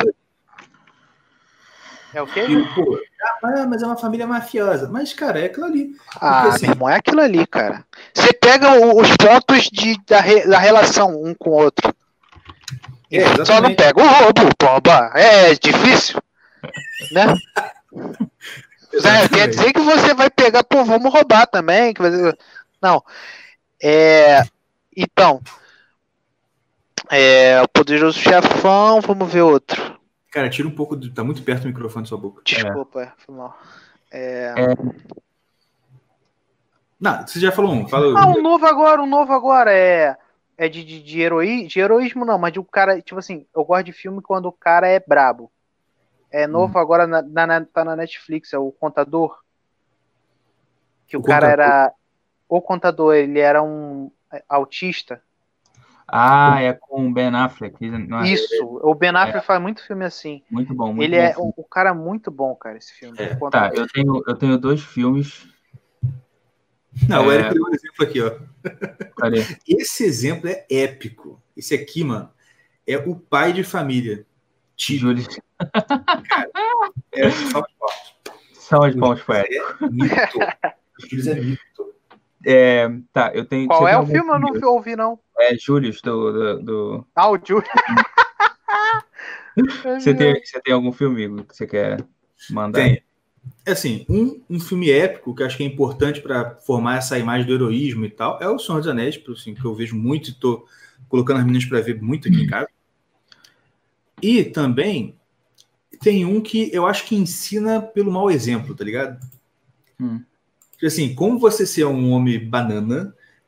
Speaker 3: É o quê?
Speaker 1: E, pô, ah, mas é uma família mafiosa. Mas, cara, é aquilo ali.
Speaker 3: Ah,
Speaker 1: Porque, assim,
Speaker 3: meu irmão, é aquilo ali, cara. Você pega o, os pontos de, da, re, da relação um com o outro.
Speaker 1: É,
Speaker 3: só não pega o roubo, pomba. É difícil, né? É, quer dizer que você vai pegar, pô, vamos roubar também. Que vai... Não. É, então, é, o Poderoso Chefão, vamos ver outro.
Speaker 1: Cara, tira um pouco, do, tá muito perto do microfone da sua boca.
Speaker 3: Desculpa, é. Foi mal. É...
Speaker 2: É.
Speaker 1: Não, você já falou um. Fala...
Speaker 3: Ah, um novo agora, um novo agora é, é de, de, de, heroí... de heroísmo não, mas de um cara, tipo assim, eu gosto de filme quando o cara é brabo. É novo hum. agora, na, na, tá na Netflix, é o Contador. Que o, o cara contador. era... O Contador, ele era um autista.
Speaker 2: Ah, é com o Ben Affleck. Não é?
Speaker 3: Isso, o Ben Affleck é. faz muito filme assim.
Speaker 2: Muito bom, muito
Speaker 3: Ele
Speaker 2: bom
Speaker 3: é
Speaker 2: filme.
Speaker 3: o, o cara muito bom, cara, esse filme.
Speaker 2: É. Tá, eu tenho, eu tenho dois filmes.
Speaker 1: Não, é... o Eric deu um exemplo aqui, ó.
Speaker 2: Cadê?
Speaker 1: Esse exemplo é épico. Esse aqui, mano, é o pai de família.
Speaker 2: Júlio.
Speaker 1: Cara, é só de palmas.
Speaker 2: Só de palmas para
Speaker 1: Eric. É mito. Os filhos é mito.
Speaker 2: É, tá, eu tenho.
Speaker 3: Qual é o filme?
Speaker 2: filme?
Speaker 3: Eu não ouvi, não.
Speaker 2: É Július do, do, do.
Speaker 3: Ah, o Július.
Speaker 2: você, tem, você tem algum filme que você quer mandar?
Speaker 1: Tem. É assim, um, um filme épico que eu acho que é importante para formar essa imagem do heroísmo e tal é o Senhor dos Anéis, assim, que eu vejo muito e tô colocando as meninas para ver muito aqui em casa. E também tem um que eu acho que ensina pelo mau exemplo, tá ligado?
Speaker 2: Hum.
Speaker 1: Assim, como você ser um homem banana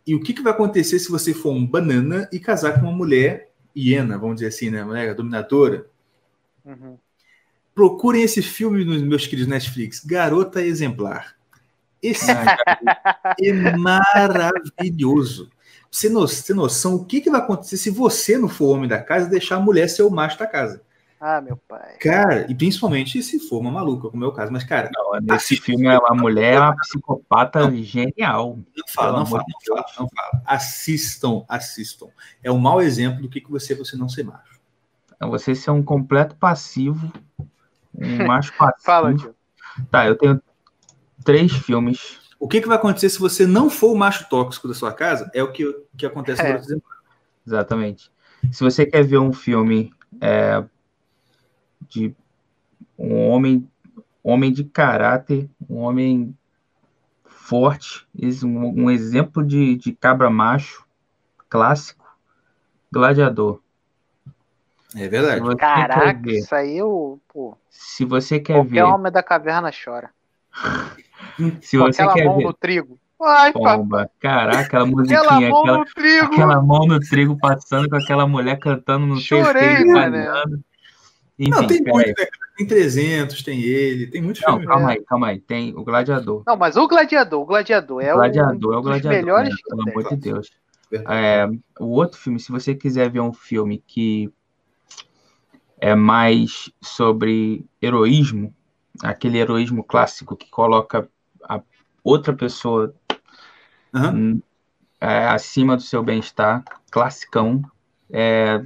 Speaker 1: E o que, que vai acontecer se você for um banana e casar com uma mulher hiena, vamos dizer assim, né? Mulher dominadora?
Speaker 3: Uhum.
Speaker 1: Procurem esse filme nos meus queridos Netflix, Garota Exemplar. Esse filme é maravilhoso. Você tem noção o que, que vai acontecer se você não for o homem da casa e deixar a mulher ser o macho da casa?
Speaker 3: Ah, meu pai.
Speaker 1: Cara, e principalmente se for uma maluca, como é o caso. Mas, cara,
Speaker 2: não, nesse filme a mulher é uma psicopata não, genial.
Speaker 1: Não fala, não fala, não fala, não fala. Assistam, assistam. É um mau exemplo do que, que você você não ser macho.
Speaker 2: Você ser um completo passivo, um macho passivo.
Speaker 3: Fala, tio.
Speaker 2: Tá, eu tenho três filmes.
Speaker 1: O que, que vai acontecer se você não for o macho tóxico da sua casa? É o que, que acontece
Speaker 3: É.
Speaker 1: no Brasil.
Speaker 2: Exatamente. Se você quer ver um filme é, de um homem, homem de caráter, um homem forte, um, um exemplo de, de cabra macho clássico, Gladiador.
Speaker 1: É verdade.
Speaker 3: Caraca, ver, isso aí eu, pô.
Speaker 2: Se você quer
Speaker 3: qualquer
Speaker 2: ver.
Speaker 3: Qualquer homem da caverna chora.
Speaker 2: Se
Speaker 3: Com
Speaker 2: você
Speaker 3: aquela
Speaker 2: quer
Speaker 3: mão
Speaker 2: ver...
Speaker 3: no trigo. Ai,
Speaker 2: Pomba. Caraca, aquela musiquinha.
Speaker 3: Aquela mão
Speaker 2: aquela,
Speaker 3: no trigo.
Speaker 2: Aquela mão no trigo passando com aquela mulher cantando no
Speaker 3: Chorei, mano.
Speaker 2: Enfim,
Speaker 1: não, tem muito,
Speaker 2: aí.
Speaker 1: né? Tem trezentos, tem ele, tem muitos
Speaker 2: Não,
Speaker 1: filmes.
Speaker 2: calma
Speaker 3: É.
Speaker 2: aí, calma aí. Tem o Gladiador.
Speaker 3: Não, mas o Gladiador, o Gladiador é
Speaker 2: o Gladiador,
Speaker 3: um
Speaker 2: é o
Speaker 3: dos
Speaker 2: Gladiador,
Speaker 3: melhores
Speaker 2: né?
Speaker 3: que
Speaker 2: Pelo
Speaker 3: tem.
Speaker 2: amor de Deus.
Speaker 1: Verdade.
Speaker 2: É, o outro filme, se você quiser ver um filme que é mais sobre heroísmo, aquele heroísmo clássico que coloca a outra pessoa
Speaker 1: Uhum.
Speaker 2: é, acima do seu bem-estar, classicão, é,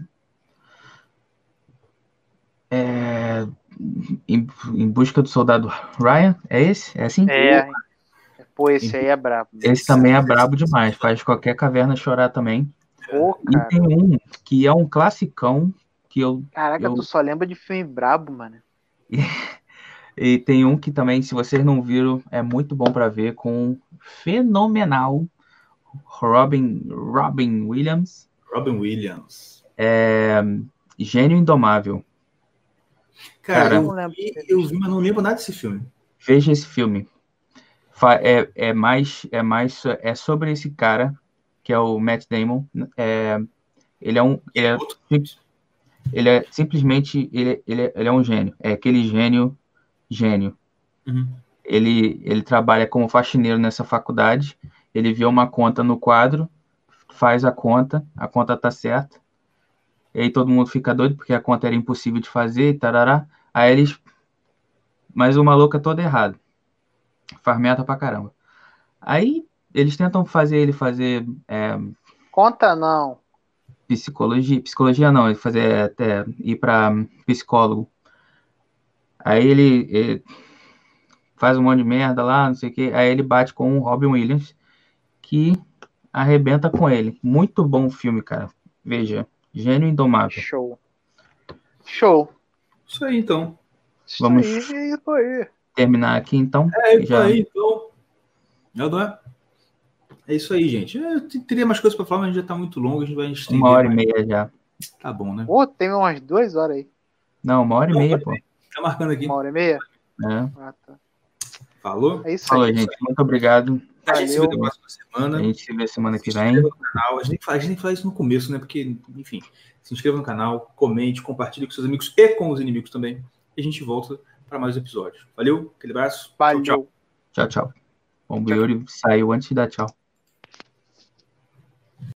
Speaker 2: é, em, em busca do soldado Ryan, é esse? É assim?
Speaker 3: É, pô, esse aí é brabo.
Speaker 2: Esse também é brabo demais, faz qualquer caverna chorar também.
Speaker 3: Pô,
Speaker 2: E
Speaker 3: cara.
Speaker 2: tem um que é um classicão que eu...
Speaker 3: Caraca,
Speaker 2: eu...
Speaker 3: tu só lembra de filme brabo, mano.
Speaker 2: E tem um que também, se vocês não viram, é muito bom para ver, com fenomenal Robin, Robin Williams.
Speaker 1: Robin Williams.
Speaker 2: É, Gênio Indomável.
Speaker 1: Cara,
Speaker 2: Cara,
Speaker 1: eu, vi, eu vi, mas não lembro nada desse filme.
Speaker 2: Veja esse filme. É, é, mais, é mais é sobre esse cara, que é o Matt Damon. É, ele é um... Ele é, ele é simplesmente... Ele, ele, ele é um gênio. É aquele gênio... Gênio.
Speaker 1: Uhum.
Speaker 2: Ele, ele trabalha como faxineiro nessa faculdade. Ele vê uma conta no quadro, faz a conta, a conta tá certa. E aí todo mundo fica doido, porque a conta era impossível de fazer, tarará. Aí eles... Mas o maluco é todo errado. Faz merda pra caramba. Aí eles tentam fazer ele fazer... É,
Speaker 3: conta não.
Speaker 2: Psicologia, psicologia não, ele fazer até ir para psicólogo. Aí ele, ele faz um monte de merda lá, não sei o que. Aí ele bate com o Robin Williams, que arrebenta com ele. Muito bom filme, cara. Veja, Gênio Indomável.
Speaker 3: Show. Show.
Speaker 1: Isso aí, então.
Speaker 3: Isso
Speaker 2: Vamos
Speaker 3: aí, isso aí.
Speaker 2: terminar aqui, então.
Speaker 1: É, isso
Speaker 2: Já...
Speaker 1: aí, então. Não é? É isso aí, gente. Eu teria mais coisas para falar, mas a gente já tá muito longo, a gente vai estender.
Speaker 2: Uma hora
Speaker 1: mais.
Speaker 2: e meia já.
Speaker 1: Tá bom, né?
Speaker 3: Pô, tem umas duas horas aí.
Speaker 2: Não, uma hora e meia, pô.
Speaker 1: Tá marcando aqui.
Speaker 3: Uma hora e meia?
Speaker 2: É.
Speaker 3: Ah, tá.
Speaker 1: Falou?
Speaker 3: É isso
Speaker 2: Falou,
Speaker 3: aí.
Speaker 2: gente. Muito obrigado.
Speaker 1: A gente se vê
Speaker 3: Valeu.
Speaker 1: na próxima semana.
Speaker 2: A gente se vê semana que
Speaker 1: Se
Speaker 2: vem.
Speaker 1: inscreva no canal. A gente, tem que falar, a gente tem que falar isso no começo, né? Porque, enfim, se inscreva no canal, comente, compartilhe com seus amigos e com os inimigos também. E a gente volta para mais episódios. Valeu, aquele abraço.
Speaker 3: Valeu.
Speaker 1: Tchau, tchau.
Speaker 2: Tchau, tchau. Bom, o Yuri saiu antes de dar tchau.